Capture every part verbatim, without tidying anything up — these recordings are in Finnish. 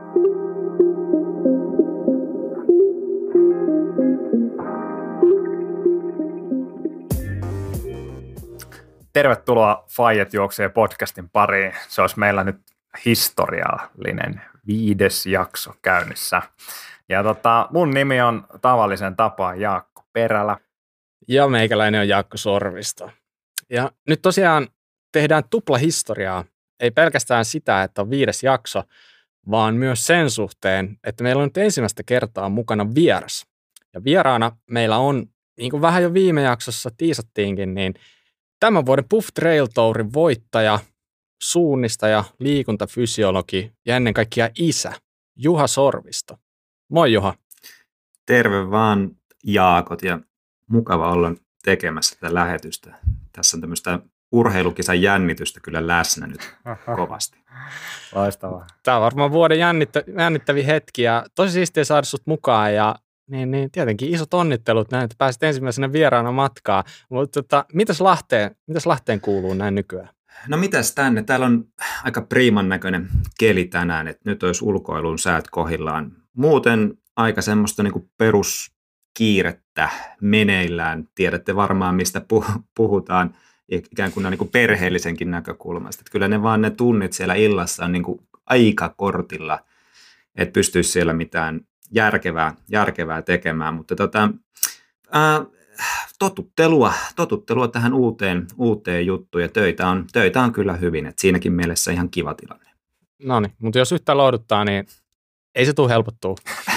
Tervetuloa Faijat juoksee podcastin pariin. Se olisi meillä nyt historiallinen viides jakso käynnissä. Ja tota, mun nimi on tavallisen tapaan Jaakko Perälä. Ja meikäläinen on Jaakko Sorvisto. Ja nyt tosiaan tehdään tuplahistoriaa. Ei pelkästään sitä, että on viides jakso, vaan myös sen suhteen, että meillä on nyt ensimmäistä kertaa mukana vieras. Ja vieraana meillä on, niin kuin vähän jo viime jaksossa tiisattiinkin, niin tämän vuoden Puff Trail Tourin voittaja, suunnistaja, liikuntafysiologi ja ennen kaikkea isä, Juha Sorvisto. Moi Juha. Terve vaan Jaakot ja mukava olla tekemässä tätä lähetystä. Tässä on tämmöistä urheilukisan jännitystä kyllä läsnä nyt kovasti. Loistavaa. Tämä on varmaan vuoden jännittä, jännittäviä hetki ja tosi siistiä saada sut mukaan ja niin, niin tietenkin isot onnittelut näin, että pääsit ensimmäisenä vieraana matkaa. Mutta tota, mitäs Lahteen, mitäs Lahteen kuuluu näin nykyään? No mitäs tänne? Täällä on aika priiman näköinen keli tänään, että nyt olisi ulkoilun säät kohillaan. Muuten aika semmoista niin kuin peruskiirettä meneillään. Tiedätte varmaan, mistä puhutaan ikään kuin, niin kuin perheellisenkin näkökulmasta. Että kyllä ne vaan ne tunnit siellä illassa on niin kuin aika kortilla, että pystyisi siellä mitään järkevää, järkevää tekemään, mutta tota, ää, totuttelua, totuttelua tähän uuteen, uuteen juttuun ja töitä on, töitä on kyllä hyvin, että siinäkin mielessä ihan kiva tilanne. No niin, mutta jos yhtään lohduttaa, niin ei se tule helpottua.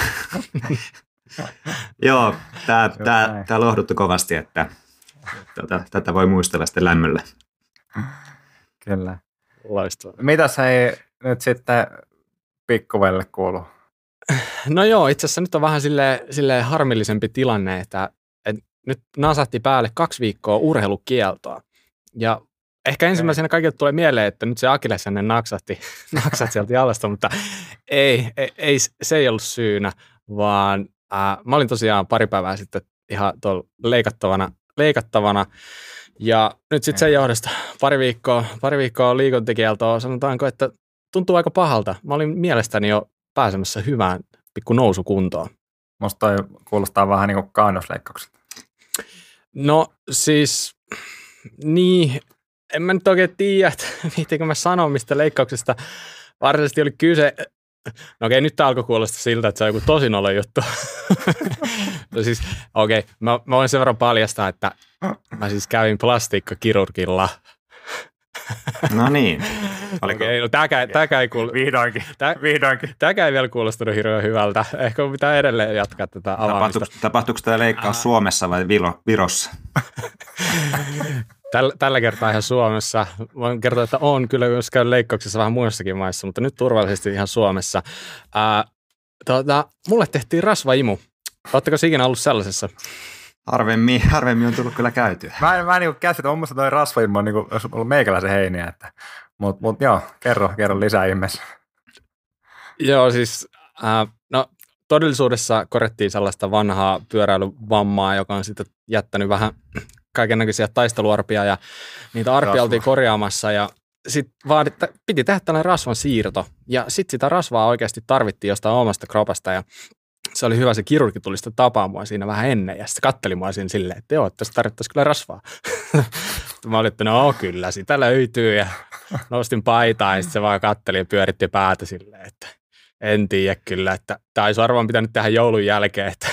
Joo, tämä lohduttu kovasti, että tota, tätä voi muistella sitten lämmöllä. Kyllä. Loistavaa. Mitäs hei nyt sitten pikkuvelle kuuluu? No joo, itse asiassa nyt on vähän silleen, silleen harmillisempi tilanne, että, että nyt nasahti päälle kaksi viikkoa urheilukieltoa. Ja ehkä ensimmäisenä kaikille tulee mieleen, että nyt se akillesjänne naksahti, naksahti sieltä jalasta, mutta ei, ei, ei, se ei ollut syynä, vaan ää, mä olin tosiaan pari päivää sitten ihan tuolla leikattavana, leikattavana ja nyt sitten sen johdosta pari viikkoa, pari viikkoa liikuntakieltoa, sanotaanko, että tuntuu aika pahalta. Mä olin mielestäni jo pääsemässä hyvään pikku nousukuntoon. Musta toi kuulostaa vähän niin kuin kaunasleikkaukset. No siis, niin, en mä nyt oikein tiedä, että viittiinkö mä sanoa, mistä leikkauksesta varsinaisesti oli kyse. No okei, nyt tää alkoi kuulostaa siltä, että se on joku tosinolo juttu. No siis, okei, mä, mä voin sen verran paljastaa, että mä siis kävin plastiikkakirurgilla. No niin. Okei, no tämäkään, tämäkään ei kuulu... Vihdoinkin, tää, vihdoinkin. Tämäkään ei vielä kuulostunut hirveän hyvältä. Ehkä pitää edelleen jatkaa tätä avaamista. Tapahtuuko, tapahtuuko tämä leikkaus Suomessa vai Viro, Virossa? Tällä, tällä kertaa ihan Suomessa. Voin kertoa, että on kyllä, jos käyn leikkauksessa vähän muissakin maissa, mutta nyt turvallisesti ihan Suomessa. Ää, tuota, mulle tehtiin rasvaimu. Oletteko ikinä ollut sellaisessa? Harvemmin, harvemmin on tullut kyllä käytyä. Mä en, mä en niin käsitä, on musta toi rasvaimmo on niin kuin, jos on ollut meikäläisen heiniä, että, mutta mut, joo, kerro, kerro lisää ihmeessä. Joo, siis äh, no, todellisuudessa korjattiin sellaista vanhaa pyöräilyvammaa, joka on sitten jättänyt vähän kaikennäköisiä taisteluarpia ja niitä arpia Rasva. oltiin korjaamassa ja sitten vaaditta, piti tehdä tällainen rasvan siirto ja sitten sitä rasvaa oikeasti tarvittiin jostain omasta kropasta ja se oli hyvä, se kirurgi tuli sitten tapaa mua siinä vähän ennen ja sitten katteli mua siinä silleen, että joo, tässä tarvittaisiin kyllä rasvaa. Mä olin, että no kyllä, sitä löytyy ja nostin paitaa ja sitten se vaan katteli ja pyöritti päätä silleen, että en tiedä kyllä, että tämä olisi varmaan pitänyt tehdä joulun jälkeen, että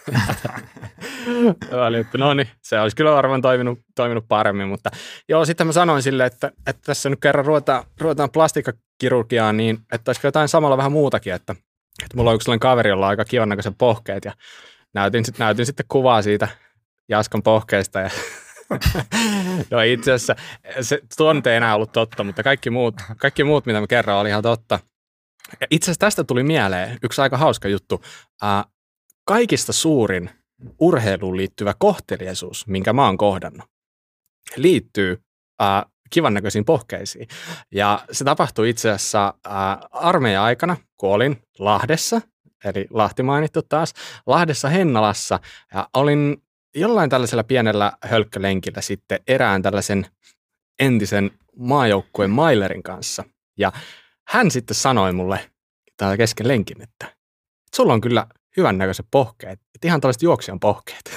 mä olin, että no niin, se olisi kyllä varmaan toiminut, toiminut paremmin, mutta joo, sitten mä sanoin silleen, että, että tässä nyt kerran ruvetaan, ruvetaan plastiikkakirurgiaan, niin että olisiko jotain samalla vähän muutakin, että Että mulla on yksi sellainen kaveri, jolla on aika kivan näköiset pohkeet ja näytin, näytin sitten kuvaa siitä Jaskan pohkeista. Ja no itse asiassa se tuonne ei enää ollut totta, mutta kaikki muut, kaikki muut mitä mä kerran, oli ihan totta. Ja itse asiassa tästä tuli mieleen yksi aika hauska juttu. Äh, kaikista suurin urheiluun liittyvä kohteliaisuus, minkä mä oon kohdannut, liittyy äh, kivan näköisiin pohkeisiin. Ja se tapahtui itse asiassa ää, armeijan aikana, kun olin Lahdessa, eli Lahti mainittu taas, Lahdessa Hennalassa, ja olin jollain tällaisella pienellä hölkkölenkillä sitten erään tällaisen entisen maajoukkueen mailerin kanssa. Ja hän sitten sanoi mulle täällä kesken lenkin, että, että sulla on kyllä hyvännäköiset pohkeet, että ihan tällaiset juoksijan pohkeet.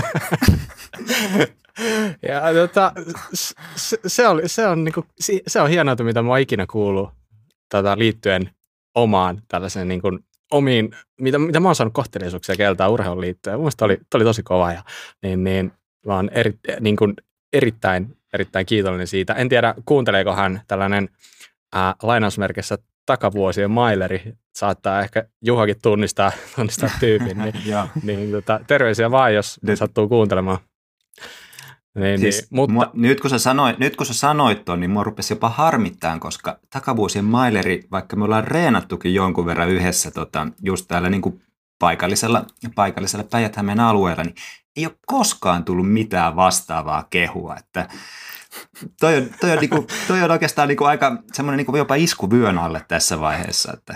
Ja tota, se, se, on, se, on, niinku, se on hienoa, mitä mä oon ikinä kuullut tota, liittyen omaan tällaisen niin kuin, omiin, mitä, mitä mä oon saanut kohteliaisuuksia keltaa urheilun liittyen. Mun mielestä oli, oli tosi kova ja niin, niin, mä oon eri, niin kuin, erittäin, erittäin kiitollinen siitä. En tiedä, kuunteleeko hän tällainen ää, lainausmerkissä takavuosien maileri, saattaa ehkä Juhakin tunnistaa, tunnistaa tyypin, niin, niin tota, terveisiä vaan, jos nyt sattuu kuuntelemaan. Niin, siis, niin, mutta... mua, nyt, kun sä sanoit, nyt kun sä sanoit ton, niin mua rupesi jopa harmittaan, koska takavuosien maileri, vaikka me ollaan reenattukin jonkun verran yhdessä tota, just täällä niin kuin paikallisella, paikallisella Päijät-Hämeen alueella, niin ei ole koskaan tullut mitään vastaavaa kehua, että toi on, toi on, niinku, toi on oikeastaan niinku aika semmoinen niinku jopa isku vyön alle tässä vaiheessa. Että.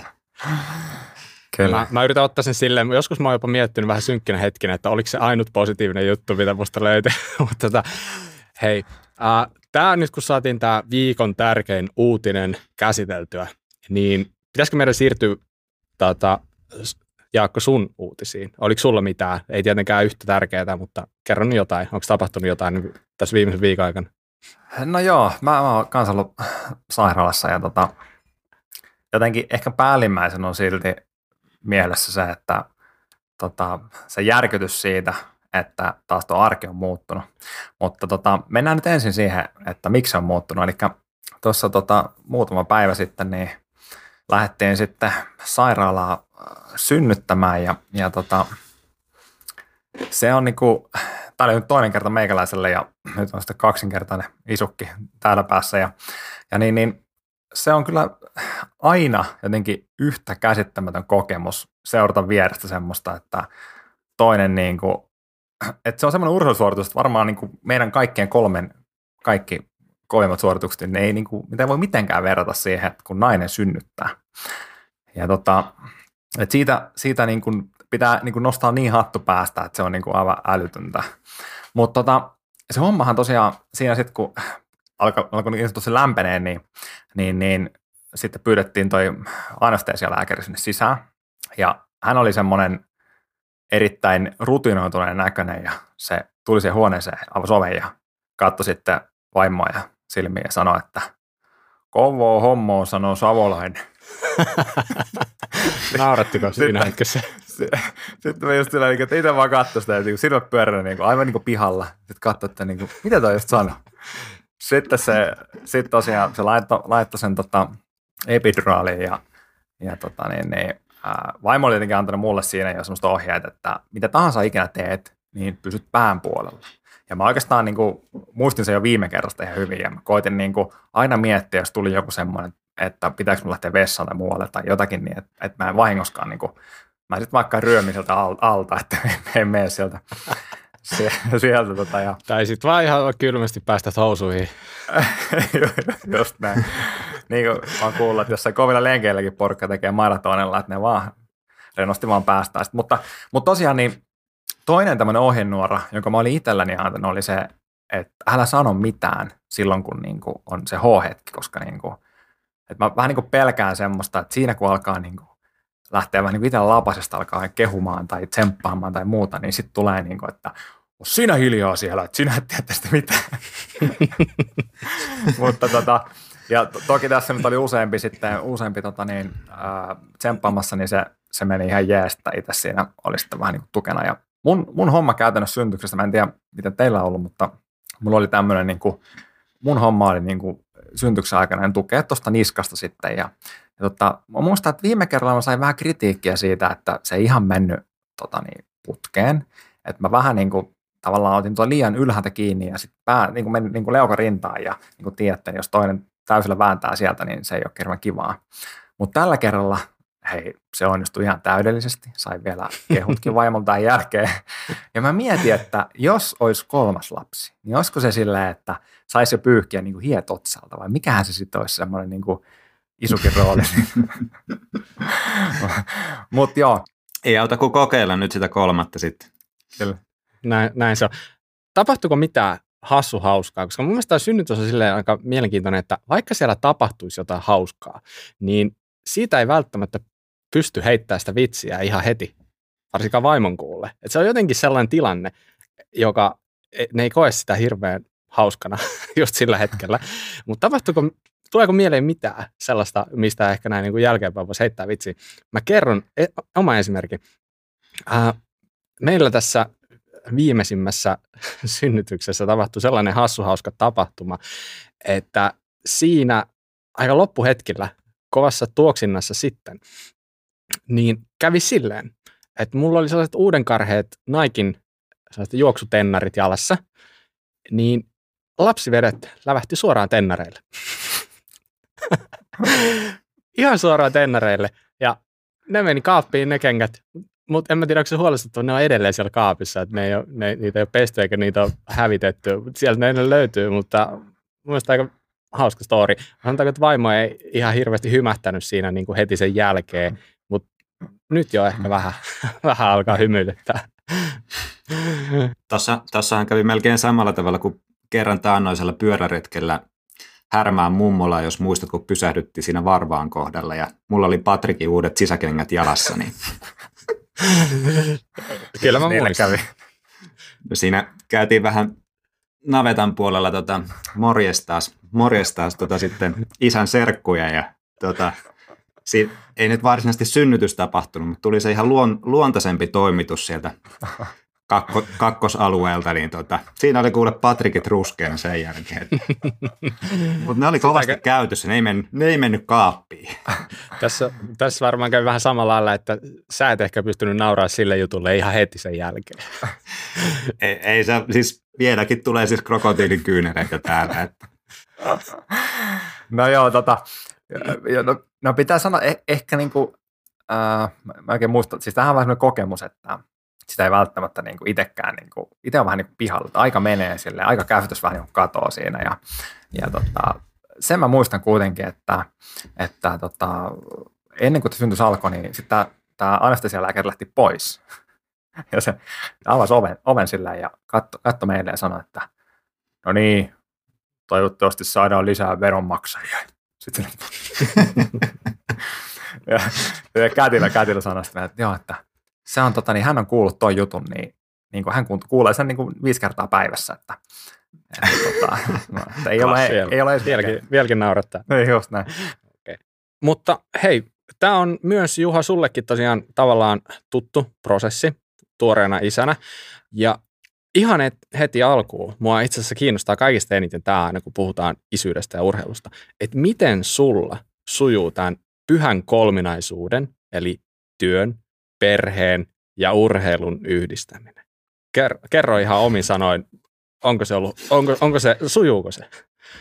Mä, mä yritän ottaa sen silleen, joskus mä oon jopa miettinyt vähän synkkinä hetkinä, että oliko se ainut positiivinen juttu, mitä musta löytyi. Mutta tota, hei, äh, tää nyt kun saatiin tää viikon tärkein uutinen käsiteltyä, niin pitäisikö meidän siirtyä tota, Jaakko sun uutisiin? Oliko sulla mitään? Ei tietenkään yhtä tärkeää, mutta kerro nyt jotain. Onko tapahtunut jotain tässä viimeisen viikon aikana? No joo, mä, mä oon kanssa ollut sairaalassa ja tota, jotenkin ehkä päällimmäisen on silti mielessä se, että tota, se järkytys siitä, että taas tuo arki on muuttunut. Mutta tota, mennään nyt ensin siihen, että miksi se on muuttunut. Eli tuossa tota, muutama päivä sitten niin lähdettiin sitten sairaalaa synnyttämään ja, ja tota, se on niinku, tää oli nyt toinen kerta meikäläiselle ja nyt on sitten kaksinkertainen isukki täällä päässä ja, ja niin, niin se on kyllä aina jotenkin yhtä käsittämätön kokemus seurata vierestä semmoista, että toinen niinku, että se on semmoinen urheilusuoritus, että varmaan niinku meidän kaikkien kolmen, kaikki kovimmat suoritukset, niin ei niinku, mitä ei voi mitenkään verrata siihen, että kun nainen synnyttää. Ja tota, että siitä, siitä niinku pitää niinku nostaa niin hattu päästä, että se on niinku aivan älytöntä. Mutta tota, se hommahan tosiaan siinä sitten, kun alkoi alko niin sanotusti lämpeneen, niin, niin, niin sitten pyydettiin toi anestesialääkäri sinne sisään. Ja hän oli semmoinen erittäin rutinoituneen näköinen ja se tuli siihen huoneeseen, avasi oven ja katsoi sitten vaimoa ja silmiä ja sanoi, että kovoo hommoa, sanoo savolainen. Naurattiko siinä hetkessä? Sitten mä just sillä, että itse vaan katsoi sitä, että silmät pyöränä niin aivan niin kuin pihalla. Sitten katsoi, että niin kuin, mitä toi just sanoi. Sitten se sitten tosiaan se laittoi, laittoi sen tota, epiduraaliin ja, ja tota, niin, niin, ää, vaimo oli jotenkin antanut mulle siinä jo semmoista ohjeet, että mitä tahansa ikinä teet, niin pysyt pään puolella. Ja mä oikeastaan niin kuin, muistin sen jo viime kerrasta ihan hyvin ja mä koitin niin kuin, aina miettiä, jos tuli joku semmoinen, että pitääkö mun lähteä vessaan tai muualle tai jotakin niin, että, että mä en vahingoskaan, niin kuin, mä sitten vaikka ryömin sieltä alta, että en mene sieltä. sieltä tota, ja... Tai sitten vaan ihan kylmästi päästä housuihin. Just näin. Niin kuin mä oon kuullut, että jossain kovilla lenkeilläkin porukka tekee maratonilla, että ne vaan rennosti vaan päästään. Mutta, mutta tosiaan niin toinen tämmöinen ohjenuora, jonka mä olin itselläni antanut, oli se, että älä sano mitään silloin, kun niin kuin on se H-hetki, koska niin kuin, että mä vähän niin kuin pelkään semmoista, että siinä kun alkaa niin kuin lähteä vähän niin kuin itsellä lapasesta alkaa kehumaan tai tsemppaamaan tai muuta, niin sitten tulee niin kuin, että sinä hiljaa siellä, että sinä et tiedä tästä mitään. Mutta tota, ja to, toki tässä nyt oli useampi sitten, useampi tota niin, ää, tsemppaamassa, niin se, se meni ihan jeestä. Itse siinä oli sitten vähän niin kuin tukena. Ja mun, mun homma käytännössä syntyksestä, mä en tiedä miten teillä on ollut, mutta mulla oli tämmöinen, niin kuin, mun homma oli niin kuin syntyksen aikana tukea tuosta niskasta sitten. Ja, ja tota, mä muistan, että viime kerralla mä sain vähän kritiikkiä siitä, että se ei ihan mennyt tota niin, putkeen. Että mä vähän niin kuin tavallaan otin tuon liian ylhäältä kiinni ja sitten pää niin kuin meni niin kuin leuka rintaan ja niin kuin tiedätte, jos toinen täysillä vääntää sieltä, niin se ei ole hirveän kivaa. Mutta tällä kerralla, hei, se onnistui ihan täydellisesti. Sain vielä kehutkin vaimoltaan jälkeen. Ja mä mietin, että jos olisi kolmas lapsi, niin olisiko se silleen, että saisi jo pyyhkiä niin kuin hiet otsalta vai mikähän se sitten olisi semmoinen niin kuin isukin rooli. Mutta joo. Ei auta kuin kokeilla nyt sitä kolmatta sitten. Kyllä. Näin, näin se on. Tapahtuiko mitään hassu hauskaa? Koska mun mielestä tämä synnytys on silleen aika mielenkiintoinen, että vaikka siellä tapahtuisi jotain hauskaa, niin siitä ei välttämättä pysty heittämään sitä vitsiä ihan heti, varsinkaan vaimon kuulle. Et se on jotenkin sellainen tilanne, joka ne ei koe sitä hirveän hauskana just sillä hetkellä. Mutta tapahtuuko, tuleeko mieleen mitään sellaista, mistä ehkä näin niin kuin jälkeenpäin voisi heittää vitsiä? Mä kerron e- oma esimerkin. Äh, meillä tässä viimeisimmässä synnytyksessä tapahtui sellainen hassuhauska tapahtuma, että siinä aika loppuhetkillä kovassa tuoksinnassa sitten, niin kävi silleen, että mulla oli sellaiset uudenkarheet Naikin sellaiset juoksutennarit jalassa, niin lapsivedet lävähti suoraan tennareille. Ihan suoraan tennareille. Ja ne meni kaappiin ne kengät, mutta en mä tiedä, onko se huolestuttava, ne on edelleen siellä kaapissa, että ne ei ole, ne, niitä ei ole pesty eikä niitä ole hävitetty. Sieltä ne ennen löytyy, mutta mun mielestä aika hauska story. Sanotaanko, että vaimo ei ihan hirveästi hymähtänyt siinä niin kuin heti sen jälkeen, mutta nyt jo ehkä vähän, vähän alkaa hymyilyttää. Tuossa, tossahan kävi melkein samalla tavalla kuin kerran taannoisella pyöräretkellä Härmään mummola, jos muistat, kun pysähdyttiin siinä Varvaan kohdalla ja mulla oli Patrikin uudet sisäkengät jalassa. Niin... Kyllä mä muistan. Siinä käytiin vähän navetan puolella tota, morjestaas, morjestaas tota, sitten isän serkkuja ja tota, si- ei nyt varsinaisesti synnytys tapahtunut, mutta tuli se ihan luon, luontaisempi toimitus sieltä kakko, kakkosalueelta, niin tota, siinä oli kuule Patrikit ruskeana sen jälkeen. Mutta ne oli kovasti aika... käytössä, ne ei, mennyt, ne ei mennyt kaappiin. Tässä, tässä varmaan käy vähän samalla lailla, että sä et ehkä pystynyt nauraa sille jutulle ihan heti sen jälkeen. ei, ei se, siis vieläkin tulee siis krokotiilin kyynereitä täällä. Että. No joo, tota, no, no pitää sanoa, eh, ehkä niinku, äh, mä oikein muistan, siis tämähän on vähän sellainen kokemus, että sitä ei välttämättä niinku itsekään, niinku, itse on vähän niinku pihalla, aika menee silleen, aika käytös vähän niinku katoo siinä ja, ja tota, sen mä muistan kuitenkin, että, että tota, ennen kuin syntys alkoi, niin sitten tämä anestesialääkäri lähti pois ja se avasi oven, oven silleen ja katso, katso meille ja sanoi, että no niin, toivottavasti saadaan lisää veronmaksajia. Sitten ja, ja kätilö, kätilö sanoi sitten, että joo, että se on, tota, niin hän on kuullut ton jutun, niin, niin kuin hän kuulee sen niin kuin viisi kertaa päivässä, että, että, tota, no, että ei, ole, ei, ei ole vieläkin, vieläkin naurattaa. Ei just näin. Okay. Mutta hei, tämä on myös Juha sullekin tosiaan tavallaan tuttu prosessi tuoreena isänä ja ihan et, heti alkuun mua itse asiassa kiinnostaa kaikista eniten tämä aina, kun puhutaan isyydestä ja urheilusta, että miten sulla sujuu tämän pyhän kolminaisuuden, eli työn, perheen ja urheilun yhdistäminen. Kerro, kerro ihan omin sanoin, onko se ollut, onko, onko se, sujuuko se?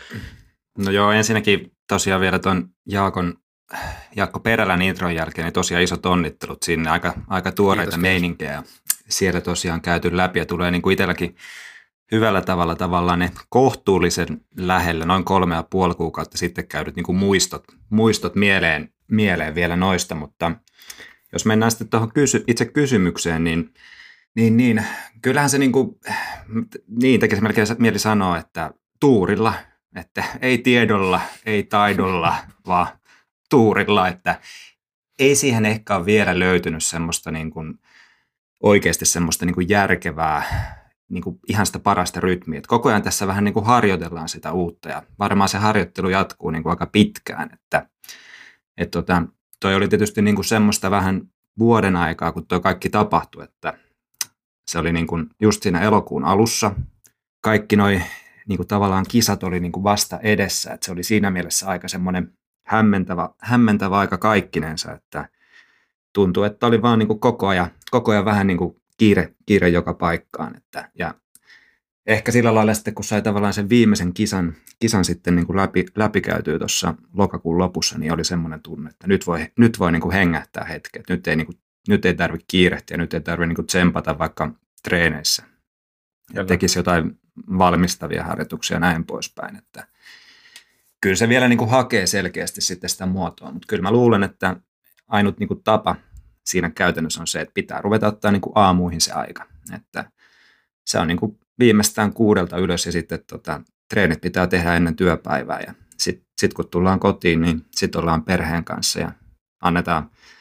No joo, ensinnäkin tosiaan vielä tuon Jaakon, Jaakko Perälän intron jälkeen, niin tosiaan isot onnittelut sinne, aika, aika tuoreita Kiitos, meininkejä. Siellä tosiaan käyty läpi ja tulee niin kuin itselläkin hyvällä tavalla tavallaan ne kohtuullisen lähellä, noin kolme ja puoli kuukautta sitten käydyt niin kuin muistot, muistot mieleen, mieleen vielä noista, mutta jos mennään sitten tuohon kysy, itse kysymykseen, niin, niin, niin kyllähän se niin kuin, niin tekisi melkein mieli sanoa, että tuurilla, että ei tiedolla, ei taidolla, vaan tuurilla, että ei siihen ehkä ole vielä löytynyt semmoista niin kuin, oikeasti semmoista niin kuin järkevää, niin kuin ihan sitä parasta rytmiä. Et koko ajan tässä vähän niin kuin harjoitellaan sitä uutta ja varmaan se harjoittelu jatkuu niin kuin aika pitkään. Että, et tota, toi oli tietysti niin kuin semmoista vähän vuoden aikaa, kun toi kaikki tapahtui, että se oli niin kuin just siinä elokuun alussa. Kaikki noi niin kuin tavallaan kisat oli niin kuin vasta edessä, että se oli siinä mielessä aika semmoinen hämmentävä, hämmentävä aika kaikkinensa, että tuntui, että oli vaan niin kuin koko ajan, koko ajan vähän niin kuin kiire, kiire joka paikkaan. Että, ja ehkä sillä lailla sitten, kun sai tavallaan sen viimeisen kisan, kisan sitten niin kuin läpi, läpikäytyy tuossa lokakuun lopussa, niin oli semmoinen tunne, että nyt voi, nyt voi niin kuin hengähtää hetki. Että nyt ei, niin kuin, nyt ei tarvitse kiirehtiä, nyt ei tarvitse niin kuin tsempata vaikka treeneissä. Ja tekisi jotain valmistavia harjoituksia ja näin poispäin. Että kyllä se vielä niin kuin hakee selkeästi sitten sitä muotoa, mutta kyllä mä luulen, että ainut niin kuin tapa siinä käytännössä on se, että pitää ruveta ottaa niin kuin aamuihin se aika. Että se on niin kuin viimeistään kuudelta ylös ja sitten tota, treenit pitää tehdä ennen työpäivää. Ja sitten sit kun tullaan kotiin, niin sitten ollaan perheen kanssa ja annetaan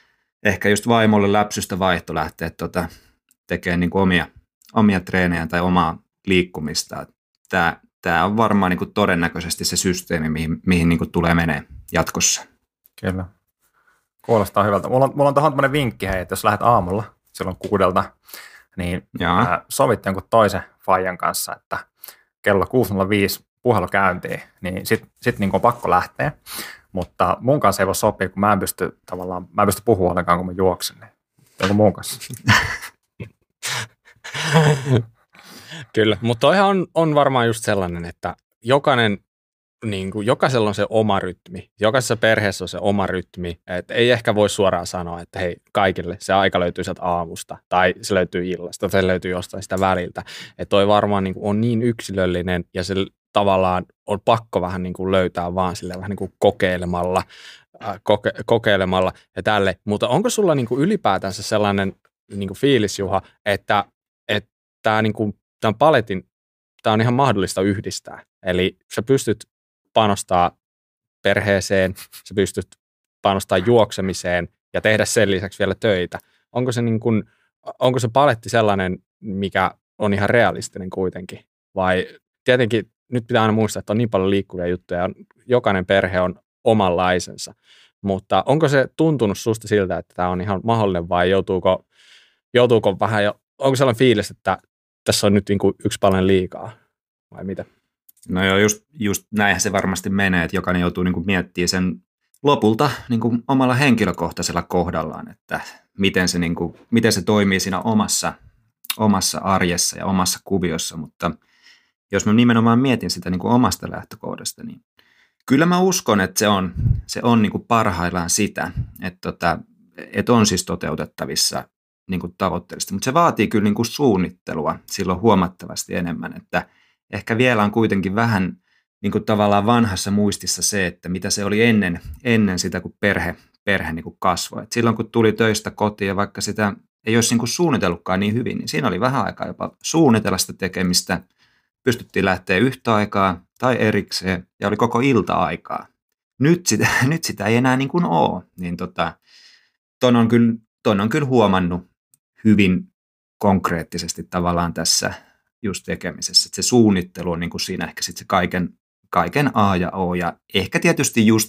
ehkä just vaimolle läpsystä vaihto lähteä tota, tekemään niin kuin omia, omia treenejä tai omaa liikkumista. Tämä, tämä on varmaan niin kuin todennäköisesti se systeemi, mihin, mihin niin kuin tulee menee jatkossa. Kyllä. Kuulostaa hyvältä. Mulla on, mulla on tuohon tämmöinen vinkki, hei, että jos lähdet aamulla silloin kuudelta, niin ää, sovit jonkun toisen faijan kanssa, että kello kuusi nolla viisi puhelu käyntiin, niin sitten sit niin on pakko lähteä. Mutta mun kanssa ei voi sopia, kun mä en pysty tavallaan, mä en pysty puhua ollenkaan, kun mä juoksen. Niin joku muun kanssa. Kyllä, mutta toihan on, on varmaan just sellainen, että jokainen, niin kuin, jokaisella on se oma rytmi. Jokaisessa perheessä on se oma rytmi. Et ei ehkä voi suoraan sanoa, että hei, kaikille se aika löytyy sieltä aamusta, tai se löytyy illasta, tai se löytyy jostain sitä väliltä. Että toi varmaan niin kuin, on niin yksilöllinen, ja se tavallaan on pakko vähän niin kuin löytää vaan sille vähän niin kuin kokeilemalla, äh, koke, kokeilemalla ja tälle. Mutta onko sulla niin kuin ylipäätänsä sellainen niin kuin fiilis, Juha, että tämä niin kuin, tämän paletin, tämä on ihan mahdollista yhdistää. Eli sä pystyt panostaa perheeseen, sä pystyt panostaa juoksemiseen ja tehdä sen lisäksi vielä töitä. Onko se, niin kuin, onko se paletti sellainen, mikä on ihan realistinen kuitenkin? Vai tietenkin nyt pitää aina muistaa, että on niin paljon liikkuvia juttuja ja jokainen perhe on omanlaisensa. Mutta onko se tuntunut susta siltä, että tämä on ihan mahdollinen vai joutuuko, joutuuko vähän jo, onko sellainen fiilis, että tässä on nyt niin kuin yksi paljon liikaa vai mitä? No joo, just, just näinhän se varmasti menee, että jokainen joutuu niin kuin miettimään sen lopulta niin kuin omalla henkilökohtaisella kohdallaan, että miten se, niin kuin, miten se toimii siinä omassa, omassa arjessa ja omassa kuviossa, mutta jos mä nimenomaan mietin sitä niin kuin omasta lähtökohdasta, niin kyllä mä uskon, että se on, se on niin kuin parhaillaan sitä, että, tota, että on siis toteutettavissa niin kuin tavoitteellisesti, mutta se vaatii kyllä niin kuin suunnittelua silloin huomattavasti enemmän, että ehkä vielä on kuitenkin vähän niin kuin tavallaan vanhassa muistissa se, että mitä se oli ennen, ennen sitä, kun perhe, perhe niin kuin kasvoi. Et silloin kun tuli töistä kotiin ja vaikka sitä ei olisi niin kuin suunnitellutkaan niin hyvin, niin siinä oli vähän aikaa jopa suunnitella sitä tekemistä. Pystyttiin lähteä yhtä aikaa tai erikseen ja oli koko ilta-aikaa. Nyt sitä, nyt sitä ei enää niin kuin ole. Niin tota, ton, on kyllä, ton on kyllä huomannut hyvin konkreettisesti tavallaan tässä just tekemisessä. Että se suunnittelu on niin kuin siinä ehkä sit se kaiken, kaiken A ja O. Ja ehkä tietysti just,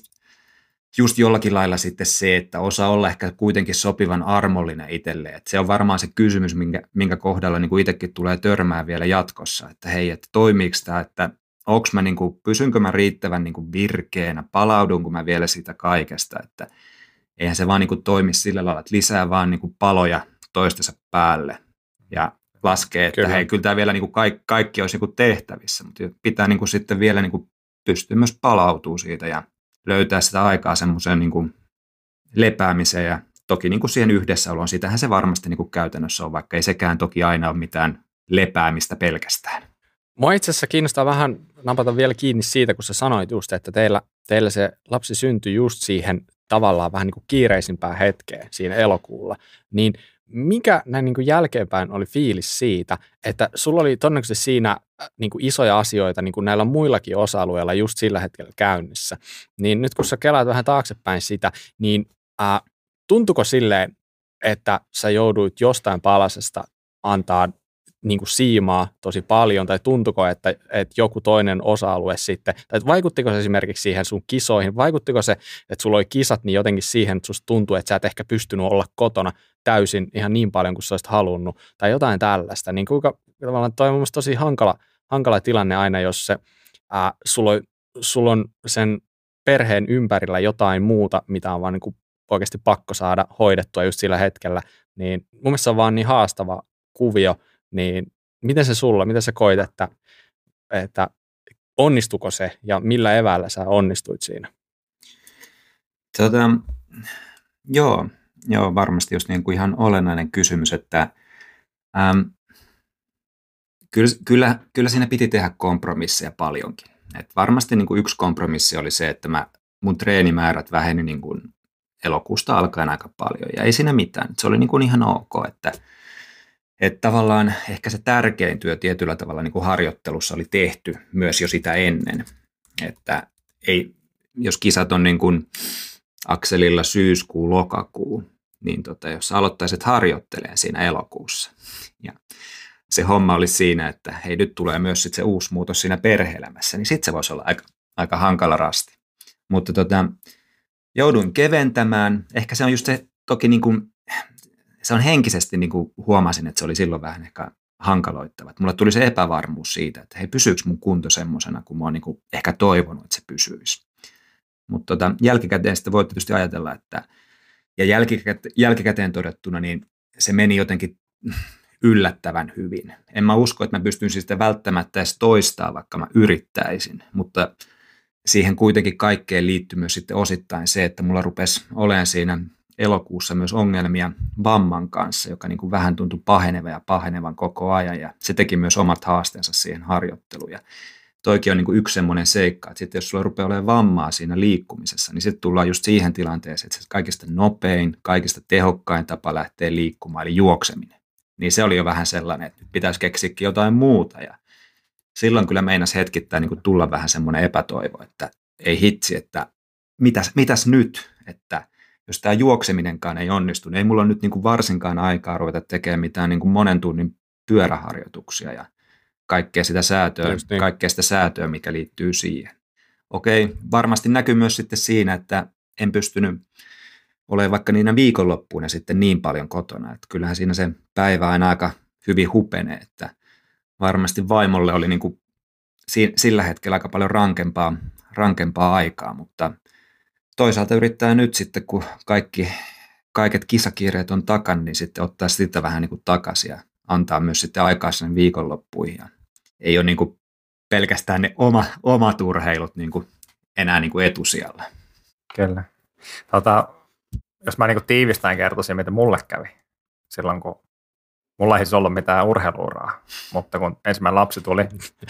just jollakin lailla sitten se, että osaa olla ehkä kuitenkin sopivan armollinen itselleen. Että se on varmaan se kysymys, minkä, minkä kohdalla niin kuin itsekin tulee törmää vielä jatkossa. Että hei, että toimiiko tämä, että onko mä, niin kuin, pysynkö mä riittävän niin kuin virkeänä, palaudunko mä vielä siitä kaikesta. Että eihän se vaan niin kuin toimi sillä lailla, että lisää vaan niin kuin paloja toistensa päälle ja laskee, että kyllä. hei, kyllä tämä vielä niin kuin kaikki, kaikki olisi niin kuin tehtävissä, mutta pitää niin kuin sitten vielä niin kuin pystyä myös palautumaan siitä ja löytää sitä aikaa semmoiseen niin kuin lepäämiseen ja toki niin kuin siihen yhdessäoloon. Sitähän se varmasti niin kuin käytännössä on, vaikka ei sekään toki aina ole mitään lepäämistä pelkästään. Mua itse asiassa kiinnostaa vähän napata vielä kiinni siitä, kun sä sanoit just, että teillä, teillä se lapsi syntyi just siihen tavallaan vähän niin kuin kiireisimpään hetkeen siinä elokuulla, niin mikä näin niin kuin jälkeenpäin oli fiilis siitä, että sulla oli todennäköisesti siinä niin kuin isoja asioita niin kuin näillä muillakin osa-alueilla just sillä hetkellä käynnissä, niin nyt kun sä kelaat vähän taaksepäin sitä, niin äh, tuntuiko silleen, että sä jouduit jostain palasesta antaa niin kuin siimaa tosi paljon, tai tuntuiko, että, että joku toinen osa-alue sitten, tai vaikuttiko se esimerkiksi siihen sun kisoihin, vaikuttiko se, että sulla oli kisat, niin jotenkin siihen, että susta tuntuu, että sä et ehkä pystynyt olla kotona täysin ihan niin paljon kuin sä olisit halunnut, tai jotain tällaista, niin kuinka tavallaan toi on mun mielestä tosi hankala, hankala tilanne aina, jos se, ää, sulla, on, sulla on sen perheen ympärillä jotain muuta, mitä on vaan niin kuin oikeasti pakko saada hoidettua just sillä hetkellä, niin mun mielestä se on vaan niin haastava kuvio. Niin miten se sulla, miten sä koit, että, että onnistuko se ja millä evällä sä onnistuit siinä? Tota, joo, joo, varmasti just niin kuin ihan olennainen kysymys, että äm, kyllä, kyllä, kyllä siinä piti tehdä kompromisseja paljonkin. Et varmasti niin kuin yksi kompromissi oli se, että mä, mun treenimäärät väheni niin kuin elokuusta alkaen aika paljon ja ei siinä mitään. Se oli niin kuin ihan ok, että Että tavallaan ehkä se tärkein työ tietyllä tavalla niin kuin harjoittelussa oli tehty myös jo sitä ennen. Että ei, jos kisat on niin kuin akselilla syyskuu, lokakuu, niin tota, jos sä aloittaisit harjoittelemaan siinä elokuussa. Ja se homma oli siinä, että hei, nyt tulee myös sit se uusi muutos siinä perhe-elämässä, niin sitten se voisi olla aika, aika hankala rasti. Mutta tota, jouduin keventämään. Ehkä se on just se, toki niin kuin, se on henkisesti niin kuin huomasin, että se oli silloin vähän ehkä hankaloittava. Mulle tuli se epävarmuus siitä, että hei, pysyykö mun kunto semmoisena, kun mä oon niin kuin ehkä toivonut, että se pysyisi. Mutta tota, jälkikäteen sitten voi tietysti ajatella, että ja jälkikäteen, jälkikäteen todettuna, niin se meni jotenkin yllättävän hyvin. En mä usko, että mä pystyisin sitä välttämättä edes toistaa, vaikka mä yrittäisin, mutta siihen kuitenkin kaikkeen liittyy myös sitten osittain se, että mulla rupesi olemaan siinä elokuussa myös ongelmia vamman kanssa, joka niin kuin vähän tuntui pahenevan ja pahenevan koko ajan, ja se teki myös omat haasteensa siihen harjoitteluun. Ja toikin on niin kuin yksi semmoinen seikka, että sitten jos sulla rupeaa olemaan vammaa siinä liikkumisessa, niin sitten tullaan just siihen tilanteeseen, että se kaikista nopein, kaikista tehokkain tapa lähteä liikkumaan, eli juokseminen. Niin se oli jo vähän sellainen, että nyt pitäisi keksiäkin jotain muuta, ja silloin kyllä meinasi hetkittäin niin kuin tulla vähän semmoinen epätoivo, että ei hitsi, että mitäs, mitäs nyt, että jos tämä juokseminenkaan ei onnistu, niin ei mulla ole nyt niin kuin varsinkaan aikaa ruveta tekemään mitään niin kuin monen tunnin pyöräharjoituksia ja kaikkea sitä säätöä, niin. kaikkea sitä säätöä, mikä liittyy siihen. Okei, varmasti näkyy myös sitten siinä, että en pystynyt olemaan vaikka niinä viikonloppuina sitten niin paljon kotona, että kyllähän siinä se päivä aina aika hyvin hupenee, että varmasti vaimolle oli niin kuin sillä hetkellä aika paljon rankempaa, rankempaa aikaa, mutta toisaalta yrittää nyt sitten, kun kaikki, kaiket kisakiireet on takana, niin sitten ottaa sitä vähän niin kuin takaisin ja antaa myös sitten aikaa sen viikonloppuihin. Ja ei ole niin kuin pelkästään ne oma, omat urheilut niin kuin enää niin kuin etusijalla. Kyllä. Tota, jos mä niin kuin tiivistäen kertoisin, mitä mulle kävi silloin, kun mulla ei siis ollut mitään urheiluuraa, mutta kun ensimmäinen lapsi tuli.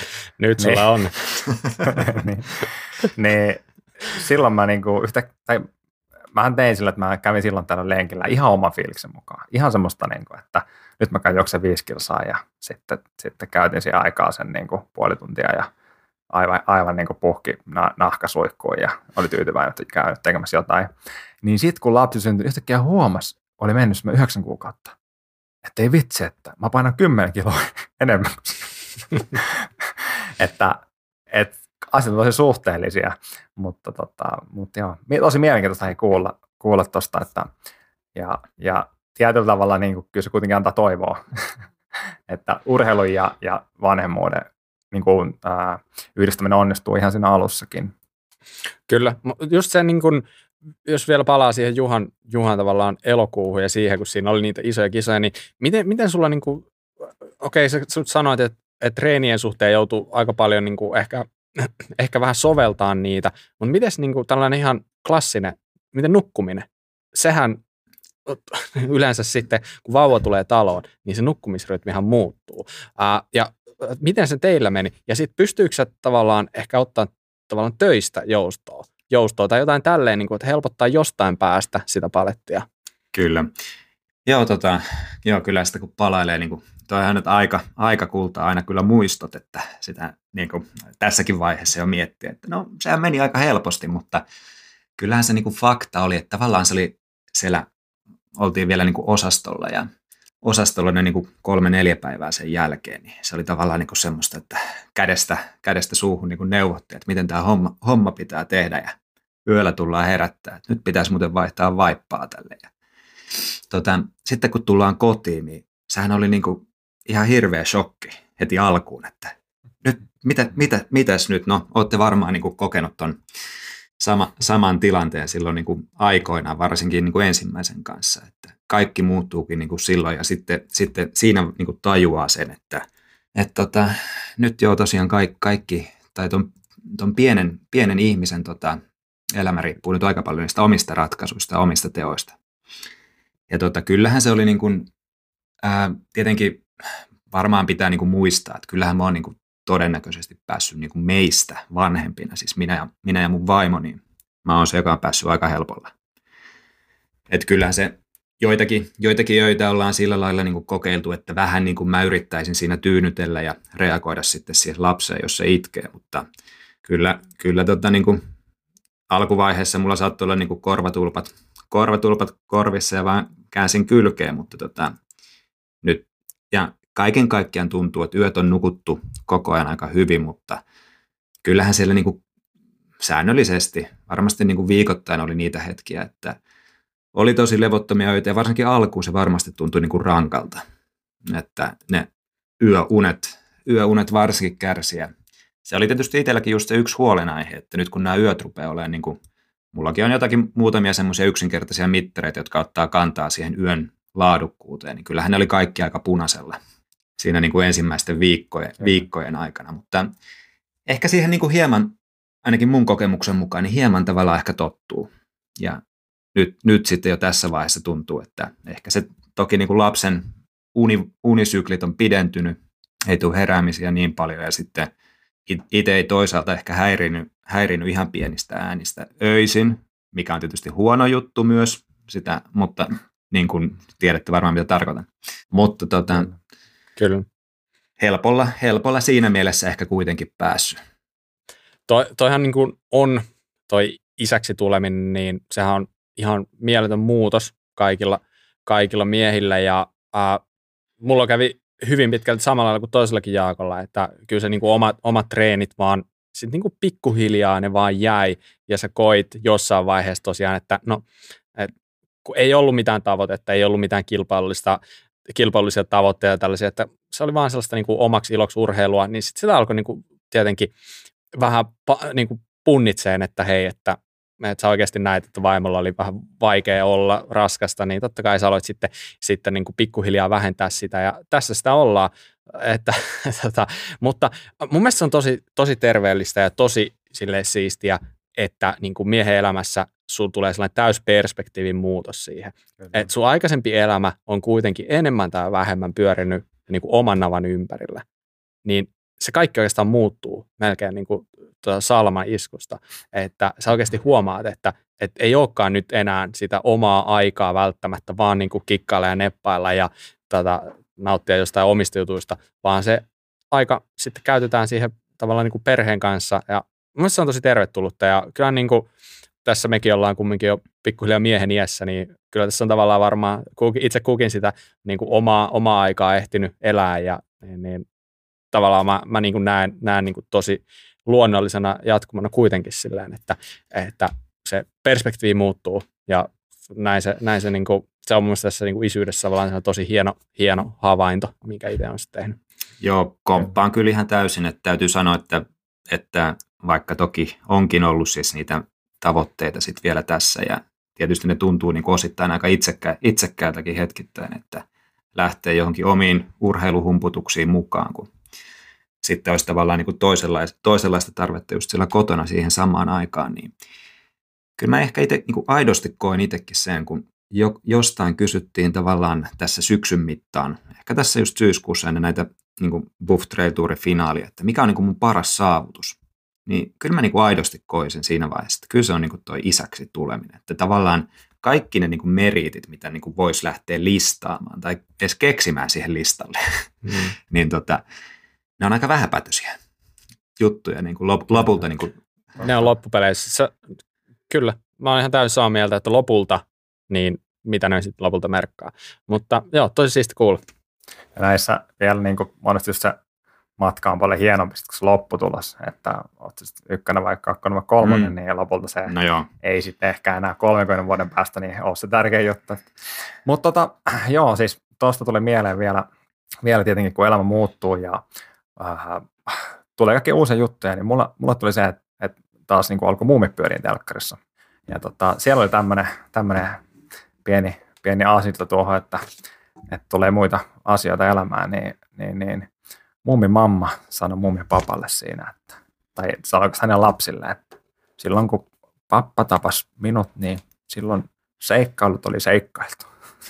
Nyt sulla niin, on. niin, niin silloin mä niinku yhtä, tai mähän tein sillä, että mä kävin silloin täällä lenkillä ihan oman fiiliksen mukaan. Ihan semmoista, niinku, että nyt mä käyn juoksen viisi kilsaa ja sitten, sitten käytin siihen aikaa sen niinku puoli tuntia ja aivan, aivan niinku puhki nahkasuihkuun ja oli tyytyväinen, että käynyt tekemässä jotain. Niin sitten kun lapsi syntyi, yhtäkkiä huomasi, oli mennyt mä yhdeksän kuukautta. Että ei vitsi, että mä painan kymmenen kiloa enemmän. että et, asiat on tosi suhteellisia, mutta, tota, mutta joo, tosi mielenkiintoista hei kuulla, kuulla tuosta, että ja, ja tietyllä tavalla niin kuin, kyllä se kuitenkin antaa toivoa, että urheilun ja, ja vanhemmuuden niin kuin, ää, yhdistäminen onnistuu ihan siinä alussakin. Kyllä, just se niin kuin, jos vielä palaa siihen Juhan, Juhan tavallaan elokuuhun ja siihen, kun siinä oli niitä isoja kisoja, niin miten, miten sulla, niin kuin, okei sä, sä sanoit, että, että treenien suhteen joutuu aika paljon niin kuin ehkä, ehkä vähän soveltaa niitä, mutta miten niin kuin tällainen ihan klassinen, miten nukkuminen, sehän yleensä sitten, kun vauva tulee taloon, niin se nukkumisrytmihan muuttuu. Uh, ja miten se teillä meni? Ja sitten pystyykö sä tavallaan ehkä ottaa tavallaan töistä joustoa? joustoa tai jotain tälleen, niin kuin, että helpottaa jostain päästä sitä palettia. Kyllä. Joo, tota, joo kyllä sitä kun palailee, niin kuin, toihan nyt aika, aika kultaa aina kyllä muistot, että sitä niin kuin, tässäkin vaiheessa jo miettii, että no sehän meni aika helposti, mutta kyllähän se niin kuin fakta oli, että tavallaan se oli siellä, oltiin vielä niin kuin osastolla ja osastolla ne niin kuin kolme neljä päivää sen jälkeen, niin se oli tavallaan niin kuin semmoista, että kädestä, kädestä suuhun niin kuin neuvottiin, että miten tämä homma, homma pitää tehdä ja yöllä tullaan herättää, että nyt pitäisi muuten vaihtaa vaippaa tälle. Ja, tota, sitten kun tullaan kotiin, niin sehän oli niin kuin ihan hirveä shokki heti alkuun, että nyt, mitä, mitä, mitäs nyt, no olette varmaan niin kuin kokenut ton sama, saman tilanteen silloin niin kuin aikoinaan, varsinkin niin kuin ensimmäisen kanssa, että kaikki muuttuukin niin kuin silloin ja sitten, sitten siinä niin kuin tajuaa sen, että, että tota, nyt joo tosiaan kaikki, kaikki tai ton, ton pienen, pienen ihmisen tota, elämä riippuu nyt aika paljon niistä omista ratkaisuista ja omista teoista. Ja tota, kyllähän se oli niin kuin, ää, tietenkin varmaan pitää niin kuin muistaa, että kyllähän mä oon niin kuin todennäköisesti päässyt niin kuin meistä vanhempina, siis minä ja, minä ja mun vaimo, niin mä oon se, joka on päässyt aika helpolla. Että kyllähän se joitakin, joitakin joita ollaan sillä lailla niin kuin kokeiltu, että vähän niin kuin mä yrittäisin siinä tyynytellä ja reagoida sitten siihen lapseen, jos se itkee, mutta kyllä, kyllä tota niin kuin alkuvaiheessa mulla saattoi olla niin kuin korvatulpat, korvatulpat korvissa ja vaan käänsin kylkeen, mutta tota, nyt, ja kaiken kaikkiaan tuntuu, että yöt on nukuttu koko ajan aika hyvin, mutta kyllähän siellä niin kuin säännöllisesti, varmasti niin kuin viikoittain oli niitä hetkiä, että oli tosi levottomia öitä ja varsinkin alkuun se varmasti tuntui niin kuin rankalta, että ne yöunet, yöunet varsinkin kärsiä. Se oli tietysti itselläkin just se yksi huolenaihe, että nyt kun nämä yöt rupeaa olemaan, niin kuin, mullakin on jotakin muutamia semmoisia yksinkertaisia mittareita, jotka ottaa kantaa siihen yön laadukkuuteen, niin kyllähän ne oli kaikki aika punaisella siinä niin kuin ensimmäisten viikkojen, viikkojen aikana, mutta ehkä siihen niin kuin hieman, ainakin mun kokemuksen mukaan, niin hieman tavallaan ehkä tottuu. Ja nyt, nyt sitten jo tässä vaiheessa tuntuu, että ehkä se toki niin kuin lapsen uni, unisyklit on pidentynyt, ei tule heräämisiä niin paljon ja sitten itse ei toisaalta ehkä häirinyt, häirinyt ihan pienistä äänistä öisin, mikä on tietysti huono juttu myös, sitä, mutta niin kuin tiedätte varmaan mitä tarkoitan. Mutta tota, Kyllä. Helpolla, helpolla siinä mielessä ehkä kuitenkin päässyt. Toi, toihan niin kuin on toi isäksi tuleminen, niin sehän on ihan mieletön muutos kaikilla, kaikilla miehillä ja äh, mulla kävi hyvin pitkälti samalla lailla kuin toisellakin Jaakolla, että kyllä se niin kuin omat, omat treenit vaan sit niin kuin pikkuhiljaa ne vaan jäi ja sä koit jossain vaiheessa tosiaan, että no, et, kun ei ollut mitään tavoitetta, ei ollut mitään kilpailullista, kilpailullisia tavoitteita tällaisia, että se oli vaan sellaista niin kuin omaksi iloksi urheilua, niin sitten sitä alkoi niin kuin tietenkin vähän niin kuin punnitseen, että hei, että, että sä oikeasti näet, että vaimolla oli vähän vaikea olla raskasta, niin totta kai sä aloit sitten, sitten niin kuin pikkuhiljaa vähentää sitä, ja tässä sitä ollaan. Että, tota, mutta mun mielestä se on tosi, tosi terveellistä ja tosi silleen siistiä, että niin kuin miehen elämässä sulla tulee sellainen täysperspektiivin muutos siihen. Että sun aikaisempi elämä on kuitenkin enemmän tai vähemmän pyörinyt niin kuin oman navan ympärillä. Niin se kaikki oikeastaan muuttuu melkein niin kuin tuota salman iskusta. Että sä oikeasti huomaat, että, että ei olekaan nyt enää sitä omaa aikaa välttämättä vaan niin kuin kikkailla ja neppailla ja tota, nauttia jostain omista jutuista, vaan se aika sitten käytetään siihen tavallaan niin kuin perheen kanssa. Ja mielestäni se on tosi tervetullutta. Ja kyllä niin kuin tässä mekin ollaan kumminkin jo pikkuhiljaa miehen iässä, niin kyllä tässä on tavallaan varmaan itse kukin sitä niin kuin omaa, omaa aikaa ehtinyt elää ja niin, niin tavallaan mä, mä niin kuin näen, näen niin kuin tosi luonnollisena jatkumana kuitenkin silleen, että, että se perspektiivi muuttuu ja näin se, näin se, niin kuin, se on mun mielestä tässä niin kuin isyydessä tavallaan tosi hieno, hieno havainto, minkä itse on sitten tehnyt. Joo, komppaan kyllä ihan täysin, että täytyy sanoa, että, että vaikka toki onkin ollut siis niitä tavoitteita sitten vielä tässä ja tietysti ne tuntuu niin kuin osittain aika itsekkä, itsekkäältäkin hetkittäin, että lähtee johonkin omiin urheiluhumputuksiin mukaan, kun sitten olisi tavallaan niin kuin toisenlaista, toisenlaista tarvetta just siellä kotona siihen samaan aikaan, niin kyllä mä ehkä itse niin kuin aidosti koin itsekin sen, kun jo, jostain kysyttiin tavallaan tässä syksyn mittaan, ehkä tässä just syyskuussa ennen näitä niin kuin Buff Trail Tourin finaalia, että mikä on niin kuin mun paras saavutus, niin kyllä mä niin kuin aidosti koin sen siinä vaiheessa, että kyllä se on niin kuin toi isäksi tuleminen, että tavallaan kaikki ne niin kuin meriitit, mitä niin kuin voisi lähteä listaamaan tai edes keksimään siihen listalle, mm. niin tota, ne on aika vähäpätöisiä juttuja niin kuin lop, lopulta. Niin kuin. Ne on loppupeleissä. Kyllä, mä oon ihan täysin samaa mieltä, että lopulta, niin mitä ne sitten lopulta merkkaa. Mutta joo, tosi siisti kuulla. Ja näissä vielä niin kuin monesti just se matka on paljon hienompi kuin se lopputulos, että oot ykkönen vai kakkonen vai kolmonen, mm. niin lopulta se no ei sitten ehkä enää kolmenkymmenen vuoden päästä niin ole se tärkein juttu. Mutta tota, joo, siis tuosta tuli mieleen vielä, vielä tietenkin, kun elämä muuttuu ja äh, tulee kaikki uusia juttuja, niin mulla, mulla tuli se, että, että taas niin kuin alkoi Muumipyörien telkkarissa. Ja tota, siellä oli tämmöinen, tämmöinen pieni, pieni aasinto tuohon, että, että tulee muita asioita elämään, niin, niin, niin Mummin mamma sanoi mummin papalle siinä, että, tai sanoiko hänen lapsille, että silloin kun pappa tapasi minut, niin silloin seikkailut oli seikkailtu.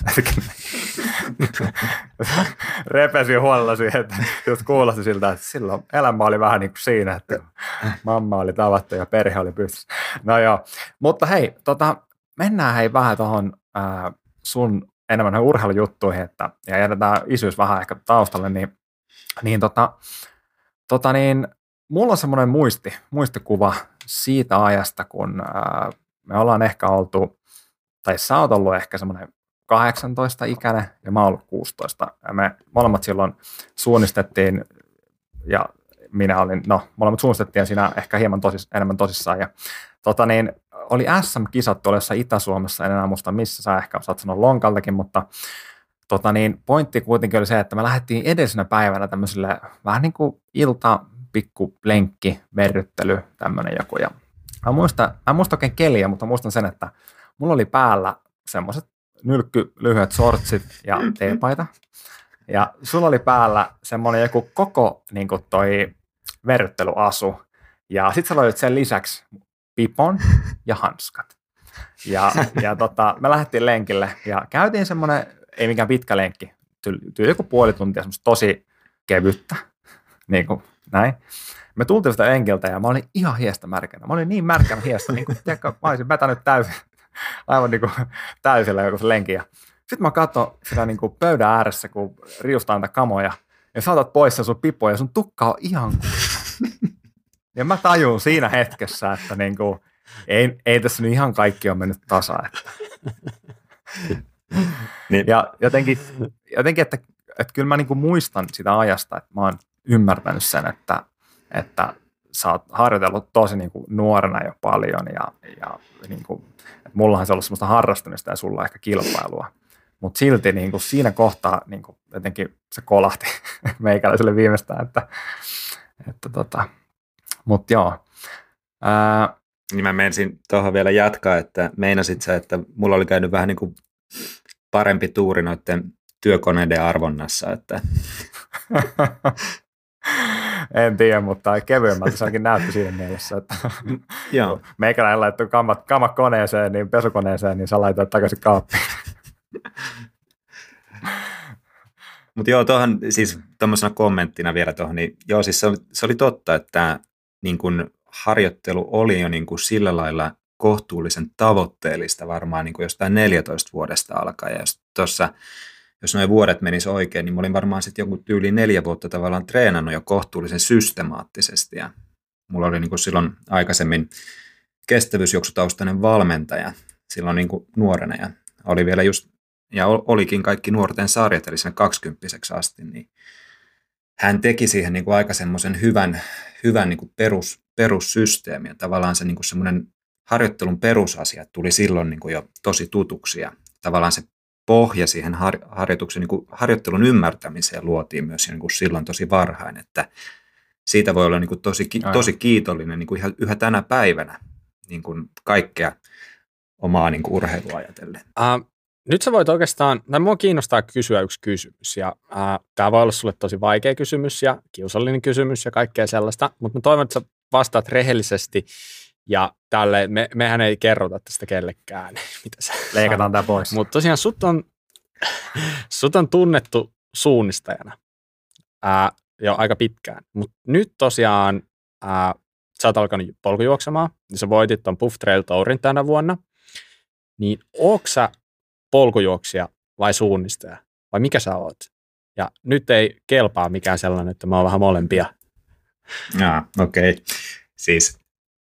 Repesi huolella siihen, että just kuulosti siltä, että silloin elämä oli vähän niin kuin siinä, että mamma oli tavattu ja perhe oli pystyssä. No joo, mutta hei, tota, mennään hei vähän tuohon äh, sun enemmän urheilujuttuihin, että, ja jätetään isyys vähän ehkä taustalle, niin, niin, tota, tota niin mulla on semmoinen muisti, muistikuva siitä ajasta, kun äh, me ollaan ehkä oltu, tai sä oot ollut ehkä semmoinen kahdeksantoista-ikäinen ja mä oon ollut kuusitoista. Ja me molemmat silloin suunnistettiin, ja minä olin, no molemmat suunnistettiin siinä ehkä hieman tosis, enemmän tosissaan. Ja tota niin, oli äs äm-kisat tuolla jossain Itä-Suomessa, en enää muista missä, sä ehkä osaat sanoa Lonkaltakin, mutta tota niin, pointti kuitenkin oli se, että me lähdettiin edellisenä päivänä tämmöiselle vähän niin kuin ilta, pikku lenkki, verryttely, tämmöinen joku. Ja mä muistan, mä en muista oikein keliä, mutta muistan sen, että mulla oli päällä semmoiset nylkky lyhyet sortsit ja teepaita. Ja sulla oli päällä semmoinen joku koko niin kuin toi verryttelyasu. Ja sit sä loit sen lisäksi pipon ja hanskat. Ja, ja tota, me lähdettiin lenkille ja käytiin semmoinen, ei mikään pitkä lenkki, tyyli joku puoli tuntia semmoista tosi kevyttä, niin kuin näin. Me tultiin sitä lenkiltä ja mä olin ihan hiestä märkänä. Mä olin niin märkänä hiestä, niin kuin, tiedätkö, mä olisin vetänyt täysin, aivan niin kuin täysillä joku se lenki. Sitten mä katson sitä niin kuin pöydän ääressä, kun riustaa niitä kamoja, ja saatat pois sen sun pipoja, ja sun tukka on ihan kuiva. Ja mä tajun siinä hetkessä, että niin kuin, ei, ei tässä nyt ihan kaikki ole mennyt tasa. Että. Niin. Ja jotenkin, jotenkin että, että kyllä mä niin kuin muistan sitä ajasta, että mä oon ymmärtänyt sen, että, että sä oot harjoitellut tosi niin kuin nuorena jo paljon, ja, ja niin kuin, että mullahan se on ollut semmoista harrastamista ja sulla on ehkä kilpailua. Mutta silti niin kuin siinä kohtaa niin kuin jotenkin se kolahti meikäläiselle viimeistään, että, että tota, mutta joo. Ää, niin mä menisin tuohon vielä jatkaa, että meinasit sä, että mulla oli käynyt vähän niin kuin parempi tuuri noiden työkoneiden arvonnassa, että en tiedä, mutta kevyemmältä se ainakin näytti siinä mielessä, että joo. Meikäläinen laittoi kamat, kamat koneeseen, niin pesukoneeseen, niin sä laitoit takaisin kaappiin. Mutta joo, tuohon siis tämmöisenä kommenttina vielä tuohon, niin joo, siis se oli, se oli totta, että niin kun harjoittelu oli jo niin kun sillä lailla kohtuullisen tavoitteellista varmaan niin kun jostain neljätoista vuodesta alkaen. Ja jos tuossa, jos nuo vuodet menisi oikein, niin mä olin varmaan sitten joku tyyli neljä vuotta tavallaan treenannut jo kohtuullisen systemaattisesti. Ja mulla oli niin kun silloin aikaisemmin kestävyysjuoksutaustainen valmentaja silloin niin kun nuorena ja oli vielä just, ja olikin kaikki nuorten sarjat, eli sen kaksikymppiseksi asti, niin hän teki siihen niin kuin aika semmoisen hyvän, hyvän niin kuin perus, perussysteemin. Ja tavallaan se niin kuin semmoinen harjoittelun perusasiat tuli silloin niin kuin jo tosi tutuksi. Ja tavallaan se pohja siihen har, harjoituksen, niin kuin harjoittelun ymmärtämiseen luotiin myös niin kuin silloin tosi varhain. Että siitä voi olla niin kuin tosi, tosi kiitollinen niin kuin ihan yhä tänä päivänä niin kuin kaikkea omaa niin kuin urheilua ajatellen. Uh, nyt sä voit oikeastaan, tai mua kiinnostaa kysyä yksi kysymys, ja uh, tämä voi olla sulle tosi vaikea kysymys ja kiusallinen kysymys ja kaikkea sellaista, mutta mä toivon, että sä vastaat rehellisesti, ja tälle, me, mehän ei kerrota tästä kellekään, mitä sä leikataan tämä pois. Mutta tosiaan sut on, sut on tunnettu suunnistajana uh, jo aika pitkään, mutta nyt tosiaan uh, sä oot alkanut polkujuoksemaan, ja sä voitit ton Puff Trail Tourin tänä vuonna, niin ootko sä polkujuoksija vai suunnistaja? Vai mikä sä oot? Ja nyt ei kelpaa mikään sellainen, että mä oon vähän molempia. Jaa, okei. Okay. Siis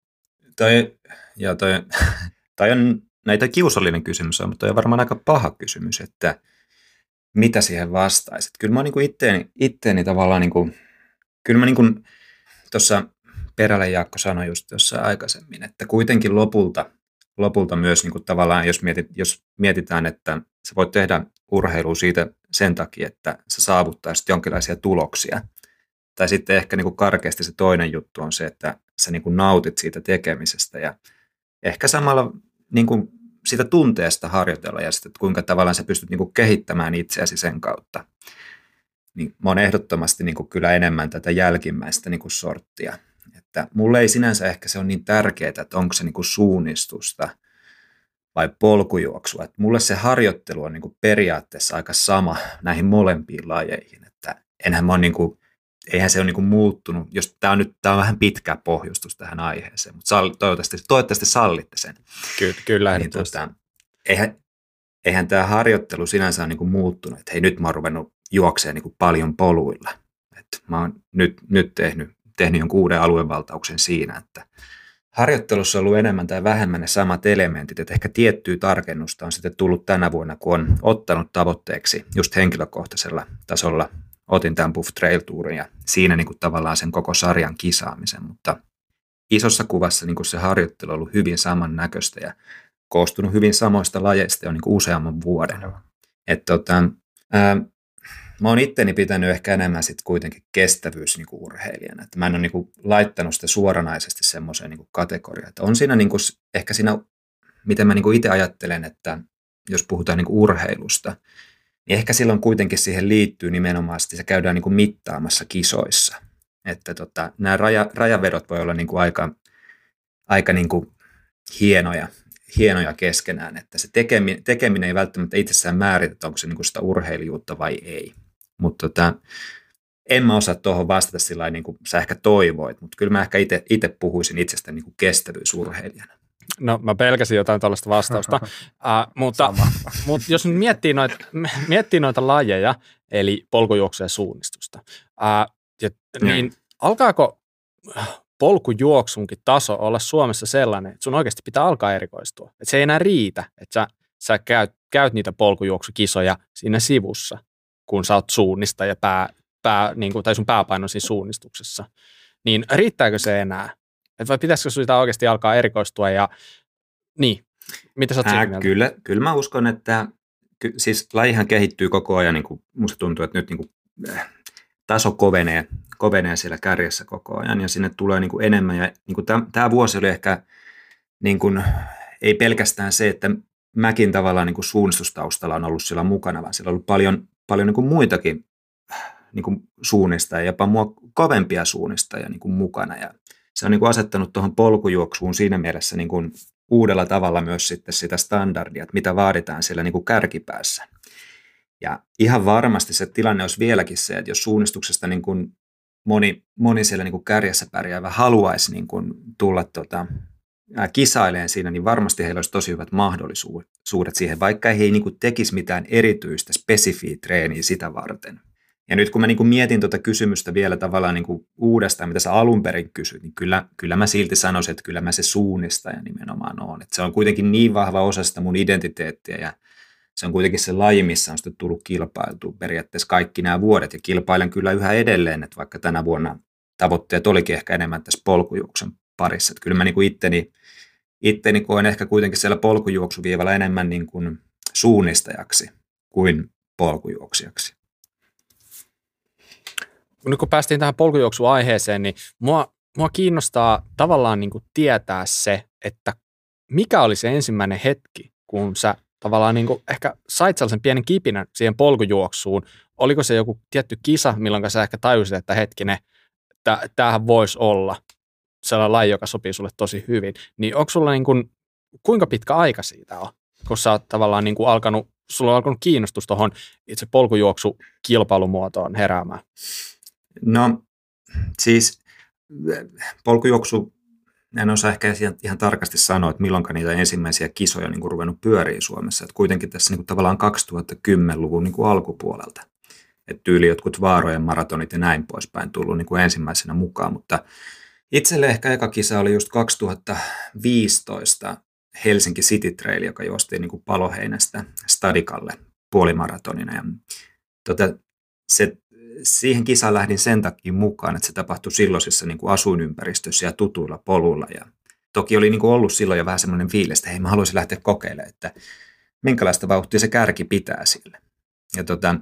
toi, ja toi, toi on näitä kiusallinen kysymys, mutta toi on varmaan aika paha kysymys, että mitä siihen vastaisit. Kyllä mä niinku itteeni, itteeni tavallaan, niinku, kyllä mä niinku, tuossa Perälä Jaakko sanoi just tuossa aikaisemmin, että kuitenkin lopulta Lopulta myös niin kuin tavallaan, jos, mietit, jos mietitään, että sä voit tehdä urheilua siitä sen takia, että sä saavuttaisit jonkinlaisia tuloksia. Tai sitten ehkä niin kuin karkeasti se toinen juttu on se, että sä niin kuin nautit siitä tekemisestä ja ehkä samalla niin kuin siitä tunteesta harjoitella ja sitten, että kuinka tavallaan sä pystyt niin kuin kehittämään itseäsi sen kautta. Niin mä oon ehdottomasti niin kuin kyllä enemmän tätä jälkimmäistä niin kuin sorttia. Että mulle ei sinänsä ehkä se ole niin tärkeää, että onko se niin kuin suunnistusta vai polkujuoksua. Että mulle se harjoittelu on niin kuin periaatteessa aika sama näihin molempiin lajeihin. Että enhän mä ole niin kuin, eihän se ole niin kuin muuttunut, jos tämä on nyt tämä on vähän pitkä pohjustus tähän aiheeseen, mutta salli, toivottavasti, toivottavasti sallitte sen. Kyllä, kyllä niin, tota, eihän, eihän tämä harjoittelu sinänsä ole niin kuin muuttunut, että hei nyt mä oon ruvennut juoksemaan niin kuin paljon poluilla. Että mä oon nyt, nyt tehnyt tehnyt jonkun uuden aluevaltauksen siinä, että harjoittelussa on ollut enemmän tai vähemmän ne samat elementit, että ehkä tiettyä tarkennusta on sitten tullut tänä vuonna, kun on ottanut tavoitteeksi just henkilökohtaisella tasolla. Otin tämän Buff Trail Tourin ja siinä niin kuin tavallaan sen koko sarjan kisaamisen, mutta isossa kuvassa niin kuin se harjoittelu on ollut hyvin samannäköistä ja koostunut hyvin samoista lajeista jo niin kuin useamman vuoden. Et, tota, ää, mä oon itteni pitänyt ehkä enemmän sit kuitenkin kestävyysurheilijana. Että mä en ole niin kuin laittanut sitä suoranaisesti semmoiseen niin kuin kategoriaan. Että on siinä niin kuin, ehkä siinä, miten mä niin kuin itse ajattelen, että jos puhutaan niin kuin urheilusta, niin ehkä silloin kuitenkin siihen liittyy nimenomaan, että se käydään niin kuin mittaamassa kisoissa. Että tota, nämä raja, rajavedot voi olla niin kuin aika, aika niin kuin hienoja, hienoja keskenään, että se tekeminen, tekeminen ei välttämättä itsessään määritä, että onko se niin kuin sitä urheilijuutta vai ei. Mutta tota, en mä osaa tuohon vastata sillä lailla, niin kuin sä ehkä toivoit, mutta kyllä mä ehkä itse puhuisin itsestä niin kuin kestävyysurheilijana. No mä pelkäsin jotain tällaista vastausta, uh, mutta, mutta jos nyt miettii noita, miettii noita lajeja, eli polkujuoksu ja suunnistusta, uh, ja, niin alkaako polkujuoksunkin taso olla Suomessa sellainen, että sun oikeasti pitää alkaa erikoistua. Että se ei enää riitä, että sä, sä käyt, käyt niitä polkujuoksukisoja siinä sivussa, kun sä oot suunnistaja pää, pää, niin kuin, tai sun pääpaino siinä suunnistuksessa. Niin riittääkö se enää? Et vai pitäisikö sitä oikeasti alkaa erikoistua ja niin, mitä sä oot siitä mieltä? Kyllä, kyllä mä uskon, että ky, siis lajihan kehittyy koko ajan, niin kuin musta tuntuu, että nyt niin kuin, äh, taso kovenee, kovenee siellä kärjessä koko ajan ja sinne tulee niin kuin enemmän ja niin kuin tämä vuosi oli ehkä niin kuin, ei pelkästään se, että mäkin tavallaan niin kuin suunnistustaustalla on ollut siellä mukana, vaan siellä on ollut paljon, paljon niin kuin muitakin niin kuin suunnistajia, jopa mua kovempia suunnistajia niin kuin mukana ja se on niin kuin asettanut tuohon polkujuoksuun siinä mielessä niin kuin uudella tavalla myös sitten sitä standardia, että mitä vaaditaan siellä niin kuin kärkipäässä. Ja ihan varmasti se tilanne olisi vieläkin se, että jos suunnistuksesta niin kuin moni, moni siellä niin kuin kärjessä pärjäävä haluaisi niin kuin tulla tota, kisaileen siinä, niin varmasti heillä olisi tosi hyvät mahdollisuudet siihen, vaikka he ei niin kuin tekisi mitään erityistä spesifiä treeniä sitä varten. Ja nyt kun mä niin kuin mietin tuota kysymystä vielä tavallaan niin kuin uudestaan, mitä sä alun perin kysyt, niin kyllä, kyllä mä silti sanoisin, että kyllä mä se suunnistaja nimenomaan on. Että se on kuitenkin niin vahva osa sitä mun identiteettiä ja se on kuitenkin se laji, missä on sitten tullut kilpailtua periaatteessa kaikki nämä vuodet ja kilpailen kyllä yhä edelleen, että vaikka tänä vuonna tavoitteet olikin ehkä enemmän tässä polkujuoksun parissa. Että kyllä mä niin kuin itteni, itteni koen ehkä kuitenkin siellä polkujuoksuviivalla enemmän niin kuin suunnistajaksi kuin polkujuoksijaksi. Nyt kun päästiin tähän polkujuoksuaiheeseen, niin mua, mua kiinnostaa tavallaan niin kuin tietää se, että mikä oli se ensimmäinen hetki, kun sä tavallaan niin kuin ehkä sait sellaisen pienen kipinän siihen polkujuoksuun. Oliko se joku tietty kisa, milloin sä ehkä tajusit, että hetkinen, tämähän voisi olla sellainen laji, joka sopii sulle tosi hyvin. Niin onko sulla niin kuin, kuinka pitkä aika siitä on, kun sä oot tavallaan niin kuin alkanut, sulla on alkanut kiinnostus tuohon itse polkujuoksukilpailumuotoon heräämään? No siis polkujuoksu, en osaa ehkä ihan tarkasti sanoa, että milloinkaan niitä ensimmäisiä kisoja on niin kuin ruvennut pyöriä Suomessa. Että kuitenkin tässä niin kuin tavallaan kaksituhattakymmenluvun niin kuin alkupuolelta. Että tyyli jotkut Vaarojen maratonit ja näin poispäin tullut niin kuin ensimmäisenä mukaan. Mutta itselle ehkä eka kisa oli just kaksituhattaviisitoista Helsinki City Trail, joka juostiin niin kuin Paloheinästä Stadikalle puolimaratonina. Ja tota, se siihen kisaan lähdin sen takia mukaan, että se tapahtui silloisessa niin kuin asuinympäristössä ja tutuilla poluilla. Ja toki oli niin kuin ollut silloin jo vähän semmoinen fiilis, että hei, mä haluaisin lähteä kokeilemaan, että minkälaista vauhtia se kärki pitää sille. Ja tota,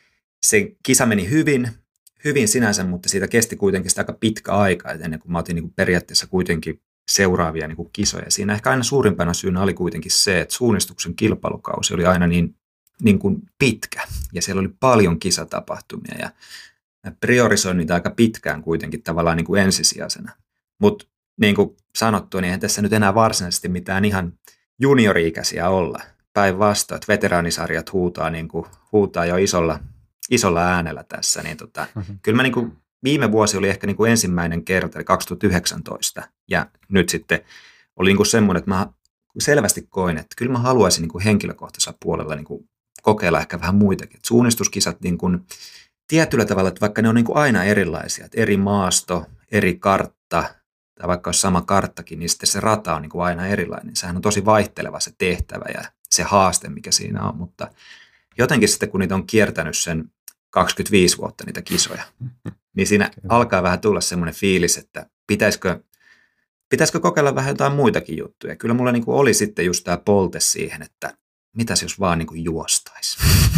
se kisa meni hyvin, hyvin sinänsä, mutta siitä kesti kuitenkin sitä aika pitkä aika, että ennen kuin mä otin niin kuin periaatteessa kuitenkin seuraavia niin kuin kisoja. Siinä ehkä aina suurimpana syynä oli kuitenkin se, että suunnistuksen kilpailukausi oli aina niin niin kuin pitkä ja siellä oli paljon kisatapahtumia ja mä priorisoin niitä aika pitkään kuitenkin tavallaan niin kuin ensisijaisena. Mutta niin kuin sanottu, niin eihän tässä nyt enää varsinaisesti mitään ihan juniori-ikäisiä olla. Päinvastoin, että veteraanisarjat huutaa, niin kuin, huutaa jo isolla, isolla äänellä tässä. Niin tota, mm-hmm. Kyllä mä niin kuin, viime vuosi oli ehkä niin kuin ensimmäinen kerta, eli kaksituhattayhdeksäntoista ja nyt sitten oli niin kuin semmoinen, että mä selvästi koin, että kyllä mä haluaisin niin kuin henkilökohtaisella puolella niin kuin kokeilla ehkä vähän muitakin. Et suunnistuskisat niin kuin, tietyllä tavalla, että vaikka ne on niin kuin aina erilaisia, että eri maasto, eri kartta, tai vaikka olisi sama karttakin, niin sitten se rata on niin kuin aina erilainen. Sehän on tosi vaihteleva se tehtävä ja se haaste, mikä siinä on, mutta jotenkin sitten kun niitä on kiertänyt sen kaksikymmentäviisi vuotta niitä kisoja, niin siinä alkaa vähän tulla semmoinen fiilis, että pitäisikö, pitäisikö kokeilla vähän jotain muitakin juttuja. Kyllä mulla niin kuin oli sitten just tämä polte siihen, että mitäs jos vaan niin kuin juostaisi.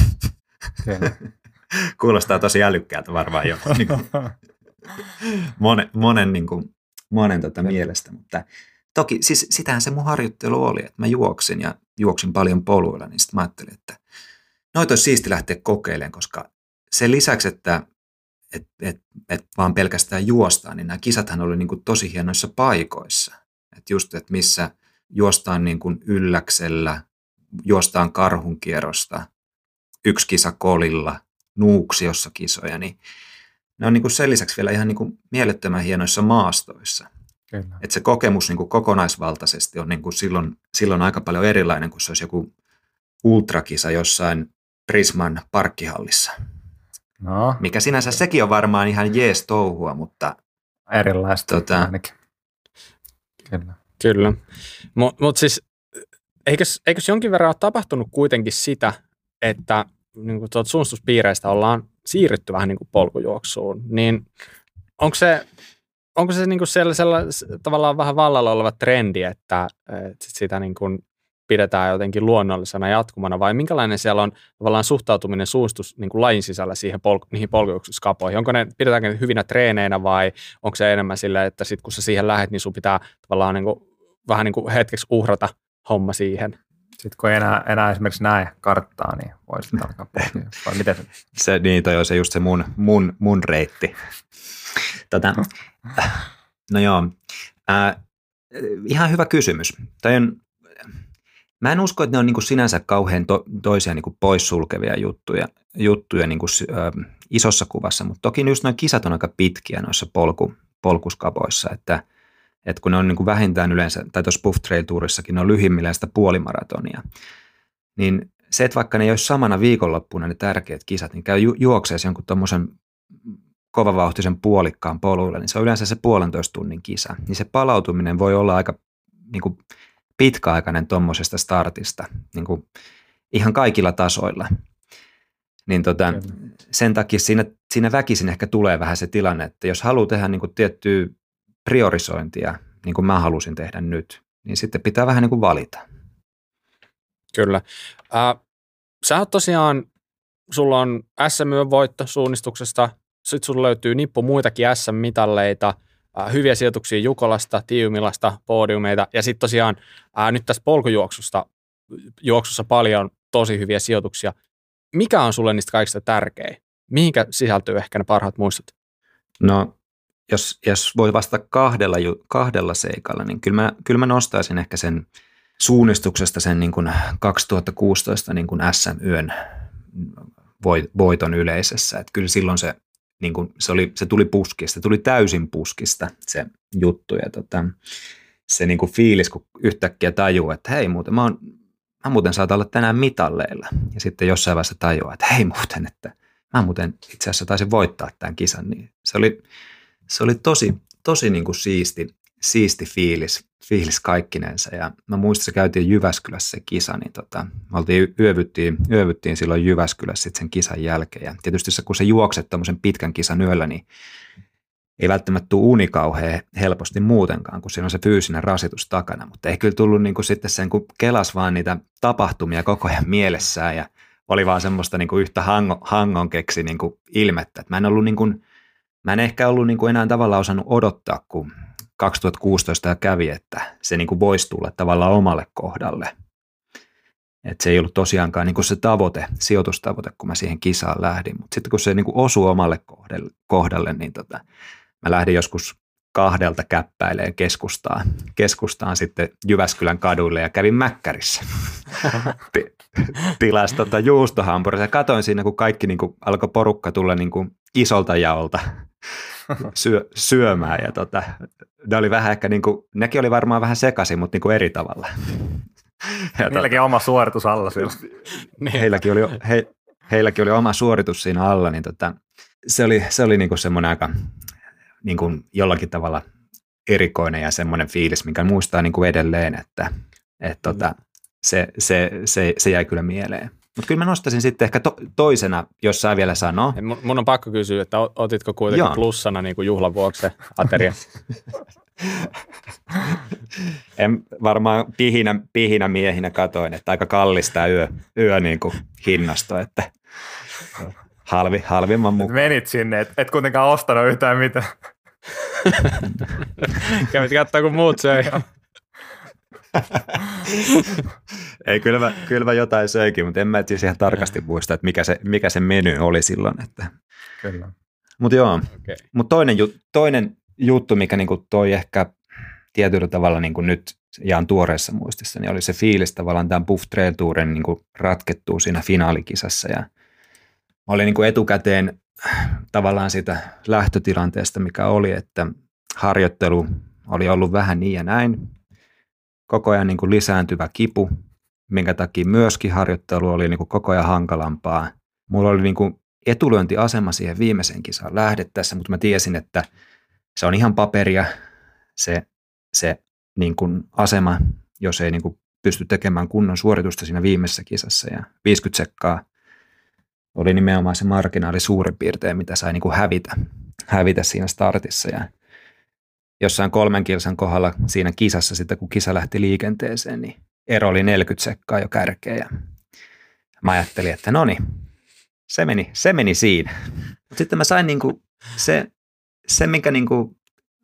Kuulostaa tosi älykkäältä varmaan jo niin kuin monen, monen, niin kuin, monen tota mielestä, mutta toki siis sitähän se mun harjoittelu oli, että mä juoksin ja juoksin paljon poluilla, niin sitten mä ajattelin, että noita olisi siisti lähteä kokeilemaan, koska sen lisäksi, että et, et, et vaan pelkästään juostaan, niin nämä kisathan oli niin kuin tosi hienoissa paikoissa. Että just, että missä juostaan niin kuin ylläksellä, juostaan karhunkierrosta, yksi kisa kolilla, Nuuksiossa kisoja, niin ne on niin kuin sen lisäksi vielä ihan niin kuin mielettömän hienoissa maastoissa. Kyllä. Että se kokemus niin kuin kokonaisvaltaisesti on niin kuin silloin, silloin aika paljon erilainen, kuin se olisi joku ultrakisa jossain Prisman parkkihallissa. No. Mikä sinänsä sekin on varmaan ihan jees touhua, mutta erilaista tota, ainakin. Kyllä. Kyllä. Mutta mut siis eikös, eikös jonkin verran ole tapahtunut kuitenkin sitä, että niin kuin tuolta suunnistuspiireistä ollaan siirrytty vähän niin kuin polkujuoksuun, niin onko se, onko se niin kuin sellaisella tavallaan vähän vallalla oleva trendi, että, että sitä niin kuin pidetään jotenkin luonnollisena jatkumana, vai minkälainen siellä on tavallaan suhtautuminen suunnistus niin kuin lajin sisällä siihen polku, niihin polkujuoksuskapoihin? Onko ne, pidetäänkö ne hyvinä treeneinä vai onko se enemmän silleen, että sit kun sä siihen lähet, niin sun pitää tavallaan niin kuin, vähän niin kuin hetkeksi uhrata homma siihen? Sitten kun ei enää, enää esimerkiksi näe karttaa, niin voi sitten alkaa pohtia. Vai miten se? se niin, toi on se just se mun, mun, mun reitti. Tota, no joo, äh, ihan hyvä kysymys. Toi on, mä en usko, että ne on niin kuin sinänsä kauhean to, toisia niin kuin poissulkevia juttuja, juttuja niin kuin, äh, isossa kuvassa, mutta toki just nuo kisat on aika pitkiä noissa polku, polkuskapoissa, että että kun ne on niin kuin vähintään yleensä, tai tuossa Buff Trail Tourissakin, ne on lyhimmillään sitä puolimaratonia, niin se, että vaikka ne ei olisi samana viikonloppuna ne tärkeät kisat, niin käy ju- juokseessa jonkun tuommoisen kovavauhtisen puolikkaan poluilla, niin se on yleensä se puolentoista tunnin kisa. Niin se palautuminen voi olla aika niin kuin pitkäaikainen tuommoisesta startista, niin kuin ihan kaikilla tasoilla. Niin tota, sen takia siinä, siinä väkisin ehkä tulee vähän se tilanne, että jos haluaa tehdä niin kuin tiettyä priorisointia, niin kuin mä halusin tehdä nyt, niin sitten pitää vähän niin kuin valita. Kyllä. Äh, sä oot tosiaan, sulla on S M-voitto suunnistuksesta, sitten sulla löytyy nippu muitakin S M-mitalleita, äh, hyviä sijoituksia Jukolasta, Tiiumilasta, podiumeita, ja sitten tosiaan äh, nyt tässä polkujuoksusta juoksussa paljon tosi hyviä sijoituksia. Mikä on sulle niistä kaikista tärkein? Mihinkä sisältyy ehkä ne parhaat muistot? No, Jos, jos voi vastata kahdella, kahdella seikalla, niin kyllä mä, kyllä mä nostaisin ehkä sen suunnistuksesta sen niin kuin kaksituhattakuusitoista niin kuin S M-yön voiton yleisessä. Että kyllä silloin se, niin kuin, se, oli, se tuli puskista, se tuli täysin puskista se juttu. Ja tota, se niin kuin fiilis, kun yhtäkkiä tajuu, että hei muuten, mä, oon, mä muuten saatan olla tänään mitalleilla. Ja sitten jossain vaiheessa tajuaa, että hei muuten, että mä muuten itse asiassa taisin voittaa tämän kisan. Niin se oli... Se oli tosi, tosi niin kuin siisti, siisti fiilis, fiilis kaikkinensa ja mä muistan, että käytiin Jyväskylässä se kisa, niin tota, me oltiin, yövyttiin, yövyttiin silloin Jyväskylässä sit sen kisan jälkeen ja tietysti se, kun sä juokset tommosen pitkän kisan yöllä, niin ei välttämättä tule uni kauhean helposti muutenkaan, kun siinä on se fyysinen rasitus takana, mutta ei kyllä tullut niin kuin sitten sen, kun kelas vaan niitä tapahtumia koko ajan mielessään ja oli vaan semmoista niin kuin yhtä hango, hangon keksi niin kuin ilmettä, että mä en ollut niin kuin Mä en ehkä ollut niin kuin enää tavallaan osannut odottaa, kun kaksituhattakuusitoista kävi, että se niin kuin voisi tulla tavallaan omalle kohdalle. Että se ei ollut tosiaankaan niin kuin se tavoite, sijoitustavoite, kun mä siihen kisaan lähdin. Mutta sitten kun se niin kuin osui omalle kohdalle, kohdalle niin tota, mä lähdin joskus kahdelta käppäileen keskustaan, keskustaan sitten Jyväskylän kaduille ja kävin Mäkkärissä. Tilasi tota juustohampuria ja katoin siinä, kun kaikki niin kuin alkoi porukka tulla niin kuin isolta jaolta syö, syömään. Ja tota, ne oli vähän ehkä, niin kuin, nekin oli varmaan vähän sekaisin, mutta niin kuin eri tavalla. Ja Niilläkin tota, oma suoritus alla siellä. Heilläkin oli, he, heilläkin oli oma suoritus siinä alla, niin tota, se oli, se oli niin kuin semmoinen aika niin kuin jollakin tavalla erikoinen ja semmoinen fiilis, minkä muistaa niin kuin edelleen, että et tota, se, se, se, se jäi kyllä mieleen. Mutta kyllä mä nostaisin sitten ehkä to, toisena, jos saa vielä sanoa. Mun, mun on pakko kysyä, että otitko kuitenkin Joo. plussana niin kuin juhlan vuoksi ateria? En varmaan pihinä, pihinä miehinä katoin, että aika kallista yö, yö niin kuin hinnasto, että halvi, halvimman mukaan. Menit sinne, et, et kuitenkaan ostanut yhtään mitään. Kävit katsoa, kun muut söi. Ei, kyllä mä, kyllä mä jotain söikin, mutta en mä siis ihan tarkasti muista, että mikä se, mikä se meny oli silloin. Että. Kyllä. Mutta joo, okay. Mut toinen, toinen juttu, mikä niinku toi ehkä tietyllä tavalla niinku nyt jaan tuoreessa muistissa, niin oli se fiilis tavallaan tämän Buff Trail Tourin niinku ratkettuu siinä finaalikisassa. Ja mä olin niinku etukäteen tavallaan sitä lähtötilanteesta, mikä oli, että harjoittelu oli ollut vähän niin ja näin. Koko ajan niin kuin lisääntyvä kipu, minkä takia myöskin harjoittelu oli niin kuin koko ajan hankalampaa. Mulla oli niin kuin etulyöntiasema siihen viimeiseen kisaan lähdettäessä, mutta mä tiesin, että se on ihan paperia se, se niin kuin asema, jos ei niin kuin pysty tekemään kunnon suoritusta siinä viimeisessä kisassa. Ja viisikymmentä sekkaa oli nimenomaan se marginaali suurin piirtein, mitä sai niin kuin hävitä, hävitä siinä startissa. Ja jossain kolmen kilsan kohdalla siinä kisassa sitten, kun kisa lähti liikenteeseen, niin ero oli neljäkymmentä sekkaa jo kärkeä. Ja mä ajattelin, että no niin, se meni, se meni siinä. Mutta sitten mä sain niinku se, se, mikä niinku,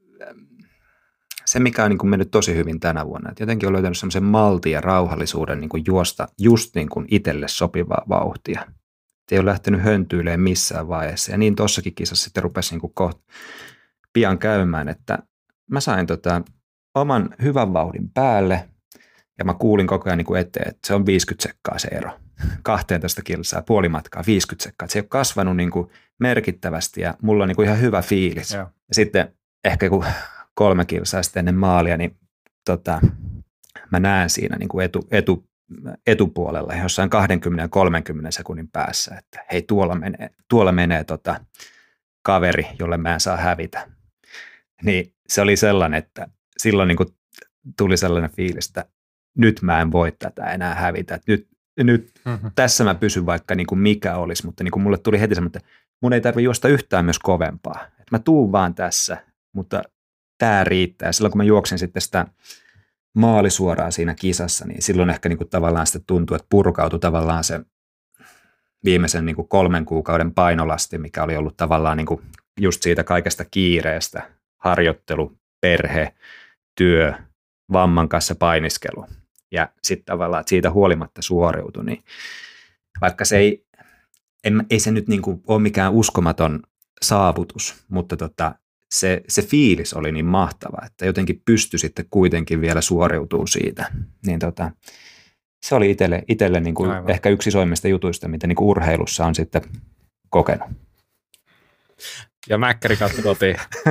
se, mikä on niinku mennyt tosi hyvin tänä vuonna. Et jotenkin olen löytänyt semmoisen maltin ja rauhallisuuden niinku juosta just niinku itselle sopivaa vauhtia. Et ei ole lähtenyt höntyilemään missään vaiheessa. Ja niin tossakin kisassa sitten rupesi niinku kohta pian käymään, että mä sain tota oman hyvän vauhdin päälle ja mä kuulin koko ajan niin kuin eteen, että se on viisikymmentä sekkaa se ero. kaksitoista kilsaa, puolimatkaa, viisikymmentä sekkaa. Et se ei ole kasvanut niin kuin merkittävästi ja mulla on niin kuin ihan hyvä fiilis. Ja, ja sitten ehkä kun kolme kilsaa sitten ennen maalia, niin tota, mä näen siinä niin kuin etu, etu, etupuolella jossain kaksikymmentä ja kolmekymmentä sekunnin päässä, että hei tuolla menee, tuolla menee tota kaveri, jolle mä en saa hävitä. Niin se oli sellainen, että silloin niin kuin tuli sellainen fiilis, että nyt mä en voi tätä enää hävitä. Että nyt nyt mm-hmm. tässä mä pysyn vaikka niin kuin mikä olisi, mutta niin kuin mulle tuli heti semmoinen, että mun ei tarvitse juosta yhtään myös kovempaa. Että mä tuun vaan tässä, mutta tämä riittää. Silloin kun mä juoksin sitten sitä maalisuoraa siinä kisassa, niin silloin ehkä niin kuin tavallaan sitten tuntui, että purkautui tavallaan se viimeisen niin kuin kolmen kuukauden painolasti, mikä oli ollut tavallaan niin kuin just siitä kaikesta kiireestä, harjoittelu, perhe, työ, vamman kanssa painiskelu. Ja sitten tavallaan, että siitä huolimatta suoriutui, niin vaikka se ei, en, ei se nyt niin kuin ole mikään uskomaton saavutus, mutta tota, se, se fiilis oli niin mahtava, että jotenkin pystyi sitten kuitenkin vielä suoriutumaan siitä. Niin tota, se oli itselle, itselle niin kuin ehkä yksi isoimmista jutuista, mitä niin kuin urheilussa on sitten kokenut. Ja mäkkäri katsoi kotiin.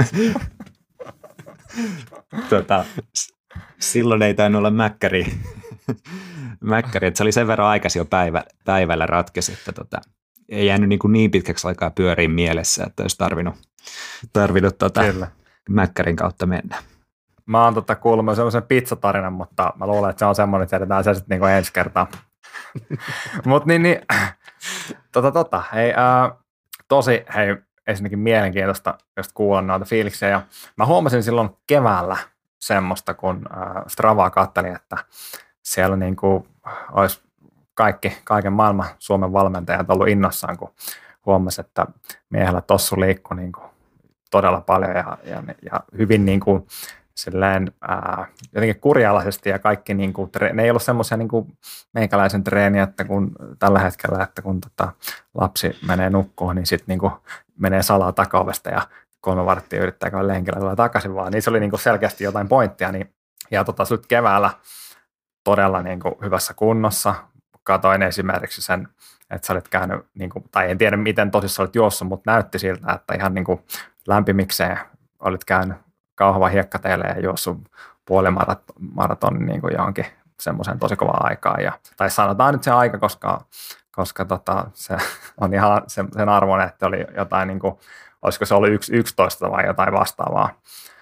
tota, silloin ei tainnut olla mäkkäri, mäkkäri että se oli sen verran aikaisin jo päivä, päivällä ratkesi, että tota, ei jäänyt niin, kuin niin pitkäksi aikaa pyöriin mielessä, että olisi tarvinnut, tarvinnut tota, mäkkärin kautta mennä. Mä oon tota kuullut semmoisen pizzatarinan, mutta mä luulen, että se on semmoinen, että jätetään se sitten niin ensi kertaa. Mutta niin, niin tota, tota, hei, ää, tosi hei, ensinnäkin mielenkiintoista just kuulla noita fiiliksiä. Ja mä huomasin silloin keväällä semmoista, kun ää, Stravaa katselin, että siellä niin kuin olisi kaikki, kaiken maailman Suomen valmentajat ollut innossaan, kun huomasi, että miehellä tossu liikkui niin kuin todella paljon ja, ja, ja hyvin niin kuin silleen, ää, jotenkin kurjalaisesti ja kaikki, niin kuin, ne ei ollut semmoisia niin kuin meikäläisen treeniä, että kun tällä hetkellä, että kun tota, lapsi menee nukkuun, niin sitten niin menee salaa takaovesta ja kolme varttia yrittää käydä lenkillä tulee takaisin vaan. Niin se oli niin kuin selkeästi jotain pointtia. Niin, ja tota, nyt keväällä todella niin kuin hyvässä kunnossa. Katoin esimerkiksi sen, että sä olit käynyt, niin kuin, tai en tiedä miten tosissaan olit juossut, mutta näytti siltä, että ihan niin kuin lämpimikseen olit käynyt kauhava hiekkateille ja juossut puoli maraton niin kuin johonkin semmoiseen tosi kovaan aikaan. Ja, tai sanotaan nyt se aika, koska, koska tota, se on ihan sen, sen arvoinen, että oli jotain, niin kuin, olisiko se ollut yksi, yksitoista vai jotain vastaavaa.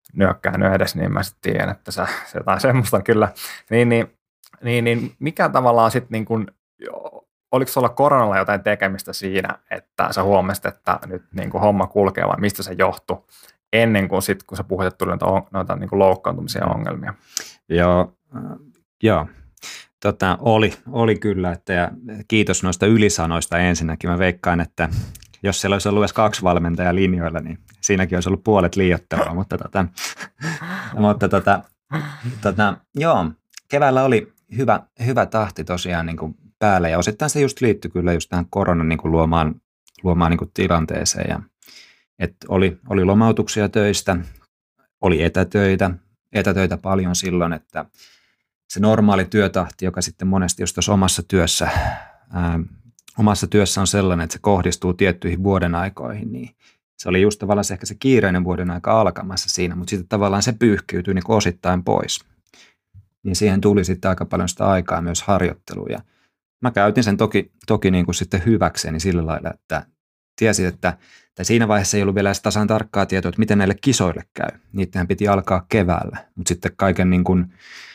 nyökkäänyt edes, niin mä sitten tiedän, että sä jotain semmoista on kyllä. Niin, niin, niin, niin mikä tavallaan sitten, niin kun, oliko sulla koronalla jotain tekemistä siinä, että sä huomasit, että nyt niin kuin homma kulkee, vai mistä se johtui ennen kuin sitten, kun sä puhuit, että tuli noita, noita niin kuin loukkaantumisia ongelmia? Joo, äh, joo. Tota, oli, oli kyllä, että ja kiitos noista ylisanoista ensinnäkin. Mä veikkaan, että jos siellä olisi ollut edes kaksi valmentajaa linjoilla, niin siinäkin olisi ollut puolet liioittelua, mutta, tota, mutta tota, tota, joo, keväällä oli hyvä, hyvä tahti tosiaan niin kuin päällä ja osittain se just liittyi kyllä just tähän koronan niin kuin luomaan, luomaan niin kuin tilanteeseen. Ja, et oli, oli lomautuksia töistä, oli etätöitä, etätöitä paljon silloin, että se normaali työtahti, joka sitten monesti just tuossa omassa työssä, ää, omassa työssä on sellainen, että se kohdistuu tiettyihin vuoden aikoihin, niin se oli just tavallaan se ehkä se kiireinen vuoden aika alkamassa siinä, mutta sitten tavallaan se pyyhkiytyi niin osittain pois. Niin siihen tuli sitten aika paljon sitä aikaa myös harjoitteluun. Ja mä käytin sen toki, toki niin kuin sitten hyväkseni sillä lailla, että tiesin, että tai siinä vaiheessa ei ollut vielä tasan tarkkaa tietoa, että miten näille kisoille käy. Niitähän piti alkaa keväällä, mutta sitten kaiken, niin kuin,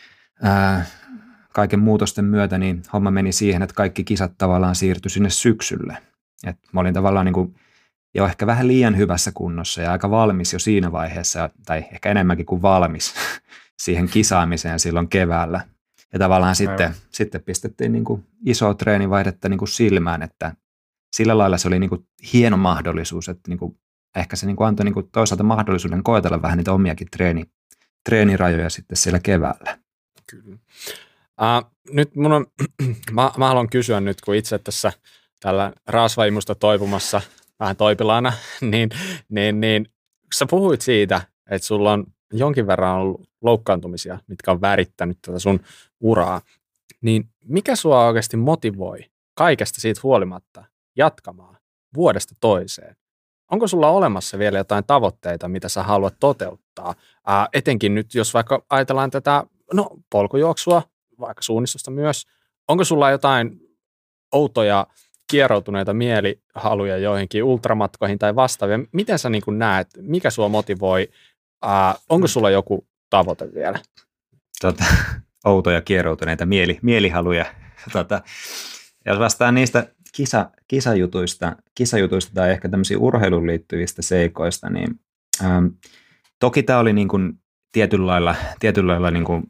ää, kaiken muutosten myötä niin homma meni siihen, että kaikki kisat tavallaan siirtyi sinne syksylle. Et mä olin tavallaan niin kuin jo ehkä vähän liian hyvässä kunnossa ja aika valmis jo siinä vaiheessa, tai ehkä enemmänkin kuin valmis siihen kisaamiseen silloin keväällä. Ja tavallaan sitten, sitten pistettiin niin kuin isoa treenivaihdetta niin kuin silmään, että sillä lailla se oli niin kuin hieno mahdollisuus, että niin kuin ehkä se niin kuin antoi niin kuin toisaalta mahdollisuuden koetella vähän niitä omiakin treeni, treenirajoja sitten siellä keväällä. Kyllä. Uh, nyt mun on, mä, mä haluan kysyä nyt, kun itse tässä tällä rasvaimusta toipumassa vähän toipilaana, niin, niin, niin sä puhuit siitä, että sulla on jonkin verran ollut loukkaantumisia, mitkä on värittänyt tätä sun uraa, niin mikä sua oikeasti motivoi kaikesta siitä huolimatta jatkamaan vuodesta toiseen? Onko sulla olemassa vielä jotain tavoitteita, mitä sä haluat toteuttaa? Ää, etenkin nyt, jos vaikka ajatellaan tätä no, polkujuoksua, vaikka suunnistusta myös. Onko sulla jotain outoja kieroutuneita mielihaluja joihinkin ultramatkoihin tai vastaavia? Miten sä niin kuin näet, mikä sua motivoi? Ää, onko sulla joku tavoite vielä? Tota, outoja kieroutuneita mieli, mielihaluja. Tota, jos vastaan niistä kisa, kisajutuista, kisajutuista tai ehkä tämmöisiin urheiluun liittyvistä seikoista, niin ähm, toki tämä oli niin kuin tietyllä lailla, tietyllä lailla niin kuin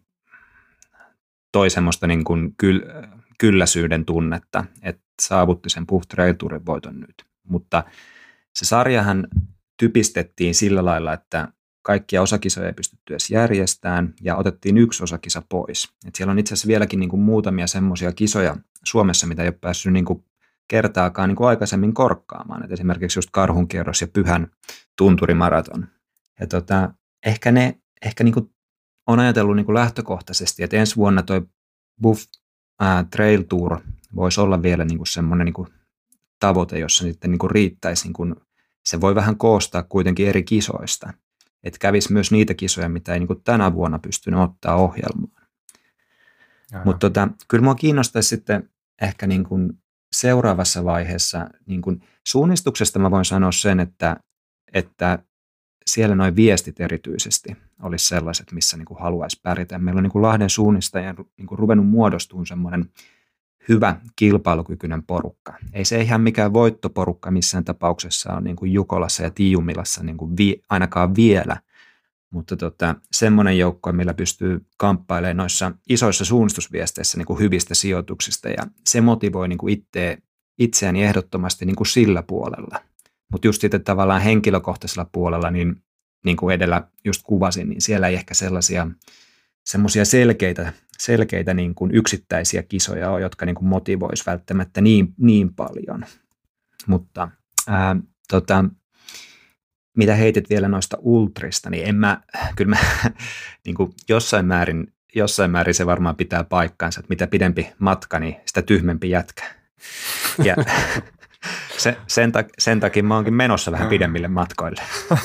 toi semmoista niin kuin kyl, kylläisyyden tunnetta, että saavutti sen Puh Trail Tourin voiton nyt. Mutta se sarjahan typistettiin sillä lailla, että kaikkia osakisoja ei pystytty edes järjestämään ja otettiin yksi osakisa pois. Et siellä on itse asiassa vieläkin niin kuin muutamia semmoisia kisoja Suomessa, mitä ei ole päässyt niin kuin kertaakaan niin kuin aikaisemmin korkkaamaan. Et esimerkiksi just Karhunkierros ja Pyhän tunturimaraton. Ja tota, ehkä ne ehkä niin kuin on ajatellut niin kuin lähtökohtaisesti, että ensi vuonna toi Puh äh, Trail Tour voisi olla vielä niin kuin semmoinen niin kuin tavoite, jossa sitten niin kuin riittäisi. Niin kuin, se voi vähän koostaa kuitenkin eri kisoista. Että kävisi myös niitä kisoja, mitä ei niin kuin tänä vuonna pystynyt ottaa ohjelmaan. Mutta tota, kyllä minua kiinnostaisi sitten ehkä niin kuin seuraavassa vaiheessa, niin kuin suunnistuksesta mä voin sanoa sen, että, että siellä nuo viestit erityisesti olisi sellaiset, missä niin kuin haluaisi pärjätä. Meillä on niin kuin Lahden suunnistajien niin kuin ruvennut muodostumaan semmoinen hyvä kilpailukykyinen porukka. Ei se ihan mikään voittoporukka missään tapauksessa on niin kuin Jukolassa ja Tiiumilassa niin kuin vi, ainakaan vielä, mutta tota, semmoinen joukko, millä pystyy kamppailemaan noissa isoissa suunnistusviesteissä niin kuin hyvistä sijoituksista ja se motivoi niin kuin itse, itseäni ehdottomasti niin kuin sillä puolella. Mutta just sitten tavallaan henkilökohtaisella puolella, niin, niin kuin edellä just kuvasin, niin siellä ei ehkä sellaisia semmoisia selkeitä, selkeitä niin kuin yksittäisiä kisoja ole, jotka niin kuin motivoisi välttämättä niin, niin paljon. Mutta ää, tota, mitä heitit vielä noista ultrista, niin en mä, kyllä mä niin kuin jossain määrin, jossain määrin se varmaan pitää paikkaansa, että mitä pidempi matka, niin sitä tyhmempi jätkä. Ja se, sen, tak, sen takia mä oonkin menossa vähän pidemmille matkoille.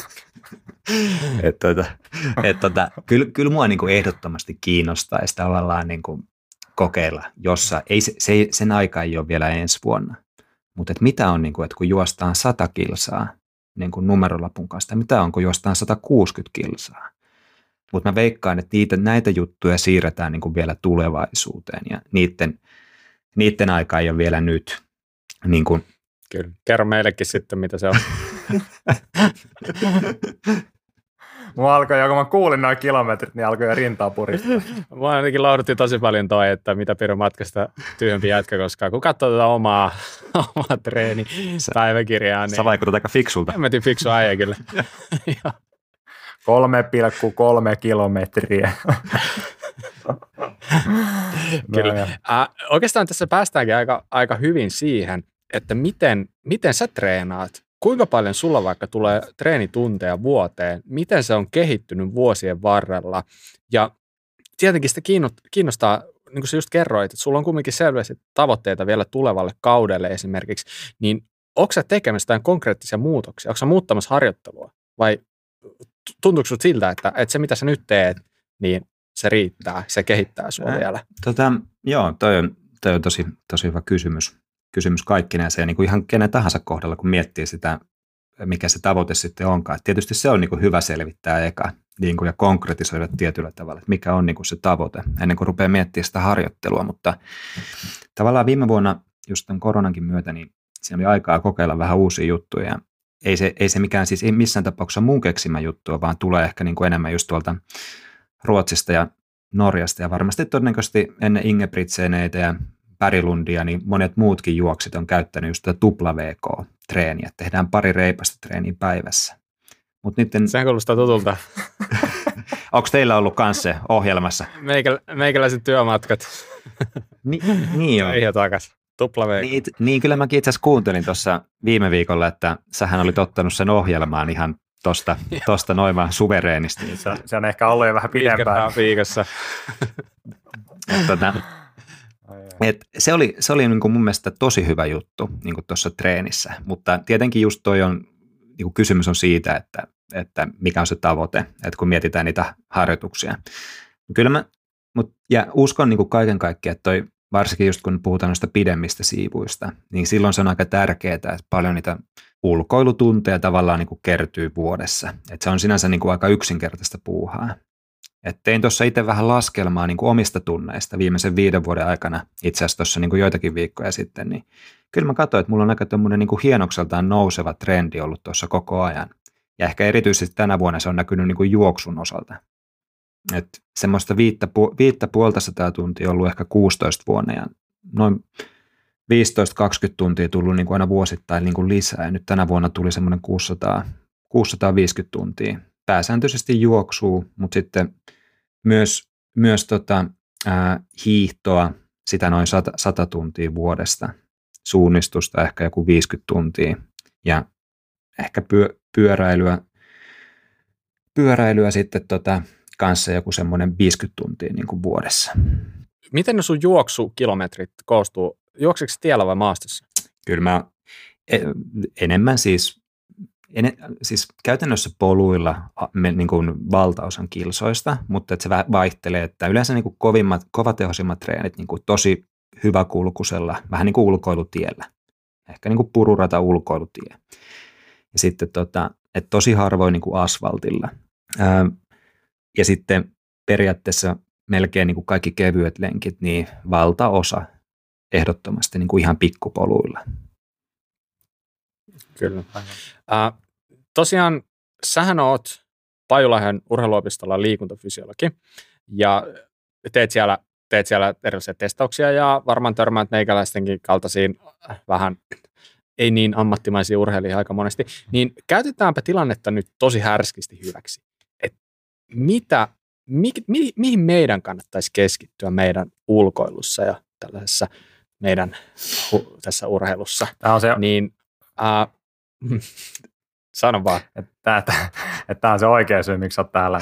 et, tota, et, tota, kyllä, kyllä mua niin kuin ehdottomasti kiinnostaisi tavallaan niin kuin kokeilla, jossa ei, se, sen aika ei ole vielä ensi vuonna. Mutta mitä on, niin kuin, että kun juostaan sata kilsaa niin kuin numerolapun kanssa, mitä on, kun juostaan sata kuusikymmentä kilsaa? Mutta mä veikkaan, että niitä, näitä juttuja siirretään niin kuin vielä tulevaisuuteen ja niiden, niiden aika ei ole vielä nyt. Niin kuin. Kyllä. Kerro meillekin sitten, mitä se on. Mua alkoi, kun mä kuulin noin kilometrit, niin alkoi jo rintaa puristaa. Mua ainakin laudutti tosi paljon toi, että mitä Pirun matkasta tyhjempi jätkä, koska kun katsoo tätä omaa, omaa treenipäiväkirjaa, niin sä vaikutat aika fiksulta. Hemmetin fiksu äijä kyllä. kolme pilkku kolme kilometriä. Kyllä. No, äh, oikeastaan tässä päästäänkin aika, aika hyvin siihen, että miten, miten sä treenaat. Kuinka paljon sulla vaikka tulee treenitunteja vuoteen? Miten se on kehittynyt vuosien varrella? Ja tietenkin sitä kiinnostaa, niin kuin sä just kerroit, että sulla on kuitenkin selvästi tavoitteita vielä tulevalle kaudelle esimerkiksi, niin onko sä tekemässä jotain konkreettisia muutoksia? Onko sä muuttamassa harjoittelua? Vai tuntuuko sinut siltä, että, että se mitä sä nyt teet, niin se riittää, se kehittää sua Ä, vielä? Tota, joo, toi on, toi on tosi, tosi hyvä kysymys. Kysymys kaikkinensa ja niin kuin ihan kenen tahansa kohdalla, kun miettii sitä, mikä se tavoite sitten onkaan. Et tietysti se on niin kuin hyvä selvittää eka niin kuin ja konkretisoida tietyllä tavalla, että mikä on niin kuin se tavoite, ennen kuin rupeaa miettimään sitä harjoittelua. Mutta tavallaan viime vuonna, just tämän koronankin myötä, niin siinä oli aikaa kokeilla vähän uusia juttuja. Ei se, ei se mikään siis ei missään tapauksessa mun keksimä juttua, vaan tulee ehkä niin kuin enemmän just tuolta Ruotsista ja Norjasta. Ja varmasti todennäköisesti ennen Ingebrigtseneitä ja Pärilundia, niin monet muutkin juoksit on käyttänyt just tätä tupla-V K-treeniä. Tehdään pari reipasta treeniä päivässä. Mut niitten. Sehän kuulostaa tutulta. Onko teillä ollut kanssa se ohjelmassa? Meikä, meikäläiset työmatkat. Ni, niin joo. Ihan takas. Tupla-V K. Niin, niin kyllä mäkin itse asiassa kuuntelin tuossa viime viikolla, että sähän olit ottanut sen ohjelmaan ihan tosta, tosta noin vaan suvereenisti. Se, se on ehkä ollut jo vähän pidempään. viikossa. tota, Et se oli, se oli niin kuin mun mielestä tosi hyvä juttu niin kuin tuossa treenissä, mutta tietenkin just toi on, niin kuin kysymys on siitä, että, että mikä on se tavoite, että kun mietitään niitä harjoituksia. Kyllä mä, mut, ja uskon niin kuin kaiken kaikkiaan, että toi, varsinkin just kun puhutaan noista pidemmistä siivuista, niin silloin se on aika tärkeää, että paljon niitä ulkoilutunteja tavallaan niin kuin kertyy vuodessa. Että se on sinänsä niin kuin aika yksinkertaista puuhaa. Et tein tuossa itse vähän laskelmaa niin kuin omista tunneista viimeisen viiden vuoden aikana, itse asiassa tuossa niin kuin joitakin viikkoja sitten, niin kyllä mä katsoin, että mulla on aika tuommoinen niin kuin hienokseltaan nouseva trendi ollut tuossa koko ajan. Ja ehkä erityisesti tänä vuonna se on näkynyt niin kuin juoksun osalta. Että semmoista viittä, viittä puolta sataa tuntia on ollut ehkä kuusitoista vuonna ja noin viisitoista kaksikymmentä tuntia tullut niin kuin aina vuosittain niin kuin lisää. Ja nyt tänä vuonna tuli semmoinen kuusisataa, kuusisataaviisikymmentä tuntia. Pääsääntöisesti juoksuu, mutta sitten myös, myös tota, ää, hiihtoa, sitä noin sata, sata tuntia vuodesta, suunnistusta ehkä joku viisikymmentä tuntia ja ehkä pyö, pyöräilyä, pyöräilyä sitten tota, kanssa joku semmoinen viisikymmentä tuntia niin kuin vuodessa. Miten ne sun juoksukilometrit koostuu? Juokseeko tiellä vai maastossa? Kyllä mä enemmän siis En, siis käytännössä poluilla me, niin kuin valtaosan kilsoista, mutta että se vaihtelee, että yleensä niin kuin kovimmat, kovatehoisimmat treenit niin kuin tosi hyväkulkuisella, vähän niin kuin ulkoilutiellä. Ehkä niin kuin pururata ulkoilutie. Ja sitten tota, että tosi harvoin niin kuin asfaltilla. Ää, ja sitten periaatteessa melkein niin kuin kaikki kevyet lenkit, niin valtaosa ehdottomasti niin kuin ihan pikkupoluilla. Kyllä. Äh, tosiaan sähän oot Pajulahden urheiluopistolla liikuntafysiologi ja teet siellä, teet siellä erilaisia testauksia ja varmaan törmäät meikäläistenkin kaltaisiin vähän ei niin ammattimaisia urheilijoita aika monesti, niin käytetäänpä tilannetta nyt tosi härskisti hyväksi. Et mitä, mi, mi, mihin meidän kannattaisi keskittyä meidän ulkoilussa ja tällaisessa meidän hu, tässä urheilussa, Tämä on se, niin äh, sano vaan. Että tämä on se oikea syy, miksi olet täällä.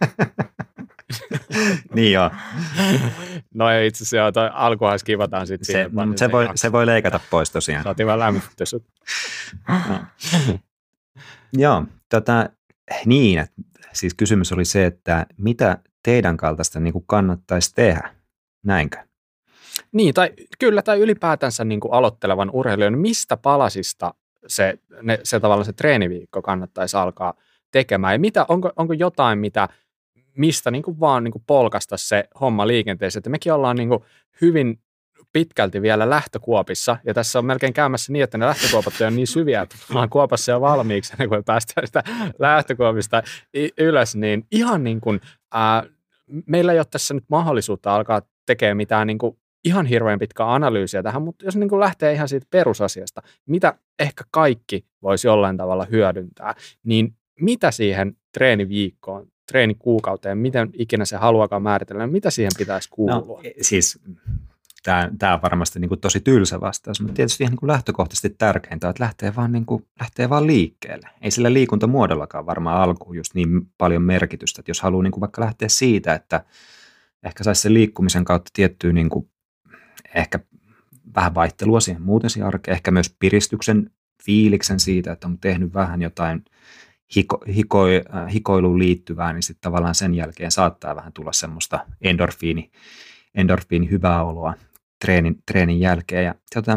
Niin joo. No itse asiassa toi alkuhan skivataan sitten se, siihen. Se, voi, se voi leikata pois tosiaan. Saatiin vähän lämmitettyä sut. no. Joo, tota, niin, että siis kysymys oli se, että mitä teidän kaltaista niin kuin kannattaisi tehdä, näinkö? Niin, tai kyllä, tai ylipäätänsä niin kuin aloittelevan urheilijan, mistä palasista se, ne, se tavallaan se treeniviikko kannattaisi alkaa tekemään, ja mitä, onko, onko jotain, mitä, mistä niin kuin vaan niin kuin polkasta se homma liikenteeseen. Että mekin ollaan niin kuin hyvin pitkälti vielä lähtökuopissa, ja tässä on melkein käymässä niin, että ne lähtökuopat on niin syviä, että ollaan kuopassa jo valmiiksi, ennen kuin päästään sitä lähtökuopista ylös, niin ihan niin kuin, ää, meillä ei ole tässä nyt mahdollisuutta alkaa tekemään mitään niin kuin ihan hirveän pitkää analyysiä tähän, mutta jos niin kuin lähtee ihan siitä perusasiasta, mitä ehkä kaikki voisi jollain tavalla hyödyntää, niin mitä siihen treeniviikkoon, treenikuukauteen, miten ikinä se haluakaan määritellä, mitä siihen pitäisi kuulua? No, siis tämä, tämä on varmasti niin kuin tosi tylsä vastaus, mutta tietysti ihan niin kuin lähtökohtaisesti tärkeintä on, että lähtee vaan, niin kuin, lähtee vaan liikkeelle. Ei sillä liikuntamuodollakaan varmaan alkuun just niin paljon merkitystä, että jos haluaa niin kuin vaikka lähteä siitä, että ehkä saisi sen liikkumisen kautta tiettyä niin kuin, ehkä vähän vaihtelua siihen muuten siihen arkeen, ehkä myös piristyksen fiiliksen siitä, että on tehnyt vähän jotain hiko, hiko, äh, hikoiluun liittyvää, niin sitten tavallaan sen jälkeen saattaa vähän tulla semmoista endorfiini, endorfiini hyvää oloa treenin, treenin jälkeen. Ja, tota,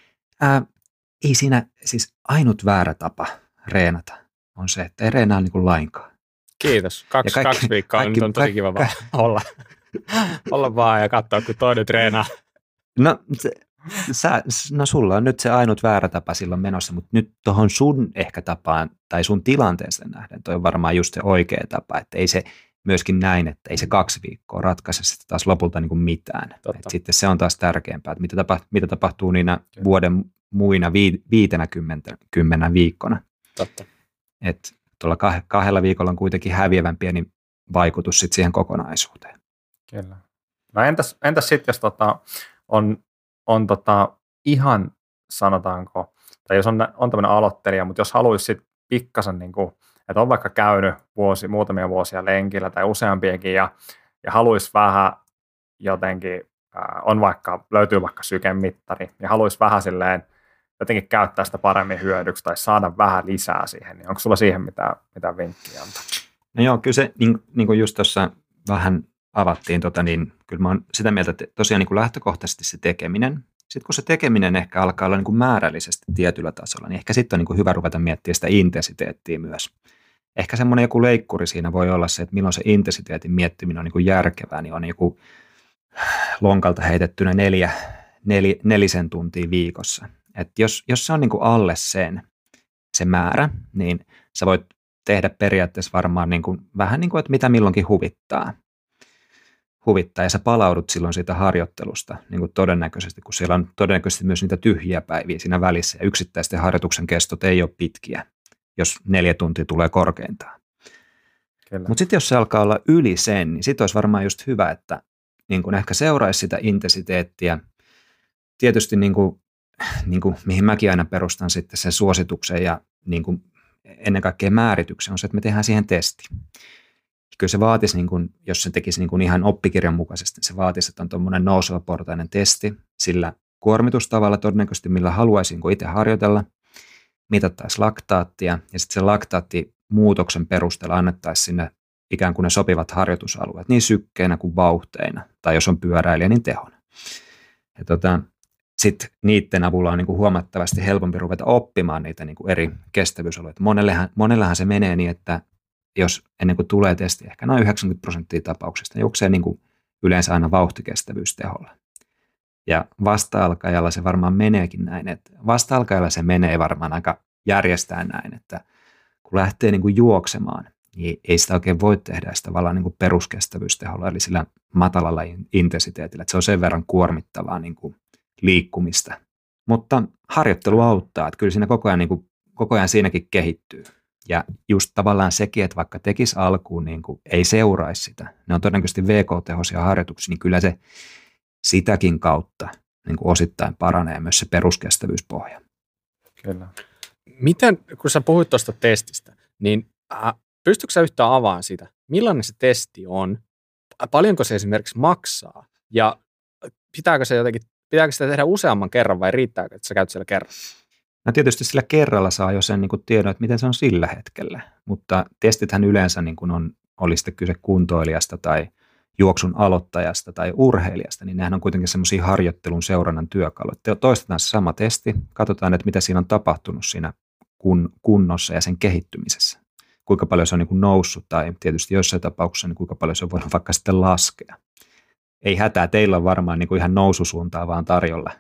ää, ei siinä siis ainut väärä tapa reenata on se, että ei reenaa niin kuin lainkaan. Kiitos. Kaksi, kaikki, kaksi viikkoa kaikki, on tosi kaikki, kiva vaan olla, olla vaan ja katsoa, kun toinen treenaa. No, se, sä, no sulla on nyt se ainut väärä tapa silloin menossa, mutta nyt tuohon sun ehkä tapaan tai sun tilanteeseen nähden toi on varmaan just se oikea tapa, että ei se myöskin näin, että ei se kaksi viikkoa ratkaise sitten taas lopulta niin kuin mitään. Sitten se on taas tärkeämpää, että mitä tapahtuu, mitä tapahtuu niinä Kyllä. vuoden muina vi, viitenä kymmentä, kymmenen viikkona. Totta. Että tuolla kah, kahdella viikolla on kuitenkin häviävän pieni vaikutus sitten siihen kokonaisuuteen. Kyllä. No entäs, entäs sitten, jos tota, on, on tota ihan, sanotaanko, tai jos on, on tämmöinen aloittelija, mutta jos haluaisi sitten pikkasen niin kuin, että on vaikka käynyt vuosi, muutamia vuosia lenkillä tai useampiakin ja, ja haluaisi vähän jotenkin, ää, on vaikka, löytyy vaikka sykemittari ja haluaisi vähän silleen jotenkin käyttää sitä paremmin hyödyksi tai saada vähän lisää siihen, niin onko sulla siihen mitään, mitään vinkkiä antaa? No joo, kyllä se, niin, niin kuin just tuossa vähän avattiin, tota, niin kyllä mä oon sitä mieltä, että tosiaan niin kuin lähtökohtaisesti se tekeminen, sitten kun se tekeminen ehkä alkaa olla niin kuin määrällisesti tietyllä tasolla, niin ehkä sitten on niin kuin hyvä ruveta miettimään sitä intensiteettiä myös. Ehkä semmoinen joku leikkuri siinä voi olla se, että milloin se intensiteetin miettiminen on niin kuin järkevää, niin on joku lonkalta heitettynä neljä, nel, nelisen tuntia viikossa. Et jos, jos se on niin kuin alle sen, se määrä, niin sä voit tehdä periaatteessa varmaan niin kuin, vähän niin kuin, että mitä milloinkin huvittaa. huvittaa ja sä palaudut silloin siitä harjoittelusta niin kuin todennäköisesti, kun siellä on todennäköisesti myös niitä tyhjiä päiviä siinä välissä ja yksittäisten harjoituksen kestot ei ole pitkiä, jos neljä tuntia tulee korkeintaan. Mutta sitten jos se alkaa olla yli sen, niin sitten olisi varmaan just hyvä, että niin kun ehkä seuraisi sitä intensiteettiä. Tietysti niin kuin, niin kuin, mihin mäkin aina perustan sitten sen suosituksen ja niin kuin ennen kaikkea määrityksen on se, että me tehdään siihen testi. Kyllä se vaatisi, niin kuin, jos se tekisi niin kuin ihan oppikirjan mukaisesti, se vaatisi, että on tuommoinen nouseva-portainen testi sillä kuormitustavalla todennäköisesti, millä haluaisin itse harjoitella, mitattaisiin laktaattia ja sitten se laktaattimuutoksen perusteella annettaisiin sinne ikään kuin ne sopivat harjoitusalueet niin sykkeinä kuin vauhteina tai jos on pyöräilijä, niin tehona. Ja tota, sitten niiden avulla on niin kuin huomattavasti helpompi ruveta oppimaan niitä niin kuin eri kestävyysalueita. Monellehan, monellahan se menee niin, että jos ennen kuin tulee testi, ehkä noin yhdeksänkymmentä prosenttia tapauksista juoksee niin kuin yleensä aina vauhtikestävyysteholla. Ja vasta-alkajalla se varmaan meneekin näin, että vasta-alkajalla se menee varmaan aika järjestään näin, että kun lähtee niin kuin juoksemaan, niin ei sitä oikein voi tehdä sitä tavallaan niin kuin peruskestävyysteholla, eli sillä matalalla intensiteetillä, että se on sen verran kuormittavaa niin kuin liikkumista. Mutta harjoittelu auttaa, että kyllä siinä koko ajan, niin kuin, koko ajan siinäkin kehittyy. Ja just tavallaan sekin, että vaikka tekisi alkuun, niin kuin ei seuraisi sitä, ne on todennäköisesti V K-tehoisia harjoituksia, niin kyllä se sitäkin kautta niin kuin osittain paranee myös se peruskestävyyspohja. Kyllä. Miten, kun sä puhuit tuosta testistä, niin äh, pystytkö sä yhtään avaamaan sitä? Millainen se testi on? Paljonko se esimerkiksi maksaa? Ja pitääkö se jotenkin, pitääkö sitä tehdä useamman kerran vai riittääkö, että sä käyt siellä kerran? No tietysti sillä kerralla saa jo sen niin kuin tiedon, että miten se on sillä hetkellä, mutta testithän yleensä niin kuin on, oli sitten kyse kuntoilijasta tai juoksun aloittajasta tai urheilijasta, niin nehän on kuitenkin semmoisia harjoittelun seurannan työkaluja. Toistetaan se sama testi, katsotaan, että mitä siinä on tapahtunut siinä kun, kunnossa ja sen kehittymisessä. kuinka paljon se on niin kuin noussut tai tietysti joissain tapauksissa niin kuinka paljon se on voinut vaikka sitten laskea. Ei hätää, teillä on varmaan niin kuin ihan noususuuntaa vaan tarjolla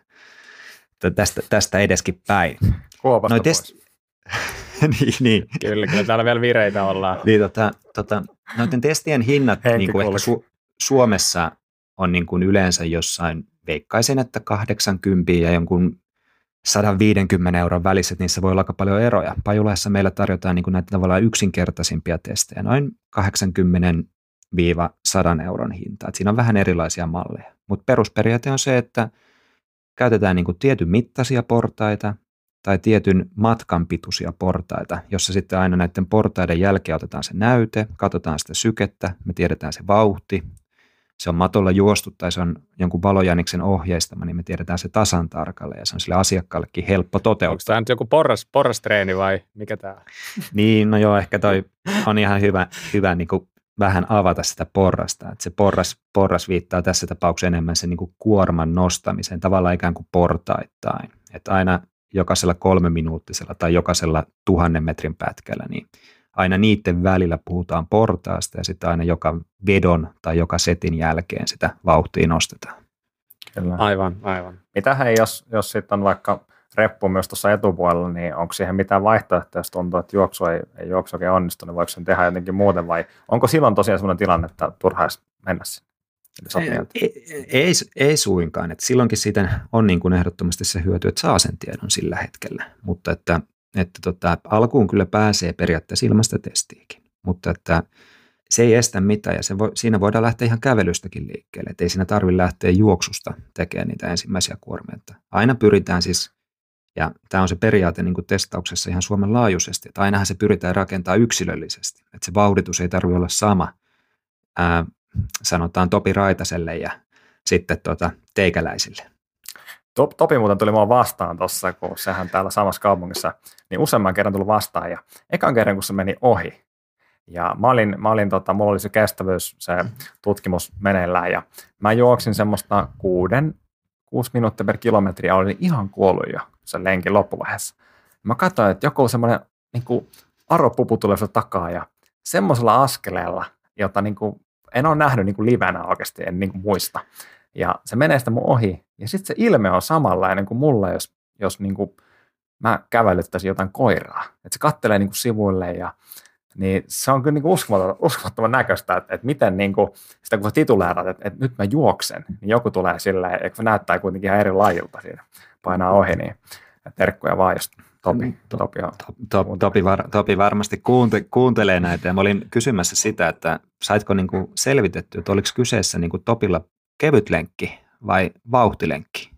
tästä, tästä edeskin päin. Kuopasta no, test... niin, niin. Kyllä, kyllä täällä vielä vireitä ollaan. Niin, tota, tota, noiden testien hinnat niin kuin ehkä Su- Suomessa on niin kuin yleensä jossain, veikkaisin, että kahdeksankymmentä ja jonkun sata viisikymmentä euron väliset, niissä voi olla aika paljon eroja. Pajulaissa meillä tarjotaan niin kuin näitä tavallaan yksinkertaisimpia testejä, noin kahdeksankymmentä sata euron hinta. Et siinä on vähän erilaisia malleja, mutta perusperiaate on se, että käytetään niin kuin tietyn mittaisia portaita tai tietyn matkan pituisia portaita, jossa sitten aina näiden portaiden jälkeen otetaan se näyte, katsotaan sitä sykettä, me tiedetään se vauhti, se on matolla juostu tai se on jonkun valojäniksen ohjeistama, niin me tiedetään se tasan tarkalleen ja se on sille asiakkaallekin helppo toteuttaa. Onko tämä nyt joku porras, porrastreeni vai mikä tämä on? Niin, no joo, ehkä toi on ihan hyvä, hyvä niin kuin vähän avata sitä porrasta. Että se porras, porras viittaa tässä tapauksessa enemmän sen niin kuin kuorman nostamiseen, tavallaan ikään kuin portaittain. Että aina jokaisella kolmeminuuttisella tai jokaisella tuhannen metrin pätkällä, niin aina niiden välillä puhutaan portaasta ja sitten aina joka vedon tai joka setin jälkeen sitä vauhtia nostetaan. Kyllä. Aivan, aivan. Mitä hei, jos, jos sitten on vaikka reppu myös tuossa etupuolella, niin onko siihen mitään vaihtoehtoja, jos tuntuu, että juoksu ei, ei juoksu oikein onnistu, niin voiko sen tehdä jotenkin muuten vai onko silloin tosiaan sellainen tilanne, että turha edes mennä sinne? Ei, ei, ei, ei suinkaan. Et silloinkin siitä on niin kuin ehdottomasti se hyöty, että saa sen tiedon sillä hetkellä, mutta että, että tota, alkuun kyllä pääsee periaatteessa ilmasta testiikin, mutta että se ei estä mitään ja se voi, siinä voidaan lähteä ihan kävelystäkin liikkeelle, että ei siinä tarvitse lähteä juoksusta tekemään niitä ensimmäisiä kuormia. Aina pyritään siis, ja tämä on se periaate niin kuin testauksessa ihan Suomen laajuisesti, että ainahan se pyritään rakentaa yksilöllisesti, että se vauhditus ei tarvitse olla sama, ää, sanotaan Topi Raitaselle ja sitten tuota, teikäläisille. Topi muuten tuli mua vastaan tuossa, kun sehän täällä samassa kaupungissa, niin useamman kerran tuli vastaan ja ekan kerran, kun se meni ohi. Ja mä olin, mä olin tota, mulla oli se kestävyys, se tutkimus meneillään ja mä juoksin semmoista kuuden, kuusi minuuttia per kilometri ja olin ihan kuollut jo sen lenkin loppuvaiheessa. Mä katsoin, että joku semmoinen niin kuin aropupu tulee takaa ja semmoisella askeleella, jota niin kuin, en ole nähnyt niin kuin livenä oikeasti, en niin kuin muista. Ja se menee sitä mun ohi ja sitten se ilme on samanlainen kuin mulla, jos, jos niin kuin mä kävelyttäisin jotain koiraa. Että se kattelee niin kuin sivuille ja niin se on kyllä niin kuin uskomattoman, uskomattoman näköistä, että, että miten niin kuin, sitä kun sä tituleerat, että, että nyt mä juoksen, niin joku tulee silleen, eikö näyttää kuitenkin ihan eri lajilta siinä, painaa ohi, niin terkkuja vaan, jos Topi, Topi, on, Topi, Topi, var, Topi varmasti kuunte, kuuntelee näitä, ja mä olin kysymässä sitä, että saitko niin kuin selvitetty, että oliko kyseessä niin kuin Topilla kevytlenkki vai vauhtilenkki?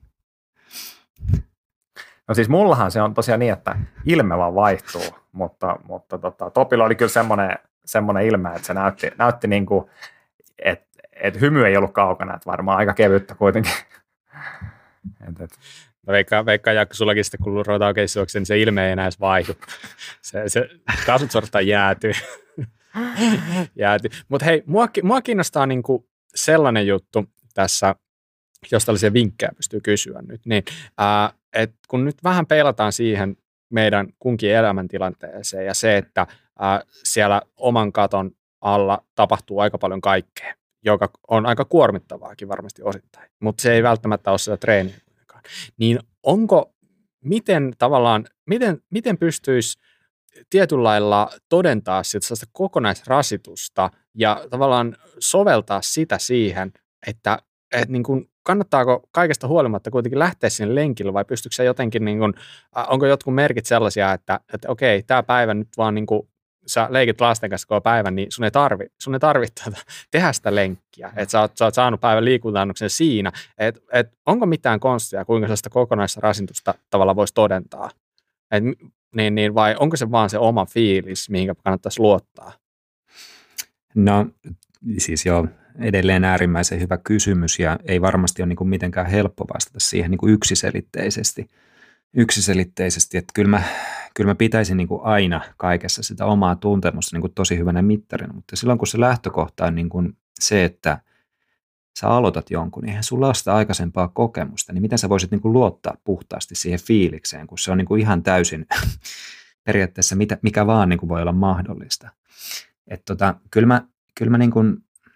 No siis mullahan se on tosiaan niin, että ilme vaan vaihtuu, mutta, mutta tota, Topilla oli kyllä semmoinen, semmoinen ilme, että se näytti, näytti niin kuin, että, että hymy ei ollut kaukana, että varmaan aika kevyttä kuitenkin. Et, et. No veikkaan, veikkaan Jaakko, sullakin sitten kun ruvetaan oikein niin se ilme ei enää edes vaihdu. Se, se kasvut suorastaan jäätyy. jäätyy. Mutta hei, mua, mua kiinnostaa niinku sellainen juttu tässä, jos tällaisia vinkkejä pystyy kysyä nyt, niin ää, et kun nyt vähän peilataan siihen meidän kunkin elämäntilanteeseen ja se, että ää, siellä oman katon alla tapahtuu aika paljon kaikkea, joka on aika kuormittavaakin varmasti osittain, mutta se ei välttämättä ole sitä treeniä. Niin onko, miten tavallaan, miten, miten pystyisi tietyllä lailla todentaa sitä kokonaisrasitusta ja tavallaan soveltaa sitä siihen, että, että niin kuin kannattaako kaikesta huolimatta kuitenkin lähteä sinne lenkille vai pystyykö se jotenkin, niin kuin, onko jotkut merkit sellaisia, että, että okei, tämä päivä nyt vaan niin kuin sä leikit lasten kanssa koko päivän, niin sun ei tarvi, sun ei tarvitse tehdä sitä lenkkiä, että sä oot, sä oot saanut päivän liikunta-annoksen siinä, että et onko mitään konstia, kuinka sellaista kokonaisrasitusta tavallaan voisi todentaa, et, niin, niin, vai onko se vaan se oma fiilis, mihin kannattaisi luottaa? No siis joo, edelleen äärimmäisen hyvä kysymys ja ei varmasti ole niin kuin mitenkään helppo vastata siihen niin kuin yksiselitteisesti. Yksiselitteisesti, että kyllä mä, kyllä mä pitäisin niin kuin aina kaikessa sitä omaa tuntemusta niin kuin tosi hyvänä mittarina, mutta silloin kun se lähtökohta on niin kuin se, että sä aloitat jonkun, niin eihän sulla ole sitä aikaisempaa kokemusta, niin miten sä voisit niin kuin luottaa puhtaasti siihen fiilikseen, kun se on niin kuin ihan täysin periaatteessa mitä, mikä vaan niin kuin voi olla mahdollista. Et tota, kyllä mä, kyllä mä, niin kuin,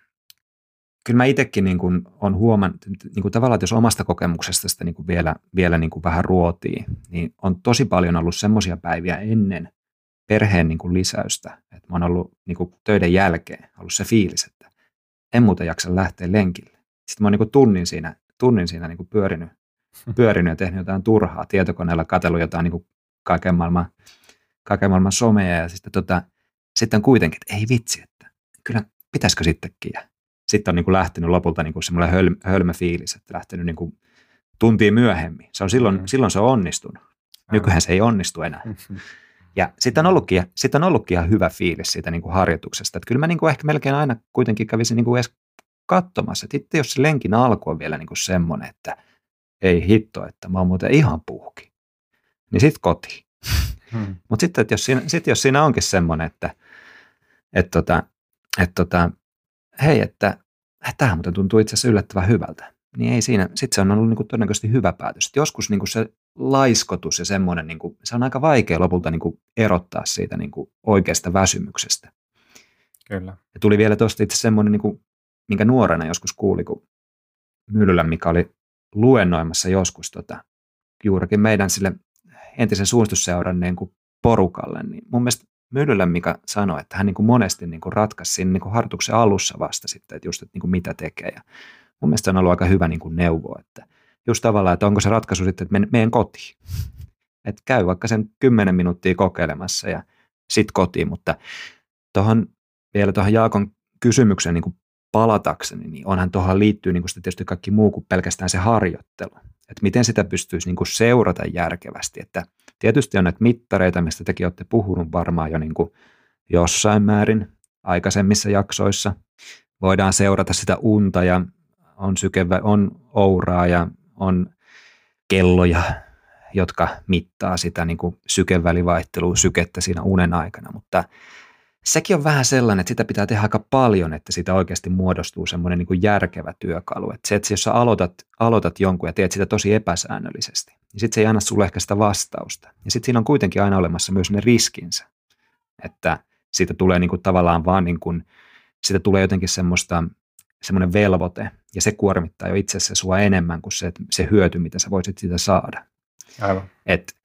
kyllä mä itsekin niin kuin on huomannut, niin kuin tavallaan, että jos omasta kokemuksesta sitä niin kuin vielä, vielä niin kuin vähän ruotii, niin on tosi paljon ollut semmoisia päiviä ennen perheen niin kuin lisäystä, että mä oon ollut niin kuin töiden jälkeen ollut se fiilis, että en muuten jaksa lähteä lenkille. Sitten mä oon niin kuin tunnin siinä, tunnin siinä niin kuin pyörinyt, pyörinyt ja tehnyt jotain turhaa tietokoneella, katsellut jotain niin kuin kaiken maailman, kaiken maailman someja ja sitten, tota, sitten on kuitenkin, että ei vitsi, että kyllä pitäisikö sittenkin. Ja sitten on niin kuin lähtenyt lopulta niin kuin semmoinen höl, hölmö fiilis, että lähtenyt niin kuin tuntia myöhemmin. Se on silloin, mm. silloin se on onnistunut. Nykyään se ei onnistu enää. Mm-hmm. Ja sitten on ollutkin, sit on ollutkin ihan hyvä fiilis siitä niin kuin harjoituksesta. Että kyllä mä niin kuin ehkä melkein aina kuitenkin kävisin niin kuin edes katsomassa, että itse jos se lenkin alku on vielä niin kuin semmoinen, että ei hitto, että mä oon muuten ihan puhki, niin sitten kotiin. Hmm. Mutta sitten, että jos siinä, sit jos siinä onkin semmoinen, että et tota, et tota, hei, että tämähän muuten tuntuu itse asiassa yllättävän hyvältä, niin ei siinä, sitten se on ollut niin kuin todennäköisesti hyvä päätös. Et joskus niin kuin se laiskotus ja semmoinen, niin kuin, se on aika vaikea lopulta niin kuin erottaa siitä niin kuin oikeasta väsymyksestä. Kyllä. Ja tuli vielä tuosta itse semmoinen, niin kuin, minkä nuorena joskus kuuli, kun Myllylän Mika oli luennoimassa joskus tota, juurikin meidän sille entisen suunnistusseuran niin kuin porukalle, niin mun mielestä Myllylän Mika sanoi, että hän niin kuin monesti niin kuin ratkaisi siinä niin kuin harjoituksen alussa vasta sitten, että just, että niin kuin mitä tekee. Ja mun mielestä se on ollut aika hyvä niin kuin neuvo, että just tavallaan, että onko se ratkaisu sitten, että menen kotiin. Että käy vaikka sen kymmenen minuuttia kokeilemassa ja sitten kotiin, mutta tuohon vielä tuohon Jaakon kysymykseen niin kuin palatakseni, niin onhan tuohon liittyy niin kuin sitten tietysti kaikki muu kuin pelkästään se harjoittelu. Että miten sitä pystyisi niin kuin seurata järkevästi. Että tietysti on näitä mittareita, mistä tekin olette puhunut varmaan jo niin kuin jossain määrin aikaisemmissa jaksoissa. Voidaan seurata sitä unta ja on sykevä, on ouraa ja on kelloja, jotka mittaa sitä niin kuin sykevälivaihtelua, sykettä siinä unen aikana, mutta sekin on vähän sellainen, että sitä pitää tehdä aika paljon, että siitä oikeasti muodostuu semmoinen niin kuin järkevä työkalu. Että se, että jos sä aloitat, aloitat jonkun ja teet sitä tosi epäsäännöllisesti, niin sitten se ei anna sulle ehkä sitä vastausta. Ja sitten siinä on kuitenkin aina olemassa myös ne riskinsä, että siitä tulee niin kuin tavallaan vaan niin kuin, siitä tulee jotenkin semmoista, semmoinen velvoite, ja se kuormittaa jo itse asiassa sua enemmän kuin se, se hyöty, mitä sä voisit siitä saada. Aivan. Et,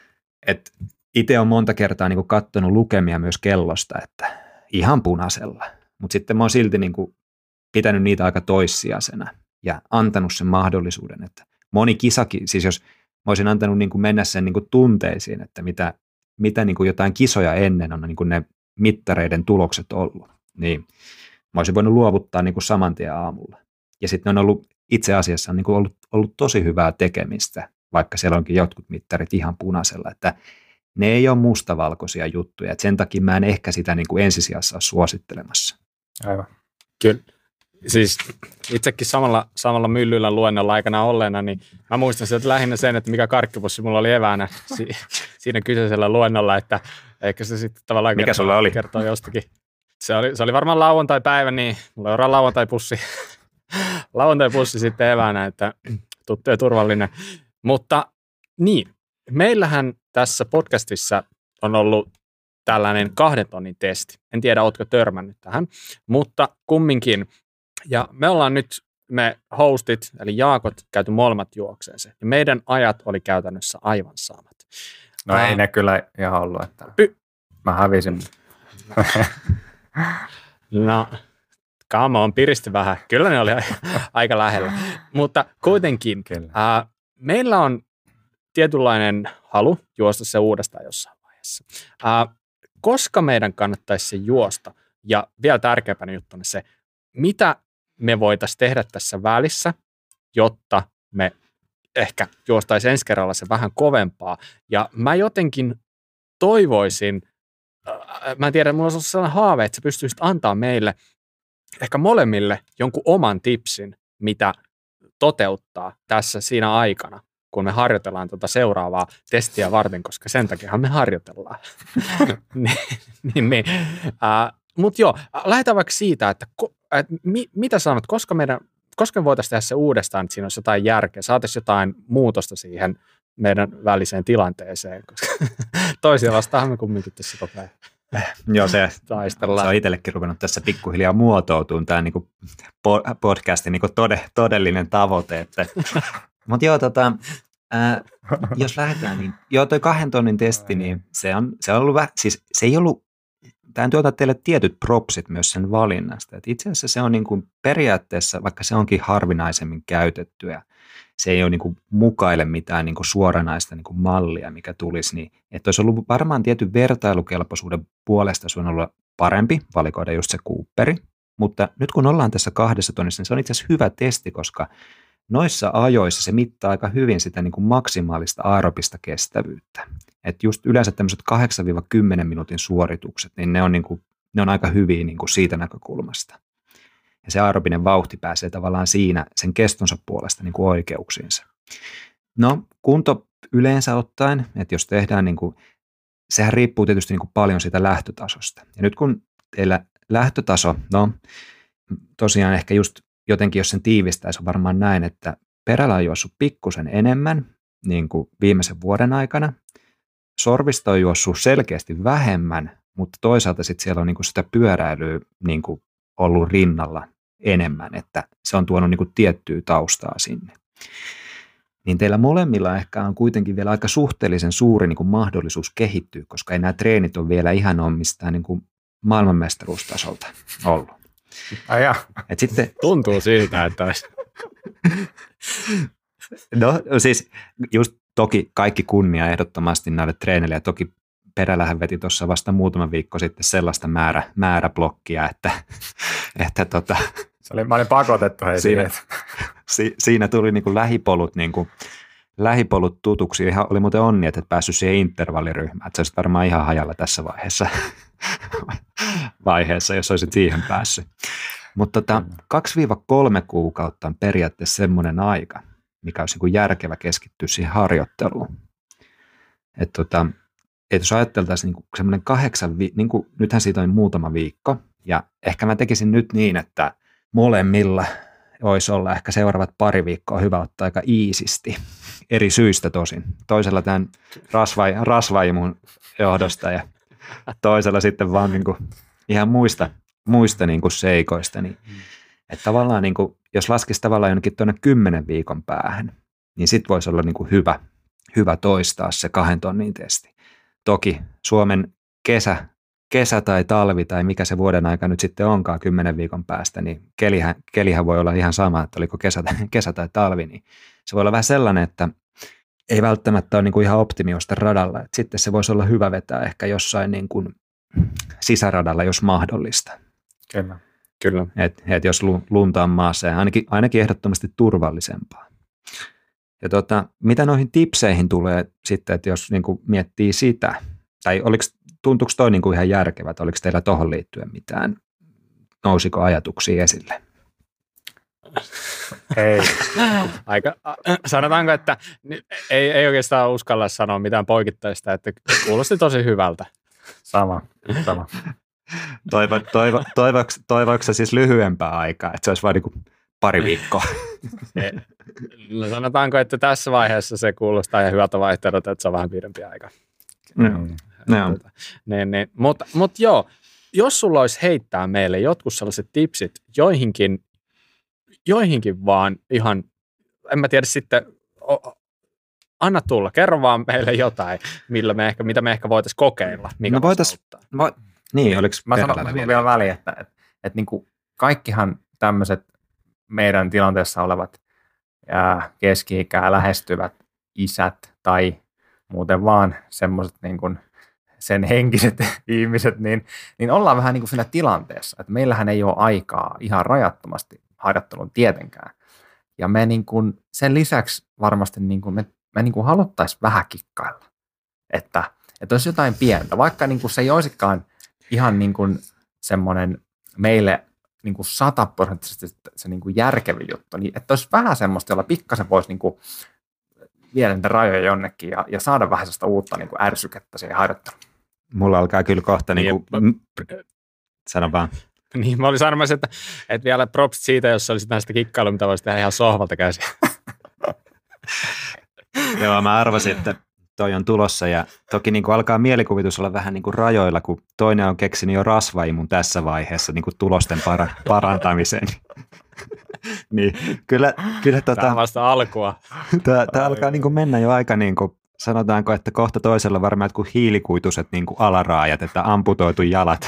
et itse olen monta kertaa niin kuin katsonut lukemia myös kellosta, että ihan punaisella, mutta sitten mä oon silti niin kuin pitänyt niitä aika toissijaisena ja antanut sen mahdollisuuden, että moni kisakin, siis jos mä olisin antanut niin kuin mennä sen niin kuin tunteisiin, että mitä, mitä niin kuin jotain kisoja ennen on niin kuin ne mittareiden tulokset ollut, niin mä olisin voinut luovuttaa niin kuin saman tien aamulla. Ja sitten ne on ollut itse asiassa on niin kuin ollut, ollut tosi hyvää tekemistä, vaikka siellä onkin jotkut mittarit ihan punaisella, että ne ei ole mustavalkoisia juttuja, että sen takia mä en ehkä sitä niin kuin ensisijassa ole suosittelemassa. Aivan. Kyllä. Siis itsekin samalla, samalla Myllylän luennolla aikana olleena, niin mä muistan sieltä lähinnä sen, että mikä karkkipussi mulla oli eväänä si- siinä kyseisellä luennolla, että ehkä se sitten tavallaan mikä kertoo, sulla oli? kertoo jostakin. Se oli, se oli varmaan lauantai-päivä, niin mulla oli lauantai-pussi, lauantai-pussi sitten eväänä, että tuttu ja turvallinen. Mutta niin, meillähän tässä podcastissa on ollut tällainen kahden tonnin testi. En tiedä, ootko törmännyt tähän, mutta kumminkin. Ja me ollaan nyt, me hostit, eli Jaakot, käyty molemmat juokseen se. Ja meidän ajat oli käytännössä aivan samat. No äh, ei ne kyllä ihan ollut, että py- mä hävisin. No, come on, piristi vähän. Kyllä ne oli aika lähellä. Mutta kuitenkin, äh, meillä on tietynlainen halu juosta se uudestaan jossain vaiheessa. Äh, koska meidän kannattaisi se juosta, ja vielä tärkeämpänä juttuna se, mitä me voitaisiin tehdä tässä välissä, jotta me ehkä juostaisiin ensi kerralla se vähän kovempaa. Ja mä jotenkin toivoisin, äh, mä en tiedä, mulla on sellainen haave, että sä pystyisit antaa meille ehkä molemmille jonkun oman tipsin, mitä toteuttaa tässä siinä aikana, kun me harjoitellaan tuota seuraavaa testiä varten, koska sen takiahan me harjoitellaan. niin, niin, niin. Uh, Mutta joo, lähdetään vaikka siitä, että et, mi, mitä sanot, koska, meidän, koska me voitaisiin tehdä se uudestaan, että siinä olisi jotain järkeä, saataisiin jotain muutosta siihen meidän väliseen tilanteeseen, koska toisia vastaan me kumminkin tässä koko ajan Joo, se, taistellaan. se on itsellekin ruvennut tässä pikkuhiljaa muotoutumaan tämä niinku podcastin niinku tode, todellinen tavoite. Mutta joo, tota, ää, jos lähdetään, niin joo, toi kahden tonnin testi, niin se on, se on ollut, siis se ei ollut, tämä tuota teille tietyt propsit myös sen valinnasta. Et itse asiassa se on niinku periaatteessa, vaikka se onkin harvinaisemmin käytettyä, se ei ole niinku mukaile mitään niinku suoranaista niinku mallia, mikä tulisi, niin että olisi ollut varmaan tietyn vertailukelpoisuuden puolesta sun olla parempi valikoida just se Cooperi, mutta nyt kun ollaan tässä kahdessa tonnissa, niin se on itse asiassa hyvä testi, koska noissa ajoissa se mittaa aika hyvin sitä niinku maksimaalista aerobista kestävyyttä. Että just yleensä tämmöiset kahdeksan kymmenen minuutin suoritukset, niin ne on, niinku, ne on aika hyviä niinku siitä näkökulmasta. Ja se aerobinen vauhti pääsee tavallaan siinä sen kestonsa puolesta niin kuin oikeuksiinsa. No, kunto yleensä ottaen, että jos tehdään, niin kuin, sehän riippuu tietysti niin kuin paljon siitä lähtötasosta. Ja nyt kun teillä lähtötaso, no tosiaan ehkä just jotenkin, jos sen tiivistäisi, on varmaan näin, että perällä on juossut pikkusen enemmän niin kuin viimeisen vuoden aikana. Sorvista on juossut selkeästi vähemmän, mutta toisaalta sitten siellä on niin kuin sitä pyöräilyä niin kuin ollut rinnalla enemmän, että se on tuonut niin kuin tiettyä taustaa sinne. Niin teillä molemmilla ehkä on kuitenkin vielä aika suhteellisen suuri niin kuin mahdollisuus kehittyä, koska ei nämä treenit ole vielä ihan ole mistään niin kuin maailmanmestaruustasolta ollut. Ai ja. Et sitten tuntuu siltä, että no siis just toki kaikki kunnia ehdottomasti näille treeneille, ja toki Perällähän veti tuossa vasta muutama viikko sitten sellaista määrä, määräblokkia, että, että tota, se oli, mä olin pakotettu hei siinä, si, siinä tuli niin kuin lähipolut, niin kuin, lähipolut tutuksi. Ihan oli muuten onni, että et päässyt siihen intervalliryhmään. Että sä olisit varmaan ihan hajalla tässä vaiheessa, vaiheessa jos olisit siihen päässyt. Mutta tota, kaksi kolme kuukautta on periaatteessa semmoinen aika, mikä olisi niin kuin järkevä keskittyä siihen harjoitteluun. Että tota, että jos ajatteltaisiin niin semmoinen kahdeksan, vi- niin kuin, nythän siitä on muutama viikko, ja ehkä mä tekisin nyt niin, että molemmilla olisi olla ehkä seuraavat pari viikkoa hyvä ottaa aika iisisti, eri syistä tosin. Toisella tämän rasvai, rasvaimun johdosta ja toisella sitten vaan niin kuin ihan muista, muista niin kuin seikoista. Niin, että tavallaan niin kuin, jos laskisi tavallaan jonnekin tuonne kymmenen viikon päähän, niin sitten voisi olla niin kuin hyvä, hyvä toistaa se kahden tonnin testi. Toki Suomen kesä, kesä tai talvi tai mikä se vuoden aika nyt sitten onkaan kymmenen viikon päästä, niin kelihän, kelihän voi olla ihan sama, että oliko kesä, kesä tai talvi, niin se voi olla vähän sellainen, että ei välttämättä ole niin kuin ihan optimiosta radalla. Et sitten se voisi olla hyvä vetää ehkä jossain niin kuin sisäradalla, jos mahdollista. Kyllä. Kyllä. Et, et jos lunta on maassa, ja ainakin, ainakin ehdottomasti turvallisempaa. Ja tota, mitä noihin tipseihin tulee sitten, että jos niin kuin miettii sitä, tai oliko, tuntuuko toi niin kuin ihan järkevä, että oliko teillä tuohon liittyen mitään, nousiko ajatuksia esille? Ei. Aika, sanotaanko, että ei, ei oikeastaan uskalla sanoa mitään poikittaista, että kuulosti tosi hyvältä. Sama, sama. Toivo, toivo, toivoiko, toivoiko siis lyhyempää aikaa, että se olisi vain niin kuin pari viikkoa? No sanotaanko, että tässä vaiheessa se kuulostaa ihan hyvältä vaihtoehdolta, että se on vähän pidempi aika. Mm. No. Niin, niin. Mutta mut joo, jos sulla olisi heittää meille jotkut sellaiset tipsit joihinkin, joihinkin vaan ihan, en mä tiedä sitten, anna tulla, kerro vaan meille jotain, millä me ehkä, mitä me ehkä voitaisiin kokeilla. Mikä no voitaisiin, vo, niin oliko mä sanon vielä, vielä väliin, että, että, että niin kuin kaikkihan tämmöiset meidän tilanteessa olevat ja keski-ikää lähestyvät isät tai muuten vaan semmoiset niin kuin sen henkiset ihmiset, niin, niin ollaan vähän niin kuin siinä tilanteessa, että meillähän ei ole aikaa ihan rajattomasti harjoittelun tietenkään. Ja me niin kuin sen lisäksi varmasti niin kuin me, me niin kuin haluttaisiin vähän kikkailla, että, että olisi jotain pientä, vaikka niin kuin se ei olisikaan ihan niin kuin semmoinen meille niin kuin sataprosenttisesti se niin kuin järkevin juttu, niin että olisi vähän semmoista, jolla pikkasen voisi niin kuin viedä niitä rajoja jonnekin ja, ja saada vähän sellaista uutta niin kuin ärsykettä siihen harjoitteluun. Mulla alkaa kyllä kohta, niin kuin, sano vaan. Niin, mä olin sanomassa, että, että vielä props siitä, jos olisi näistä kikkailua, mitä voisi tehdä ihan sohvalta käsin. Joo, mä arvasin, että toi on tulossa ja toki niin kuin alkaa mielikuvitus olla vähän niin kuin rajoilla, kun toinen on keksinyt jo rasvaimun tässä vaiheessa niin kuin tulosten para- parantamiseen. Niin, kyllä, kyllä tota, Tämä on vasta alkua. Tämä, tämä alkaa niin kuin mennä jo aika, niin kuin, sanotaanko, että kohta toisella varmaan jotkut hiilikuituset niin kuin alaraajat, että amputoitu jalat,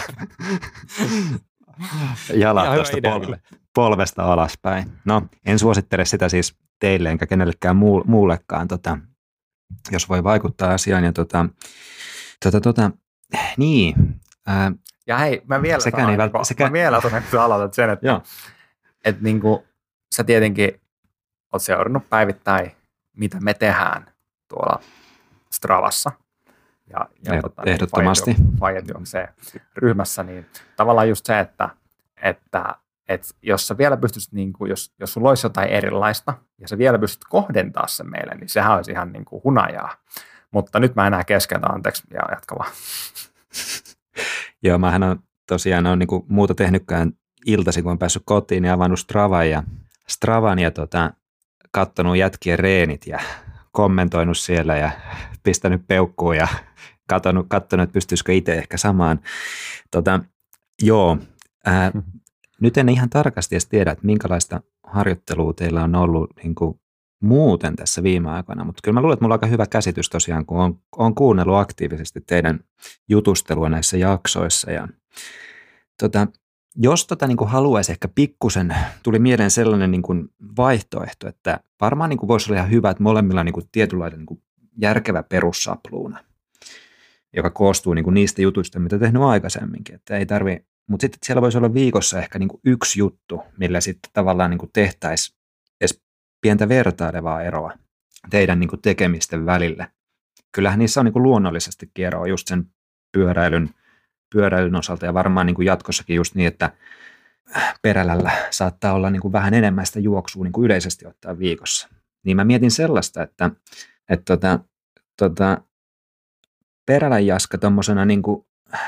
jalat tuosta polve, polvesta alaspäin. No, en suosittele sitä siis teille enkä kenellekään muu, muullekaan, tota, jos voi vaikuttaa asiaan. Ja tota, tota, tota, niin. Ää, ja hei, mä vielä sekä sanon, niin, niin, sekä, mä vielä sanon, että sä aloitat sen, että, että niin kuin, sä tietenkin oot seurannut päivittäin, mitä me tehdään tuolla Stravassa. Ja, ja tota, ehdottomasti. Faijat juoksee ryhmässä, niin tavallaan just se, että, että, että jos sä vielä pystyisit, niin kuin, jos, jos sulla olisi jotain erilaista, ja sä vielä pystyt kohdentamaan sen meille, niin sehän olisi ihan niin kuin hunajaa. Mutta nyt mä enää keskeltä, anteeksi, ja jatka vaan. Joo, mähän on tosiaan on niin kuin muuta tehnytkään iltasi, kun on päässyt kotiin, niin avannut Stravan ja, Stravan ja tota, kattonut jätkien reenit ja kommentoinut siellä ja pistänyt peukkuun ja katsonut, katsonut että pystyisikö itse ehkä samaan. Tota, joo, ää, nyt en ihan tarkasti edes tiedä, että minkälaista harjoittelua teillä on ollut niin kuin muuten tässä viime aikoina, mutta kyllä mä luulen, että mulla on aika hyvä käsitys tosiaan, kun on, on kuunnellut aktiivisesti teidän jutustelua näissä jaksoissa. Ja, tota, jos tota, niin kuin haluaisi ehkä pikkusen, tuli mieleen sellainen niin kuin vaihtoehto, että varmaan niin kuin voisi olla ihan hyvä, että molemmilla on niin kuin tietynlainen niin kuin järkevä perussapluuna, joka koostuu niin kuin niistä jutuista, mitä tehnyt aikaisemminkin. Että ei tarvi, mutta sitten siellä voisi olla viikossa ehkä niin kuin yksi juttu, millä sitten tavallaan niin kuin tehtäisiin edes pientä vertailevaa eroa teidän niin kuin tekemisten välillä. Kyllähän niissä on niin kuin luonnollisestikin eroa just sen pyöräilyn, pyöräilyn osalta ja varmaan niin kuin jatkossakin just niin, että perälällä saattaa olla niin kuin vähän enemmän sitä juoksua niin kuin yleisesti ottaa viikossa. Niin mä mietin sellaista, että, että tota, tota, perälän Jaska tommosena niin kuin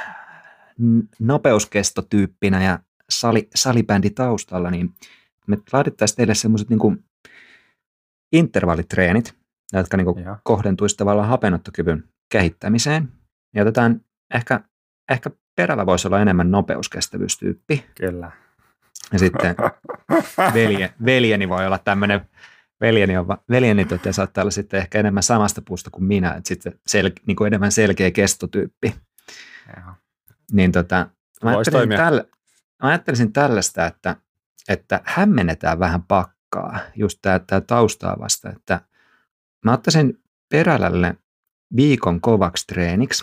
nopeuskestotyyppinä ja sali, salibändi taustalla, niin me laadittaisiin teille semmoiset niin kuin intervallitreenit, jotka niin kuin kohdentuisi tavallaan hapenottokyvyn kehittämiseen. Ja otetaan ehkä, ehkä perällä voisi olla enemmän nopeuskestävyystyyppi. Kyllä. Ja sitten velje, veljeni voi olla tämmöinen, veljeni, on, veljeni tota, saattaa olla sitten ehkä enemmän samasta puusta kuin minä, että sitten sel, niin kuin enemmän selkeä kestotyyppi. Joo. Niin tota, mä, ajattelisin tällä, mä ajattelisin tällaista, että, että hämmennetään vähän pakkaa, just tämä, tämä taustaa vasta, että mä ottaisin perälälle viikon kovaksi treeniksi,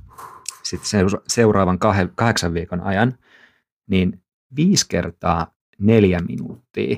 sitten seuraavan kahden, kahdeksan viikon ajan, niin viisi kertaa neljä minuuttia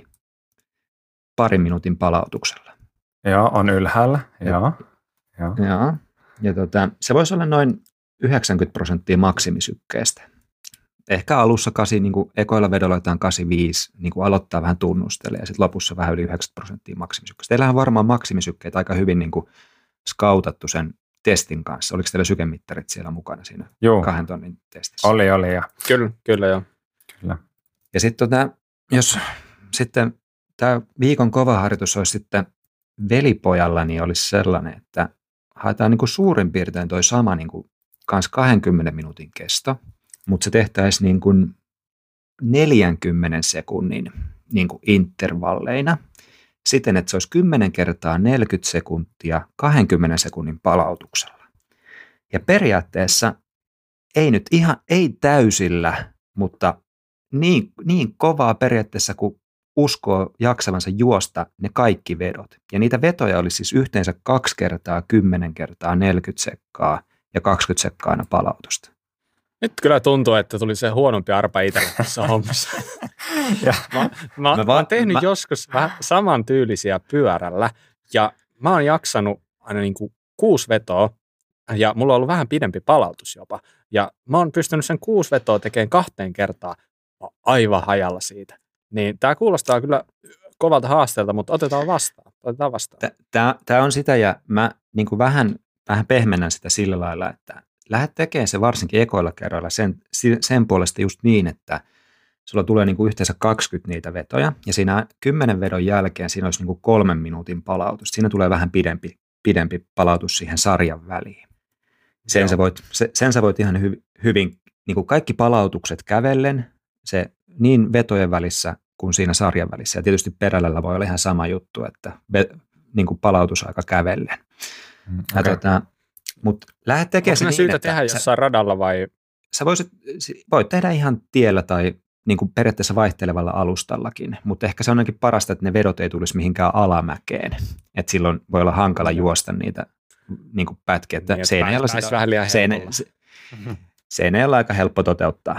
parin minuutin palautuksella. Joo, on ylhäällä. Joo. Joo. Joo. Ja tota, se voisi olla noin yhdeksänkymmentä prosenttia maksimisykkeestä. Ehkä alussa kasi, niin kuin ekoilla vedolla jotain kahdeksankymmentäviisi, niin kuin aloittaa vähän tunnustelee ja sitten lopussa vähän yli yhdeksänkymmentä prosenttia maksimisykkeestä. Teillähän on varmaan maksimisykkeet aika hyvin niin kuin skautattu sen testin kanssa. Oliko teillä sykemittarit siellä mukana siinä Joo. kahden tonnin testissä? Oli, oli. Ja. Kyllä, kyllä joo. Kyllä. Ja sitten tota, jos sitten tämä viikon kova harjoitus olisi sitten velipojalla, niin olisi sellainen, että haetaan niin kuin suurin piirtein toi sama niin kuin kans kaksikymmentä minuutin kesto, mutta se tehtäisiin niin kuin neljänkymmenen sekunnin niin kuin intervalleina siten, että se olisi kymmenen kertaa neljäkymmentä sekuntia kaksikymmentä sekunnin palautuksella. Ja periaatteessa ei nyt ihan, ei täysillä, mutta niin, niin kovaa periaatteessa, kun uskoo jaksavansa juosta ne kaikki vedot. Ja niitä vetoja olisi siis yhteensä kaksi kertaa, kymmenen kertaa, neljäkymmentä sekkaa ja kaksikymmentä sekkaa aina palautusta. Nyt kyllä tuntuu, että tuli se huonompi arpa itselle tässä hommassa. ja, mä, mä, mä, mä oon tehnyt mä... joskus vähän samantyylisiä pyörällä ja mä oon jaksanut aina niin kuin kuusi vetoa ja mulla on ollut vähän pidempi palautus jopa. Ja mä oon pystynyt sen kuusi vetoa tekemään kahteen kertaan aivan hajalla siitä. Niin tää kuulostaa kyllä kovalta haasteelta, mutta otetaan vastaan. Otetaan vastaan. Tämä on sitä ja mä niin kuin vähän, vähän pehmennän sitä sillä lailla, että lähdet tekemään se varsinkin ekoilla kerroilla sen, sen puolesta just niin, että sulla tulee niin kuin yhteensä kaksikymmentä niitä vetoja ja siinä kymmenen vedon jälkeen siinä olisi niin kuin kolmen minuutin palautus. Siinä tulee vähän pidempi pidempi palautus siihen sarjan väliin. Sen, sä voit, se, sen sä voit ihan hy, hyvin, niin kuin kaikki palautukset kävellen, se niin vetojen välissä kuin siinä sarjan välissä. Ja tietysti perällä voi olla ihan sama juttu, että ve, niin kuin palautusaika kävellen. Okay. Tota, mutta lähde tekemään se niin, syytä tehdä sä, jossain radalla vai? Sä voisit, voit tehdä ihan tiellä tai niin kuin periaatteessa vaihtelevalla alustallakin, mutta ehkä se on ainakin parasta, että ne vedot ei tulisi mihinkään alamäkeen. Että silloin voi olla hankala juosta niitä niin kuin pätkiä. Että niin, Seinäjällä sitä, vähän liian Seinä, se, Seinäjällä aika helppo toteuttaa.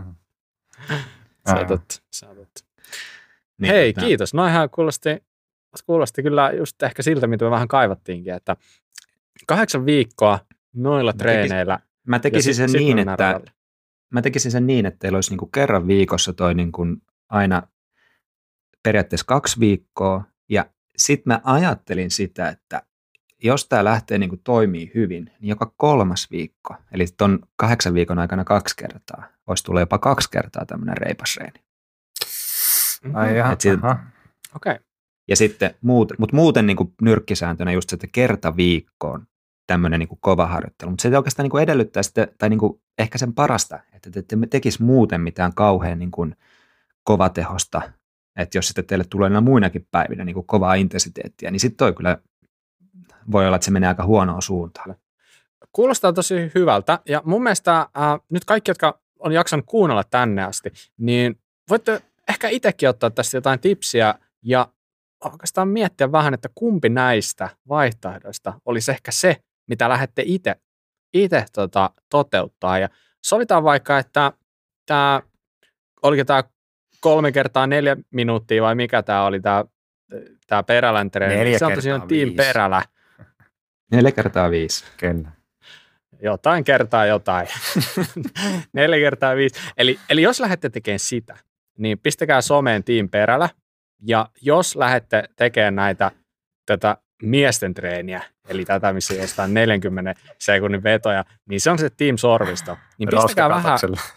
Sä totta, sä totta. Niin, Hei, tota... kiitos. Noihän kuulosti, kuulosti kyllä just ehkä siltä, mitä me vähän kaivattiinkin, että kahdeksan viikkoa noilla mä treeneillä. Tekisin, mä tekisin sen sit, niin, sit että mä tekisin sen niin, että teillä olisi niinku kerran viikossa toi niinku aina periaatteessa kaksi viikkoa, ja sitten mä ajattelin sitä, että jos tämä lähtee niinku toimii hyvin, niin joka kolmas viikko, eli ton kahdeksan viikon aikana kaksi kertaa, voisi tulla jopa kaksi kertaa tämmöinen reipasreeni. Ai jaha, okei. Okay. Ja sitten muuten, mutta muuten niinku nyrkkisääntönä just se, että kerta viikkoon tämmöinen niinku kova harjoittelu, mutta se oikeastaan niinku edellyttää sitä, tai niinku ehkä sen parasta, että te ette tekisi muuten mitään kauhean niinku kovatehosta, että jos sitten teille tulee nämä muinakin päivinä niinku kovaa intensiteettiä, niin sitten toi kyllä voi olla, että se menee aika huonoon suuntaan. Kuulostaa tosi hyvältä, ja mun mielestä äh, nyt kaikki, jotka on jaksanut kuunnella tänne asti, niin voitte ehkä itsekin ottaa tästä jotain tipsiä, ja oikeastaan miettiä vähän, että kumpi näistä vaihtoehdoista olisi ehkä se, mitä lähdette itse itse tota, toteuttaa. Ja sovitaan vaikka, että tämä, oliko tämä kolme kertaa neljä minuuttia vai mikä tämä oli, tämä, tämä Perälän treeni. Neljä se on tosiaan Team Perälä. Neljä kertaa viisi. Kyllä. Jotain kertaa jotain. Neljä kertaa viisi. Eli, eli jos lähdette tekemään sitä, niin pistäkää someen Team Perälä. Ja jos lähdette tekemään näitä, tätä miesten treeniä, eli tätä, missä jostain neljänkymmenen sekunnin vetoja, niin se on se Team Sorvisto. Niin pistäkää vähän,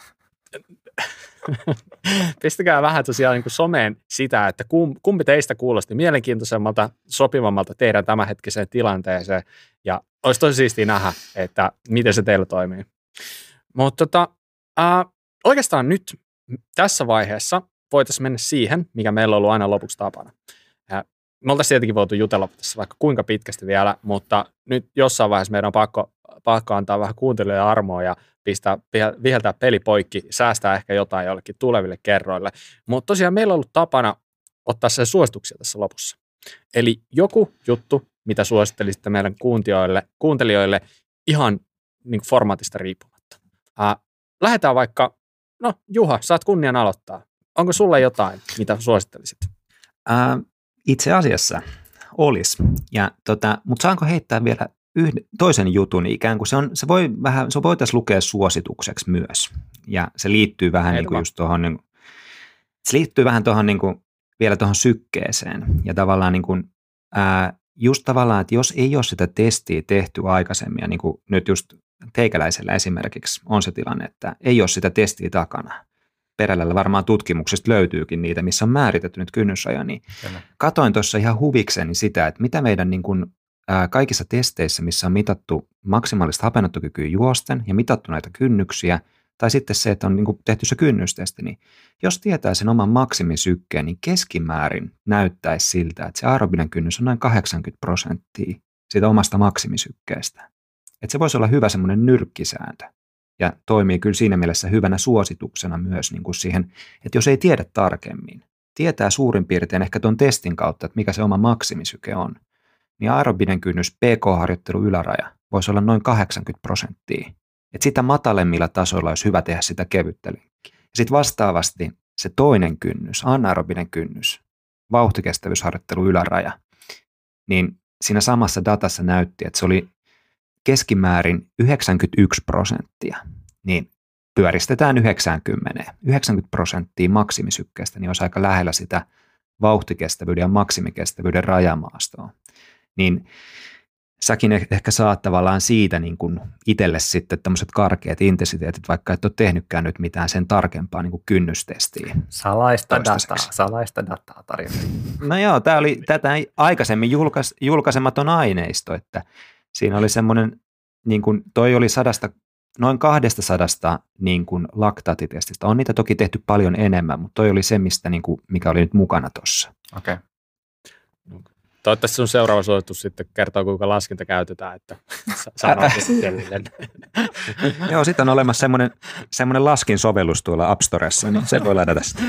pistäkää vähän tosiaan niin kuin someen sitä, että kumpi teistä kuulosti mielenkiintoisemmalta, sopivammalta teidän tämänhetkiseen tilanteeseen, ja olisi tosi siistiä nähdä, että miten se teillä toimii. Mutta tota, äh, oikeastaan nyt tässä vaiheessa voitaisiin mennä siihen, mikä meillä on ollut aina lopuksi tapana. Me oltaisiin tietenkin voitu jutella tässä vaikka kuinka pitkästi vielä, mutta nyt jossain vaiheessa meidän on pakko, pakko antaa vähän kuuntelijoille armoa ja pistää, viheltää peli poikki, säästää ehkä jotain jollekin tuleville kerroille. Mutta tosiaan meillä on ollut tapana ottaa se suosituksia tässä lopussa. Eli joku juttu, mitä suosittelisitte meidän kuuntelijoille, kuuntelijoille ihan niin kuin formaatista riippumatta. Äh, lähdetään vaikka, no Juha, saat kunnian aloittaa. Onko sulla jotain, mitä suosittelisit? Äh, itse asiassa olisi. Ja tota, mutta saanko heittää vielä yhden, toisen jutun ikään kuin se on, se voi vähän, se voitaisiin lukea suositukseksi myös. Ja se liittyy vähän niin kuin just tuohon, niin, se liittyy vähän tuohon niin kuin, vielä tuohon sykkeeseen. Ja tavallaan niin kuin, ää, just tavallaan, että jos ei ole sitä testiä tehty aikaisemmin, ja niin kuin nyt just teikäläisellä esimerkiksi on se tilanne, että ei ole sitä testiä takana. Perälällä varmaan tutkimuksesta löytyykin niitä, missä on määritetty nyt kynnysraja, niin Kyllä. katoin tuossa ihan huvikseni sitä, että mitä meidän niin kuin, ää, kaikissa testeissä, missä on mitattu maksimaalista hapenottokykyä juosten ja mitattu näitä kynnyksiä, tai sitten se, että on niin kuin tehty se kynnystesti, niin jos tietää sen oman maksimisykkeen, niin keskimäärin näyttäisi siltä, että se aerobinen kynnys on noin kahdeksankymmentä prosenttia siitä omasta maksimisykkeestä. Että se voisi olla hyvä semmoinen nyrkkisääntö. Ja toimii kyllä siinä mielessä hyvänä suosituksena myös niin kuin siihen, että jos ei tiedä tarkemmin, tietää suurin piirtein ehkä tuon testin kautta, että mikä se oma maksimisyke on, niin aerobinen kynnys P K-harjoittelu yläraja voisi olla noin kahdeksankymmentä prosenttia. Että sitä matalemmilla tasoilla olisi hyvä tehdä sitä kevyttä lenkkiä. Ja sitten vastaavasti se toinen kynnys, anaerobinen kynnys, vauhtikestävyysharjoittelu yläraja, niin siinä samassa datassa näytti, että se oli keskimäärin yhdeksänkymmentäyksi prosenttia, niin pyöristetään yhdeksänkymmentä. yhdeksänkymmentä prosenttia maksimisykkeestä, niin olisi aika lähellä sitä vauhtikestävyyden ja maksimikestävyyden rajamaastoa. Niin säkin ehkä saat tavallaan siitä niin kuin itselle sitten tämmöiset karkeat intensiteetit, vaikka et ole tehnytkään nyt mitään sen tarkempaa niin kuin kynnystestiä. Salaista dataa, salaista dataa tarjolla. No joo, tämä oli tätä aikaisemmin julkais, julkaisematon aineisto, että siinä oli semmoinen, niin kuin toi oli sadasta, noin kahdesta sadasta niin kuin laktaattitestistä. On niitä toki tehty paljon enemmän, mutta toi oli se, mistä, niin kuin, mikä oli nyt mukana tuossa. Okei. Okay. Toivottavasti sun seuraava suositus sitten kertoo, kuinka laskinta käytetään, että sanoo sitten. Joo, sitten on olemassa semmoinen, semmoinen laskin-sovellus tuolla App Storessa, niin se voi ladata sitä.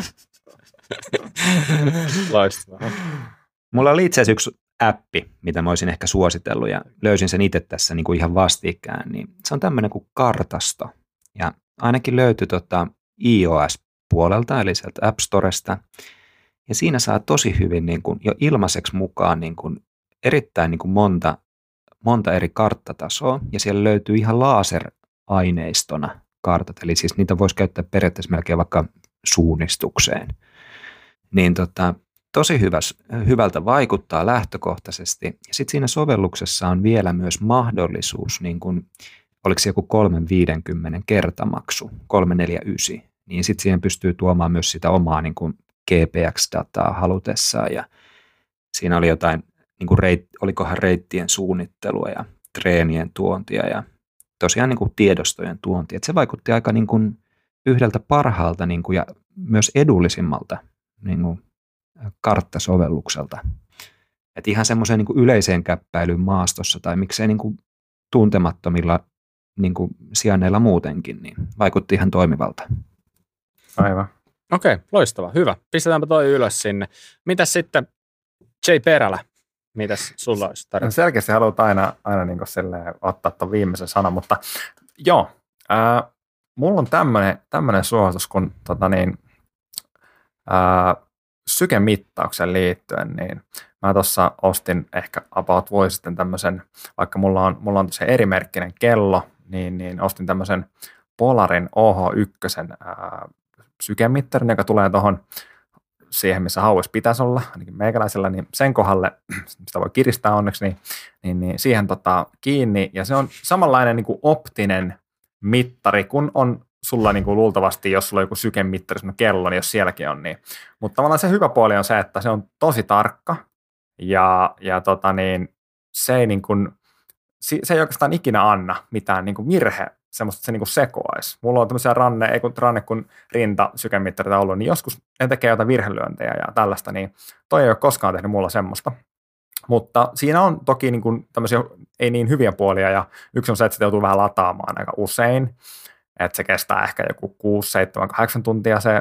Loistavaa. Mulla oli itse asiassa yksi appi, mitä mä olisin ehkä suositellut ja löysin sen itse tässä niin kuin ihan vastikään, niin se on tämmöinen kuin Kartasto. Ja ainakin löytyi tota iOS-puolelta, eli sieltä App Storesta. Ja siinä saa tosi hyvin niin kuin jo ilmaiseksi mukaan niin kuin erittäin niin kuin monta, monta eri karttatasoa, ja siellä löytyy ihan laser-aineistona kartat, eli siis niitä voisi käyttää periaatteessa melkein vaikka suunnistukseen. Niin tota, tosi hyvä, hyvältä vaikuttaa lähtökohtaisesti, ja sitten siinä sovelluksessa on vielä myös mahdollisuus, niin kuin, oliko se joku kolme viisikymmentä kertamaksu, kolme neljä yhdeksän, niin sitten siihen pystyy tuomaan myös sitä omaa niin kuin G P X-dataa halutessaan ja siinä oli jotain, niin kuin reit, olikohan reittien suunnittelua ja treenien tuontia ja tosiaan niin kuin tiedostojen tuontia. Että se vaikutti aika niin kuin yhdeltä parhaalta niin kuin ja myös edullisimmalta niin kuin karttasovellukselta. Että ihan semmoiseen niin kuin yleiseen käppäilyyn maastossa tai miksei niin kuin tuntemattomilla niin kuin sijainneilla muutenkin, niin vaikutti ihan toimivalta. Aivan. Okei, loistavaa. Hyvä. Pistetäänpä toi ylös sinne. Mitäs sitten J. Perälä? Mitäs sulla olisi tarjota? No selkeästi haluat aina, aina niin ottaa tuon viimeisen sanan, mutta joo, äh, mulla on tämmöinen suositus, kun tota niin, äh, sykemittaukseen liittyen, niin mä tuossa ostin ehkä about vuosi sitten tämmöisen, vaikka mulla on, mulla on se erimerkkinen kello, niin, niin ostin tämmöisen Polarin O H yksi äh, sykemittarin, joka tulee tuohon siihen, missä hauessa pitäisi olla, ainakin meikäläisellä, niin sen kohdalle, sitä voi kiristää onneksi, niin, niin, niin siihen tota, kiinni. Ja se on samanlainen niin kuin optinen mittari, kun on sulla niin kuin luultavasti, jos sulla on joku sykemittari, semmoinen kello, niin jos sielläkin on. Niin. Mutta tavallaan se hyvä puoli on se, että se on tosi tarkka ja, ja tota niin, se, ei niin kuin, se ei oikeastaan ikinä anna mitään niin kuin virhe, semmoista, että se niinku sekoaisi. Mulla on tämmöisiä ranne, ei kun ranne kun rinta sykemittareita ollut, niin joskus ne tekee jotain virhelyöntejä ja tällaista, niin toi ei ole koskaan tehnyt mulla semmoista. Mutta siinä on toki niinku tämmöisiä ei niin hyviä puolia, ja yksi on se, että sitä joutuu vähän lataamaan aika usein, että se kestää ehkä joku kuusi, seitsemän, kahdeksan tuntia se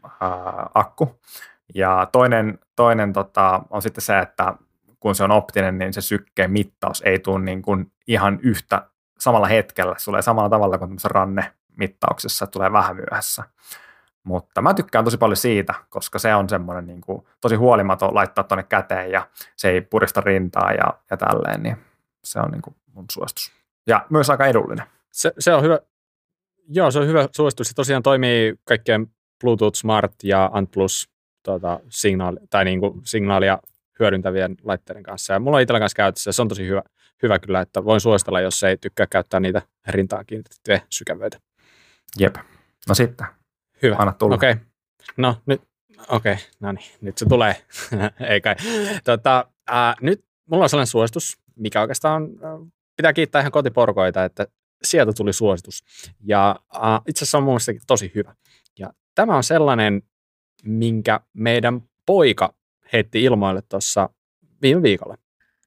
ää, akku. Ja toinen, toinen tota, on sitten se, että kun se on optinen, niin se sykkeen mittaus ei tule niin kuin ihan yhtä samalla hetkellä, se tulee samalla tavalla kuin tämmöisessä rannemittauksessa, tulee vähän myöhässä. Mutta mä tykkään tosi paljon siitä, koska se on semmoinen niin kuin tosi huolimaton laittaa tuonne käteen ja se ei purista rintaa ja, ja tälleen, niin se on niin kuin mun suositus. Ja myös aika edullinen. Se, se on hyvä, joo, se on hyvä suositus. Se tosiaan toimii kaikkien Bluetooth Smart ja Ant Plus tuota, signaali, tai niin kuin signaalia hyödyntävien laitteiden kanssa. Ja mulla on itsellä kanssa käytössä, se on tosi hyvä, hyvä kyllä, että voin suositella, jos ei tykkää käyttää niitä rintaan kiinnitettyjä sykävöitä. Jep. No sitten. Hyvä. Anna tulla. Okei. Okay. No nyt, okei, okay. No niin, nyt se tulee. Ei kai. Tota, ää, nyt mulla on sellainen suositus, mikä oikeastaan pitää kiittää ihan kotiporkoita, että sieltä tuli suositus. Ja ää, itse asiassa on mun mielestä tosi hyvä. Ja tämä on sellainen, minkä meidän poika heitti ilmoille tuossa viime viikolla.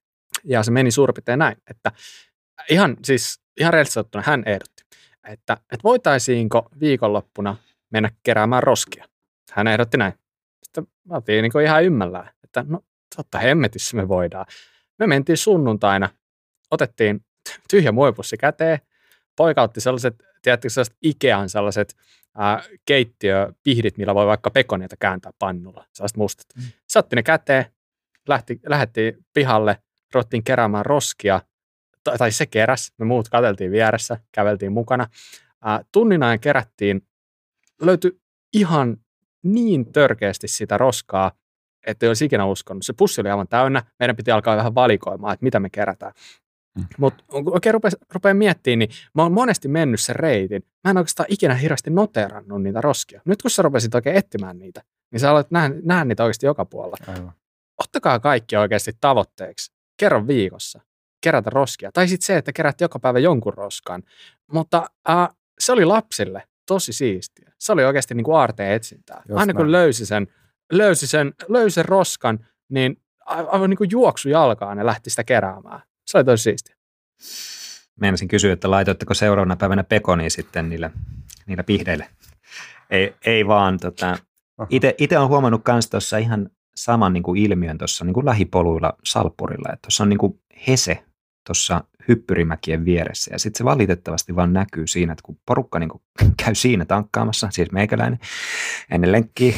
Ja se meni suurin piirtein näin, että ihan, siis, ihan reellisesti ottuna hän ehdotti, että, että voitaisiinko viikonloppuna mennä keräämään roskia. Hän ehdotti näin. Sitten me oltiin niin ihan ymmällään, että no totta hemmetissä me voidaan. Me mentiin sunnuntaina, otettiin tyhjä muovipussi käteen, poika otti sellaiset, tiedättekö sellaiset Ikean sellaiset ää, keittiöpihdit, millä voi vaikka pekoneita kääntää pannulla, sellaiset mustat. Mm. Se otti ne käteen, lähti, lähdettiin pihalle, ruvettiin keräämään roskia, tai se keräs, me muut katseltiin vieressä, käveltiin mukana. Ää, tunnin ajan kerättiin, löytyi ihan niin törkeästi sitä roskaa, että ei olisi ikinä uskonut. Se pussi oli aivan täynnä, meidän piti alkaa vähän valikoimaan, että mitä me kerätään. Mm. Mutta oikein rupeaa rupea miettimään, niin mä oon monesti mennyt sen reitin. Mä en oikeastaan ikinä hirveästi noteerannut niitä roskia. Nyt kun sä rupesit oikein etsimään niitä, niin sä aloit nähdä, nähdä niitä oikeasti joka puolella. Aivan. Ottakaa kaikki oikeasti tavoitteeksi. Kerran viikossa. Kerätä roskia. Tai sitten se, että kerät joka päivä jonkun roskan. Mutta äh, se oli lapsille tosi siistiä. Se oli oikeasti niin kuin aarteen etsintää. Just Aina kun löysi sen, löysi sen, löysi sen roskan, niin aivan niin kuin juoksu jalkaan ja lähti sitä keräämään. Se oli tosi siistiä. Meinasin kysyä, että laitoitteko seuraavana päivänä pekonia sitten niillä, niillä pihdeillä. Ei, ei vaan. Tota, itse olen huomannut myös tuossa ihan saman niin kuin ilmiön tuossa niin kuin lähipoluilla Salppurilla. Tuossa on niin kuin hese tuossa hyppyrimäkien vieressä. Ja sitten se valitettavasti vaan näkyy siinä, että kun porukka niin kuin käy siinä tankkaamassa, siis meikäläinen, ennen lenkkiä.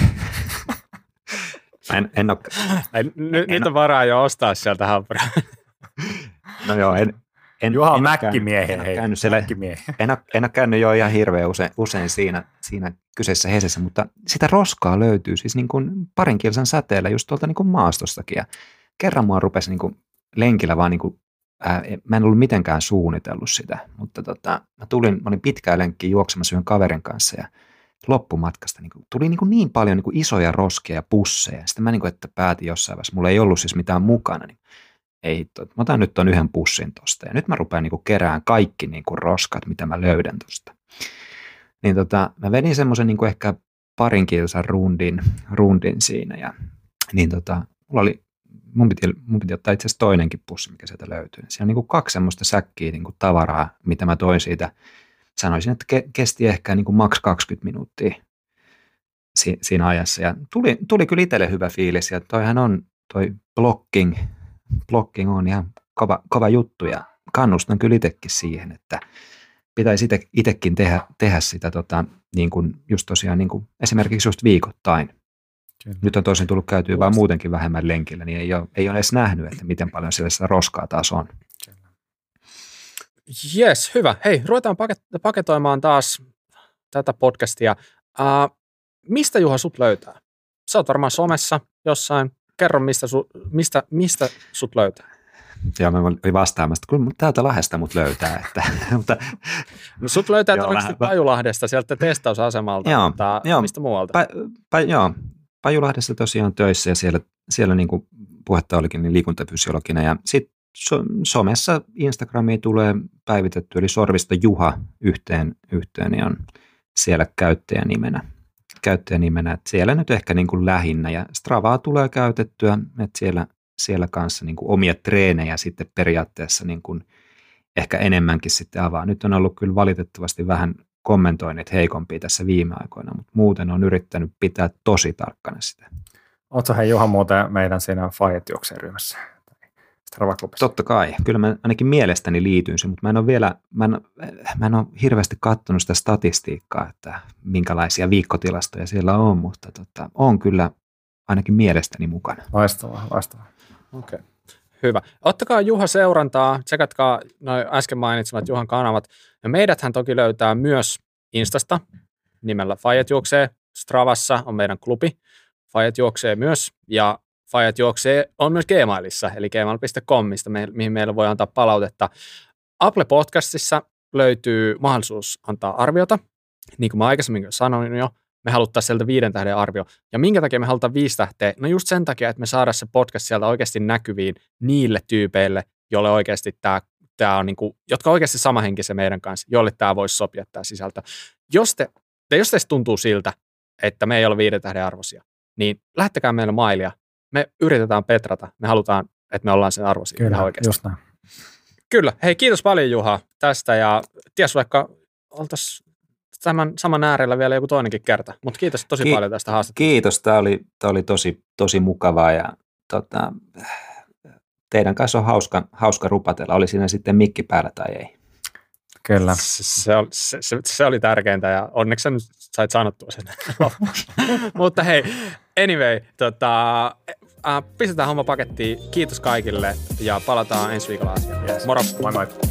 En, en ole, Ai, nyt, en nyt on varaa jo ostaa sieltä hampuria. No joo, en, en, Juha on en mäkkimiehiä. En, en, en, en ole käynyt jo ihan hirveän usein, usein siinä, siinä kyseisessä hesessä, mutta sitä roskaa löytyy siis niin kuin parin kilsan säteellä just tuolta niin kuin maastostakin. Ja kerran mua rupesi niin kuin lenkillä vaan, niin kuin, ää, mä en ollut mitenkään suunnitellut sitä, mutta tota, mä tulin, mä olin pitkään lenkkiin juoksemassa yhden kaverin kanssa ja loppumatkasta niin kuin, tuli niin, kuin niin paljon niin kuin isoja roskia ja pusseja. Sitten mä niin kuin, että päätin jossain vaiheessa, mulla ei ollut siis mitään mukana, niin ei hitto, mä otan nyt ton yhden pussin tosta ja nyt mä rupean niin kuin kerään kaikki niin kuin roskat, mitä mä löydän tosta. Niin tota, mä vedin semmoisen niin kuin ehkä parin kilsan rundin, rundin siinä ja niin tota, mulla oli, mun piti, mun piti ottaa itse asiassa toinenkin pussi, mikä sieltä löytyy. Siellä on niin kuin kaksi semmoista säkkiä niin kuin tavaraa, mitä mä toin siitä. Sanoisin, että ke, kesti ehkä niin kuin maks kaksikymmentä minuuttia si, siinä ajassa ja tuli, tuli kyllä itselle hyvä fiilis ja toihan on toi blocking, blocking on ihan kova, kova juttu ja kannustan kyllä itsekin siihen, että pitäisi ite, itsekin tehdä, tehdä sitä tota, niin kuin just tosiaan niin kuin esimerkiksi just viikoittain. Kyllä. Nyt on tosin tullut käytyä vaan muutenkin vähemmän lenkillä, niin ei ole, ei ole edes nähnyt, että miten paljon siellä sitä roskaa taas on. Jes, hyvä. Hei, ruvetaan paket- paketoimaan taas tätä podcastia. Uh, mistä Juha sut löytää? Sä oot varmaan somessa jossain. Kerro, mistä, su, mistä, mistä sut löytää. Joo, mä olin vastaamassa, että kyllä täältä Lahdesta mut löytää. Että, mutta, no, sut löytää todennäköisesti Pajulahdesta, sieltä testausasemalta, joo, mutta joo, mistä muualta? Pa, pa, joo, Pajulahdessa tosiaan töissä ja siellä, siellä niin kuin puhetta olikin niin liikuntafysiologina. Ja sitten so, somessa Instagramiin tulee päivitetty, eli Sorvisto Juha yhteen, yhteen ja on siellä käyttäjänimenä. käyttäjänimenä, että siellä nyt ehkä niin kuin lähinnä ja Stravaa tulee käytettyä, että siellä, siellä kanssa niin kuin omia treenejä sitten periaatteessa niin kuin ehkä enemmänkin sitten avaa. Nyt on ollut kyllä valitettavasti vähän kommentoinnit heikompia tässä viime aikoina, mutta muuten on yrittänyt pitää tosi tarkkana sitä. Oletko hei Juha muuten meidän siinä Fajet juokseen ryhmässä? Totta kai. Kyllä mä ainakin mielestäni liityin siihen, mutta mä en ole vielä, mä en, mä en ole hirveästi katsonut sitä statistiikkaa, että minkälaisia viikkotilastoja siellä on, mutta tota, on kyllä ainakin mielestäni mukana. Loistavaa, loistavaa. Okei, okay. Hyvä. Ottakaa Juha seurantaa, tsekatkaa noin äsken mainitsemat Juhan kanavat. Ja meidäthän toki löytää myös Instasta nimellä Fajet juoksee. Stravassa on meidän klubi. Fajet juoksee myös ja Fajet juoksee on myös Gmailissa, eli gmail piste com, mistä me, mihin meillä voi antaa palautetta. Apple Podcastissa löytyy mahdollisuus antaa arviota. Niin kuin mä aikaisemmin sanoin jo, me haluttaisiin sieltä viiden tähden arvio. Ja minkä takia me halutaan viisi tähteä? No just sen takia, että me saadaan se podcast sieltä oikeasti näkyviin niille tyypeille, joille oikeasti tämä, tämä on niin kuin, jotka oikeasti samahenkisiä meidän kanssa, joille tämä voisi sopia tämä sisältö. Jos, te, te, jos teistä tuntuu siltä, että me ei ole viiden tähden arvoisia, niin lähettäkää meille mailia. Me yritetään petrata. Me halutaan, että me ollaan sen arvoisia. Kyllä, oikeasti. Just näin. Kyllä. Hei, kiitos paljon Juha tästä ja ties vaikka oltaisiin tämän saman äärellä vielä joku toinenkin kerta. Mutta kiitos tosi Ki- paljon tästä haastattelusta. Kiitos. Tämä oli, tämä oli tosi, tosi mukavaa ja tota, teidän kanssa on hauska, hauska rupatella. Oli siinä sitten mikki päällä tai ei. Kyllä. Se, se, oli, se, se, se oli tärkeintä ja onneksi sä nyt sait sanottua sen. Mutta hei, anyway, tota, äh, pistetään homma pakettiin. Kiitos kaikille ja palataan ensi viikolla asiaan. Yes. Moro. Moi moi.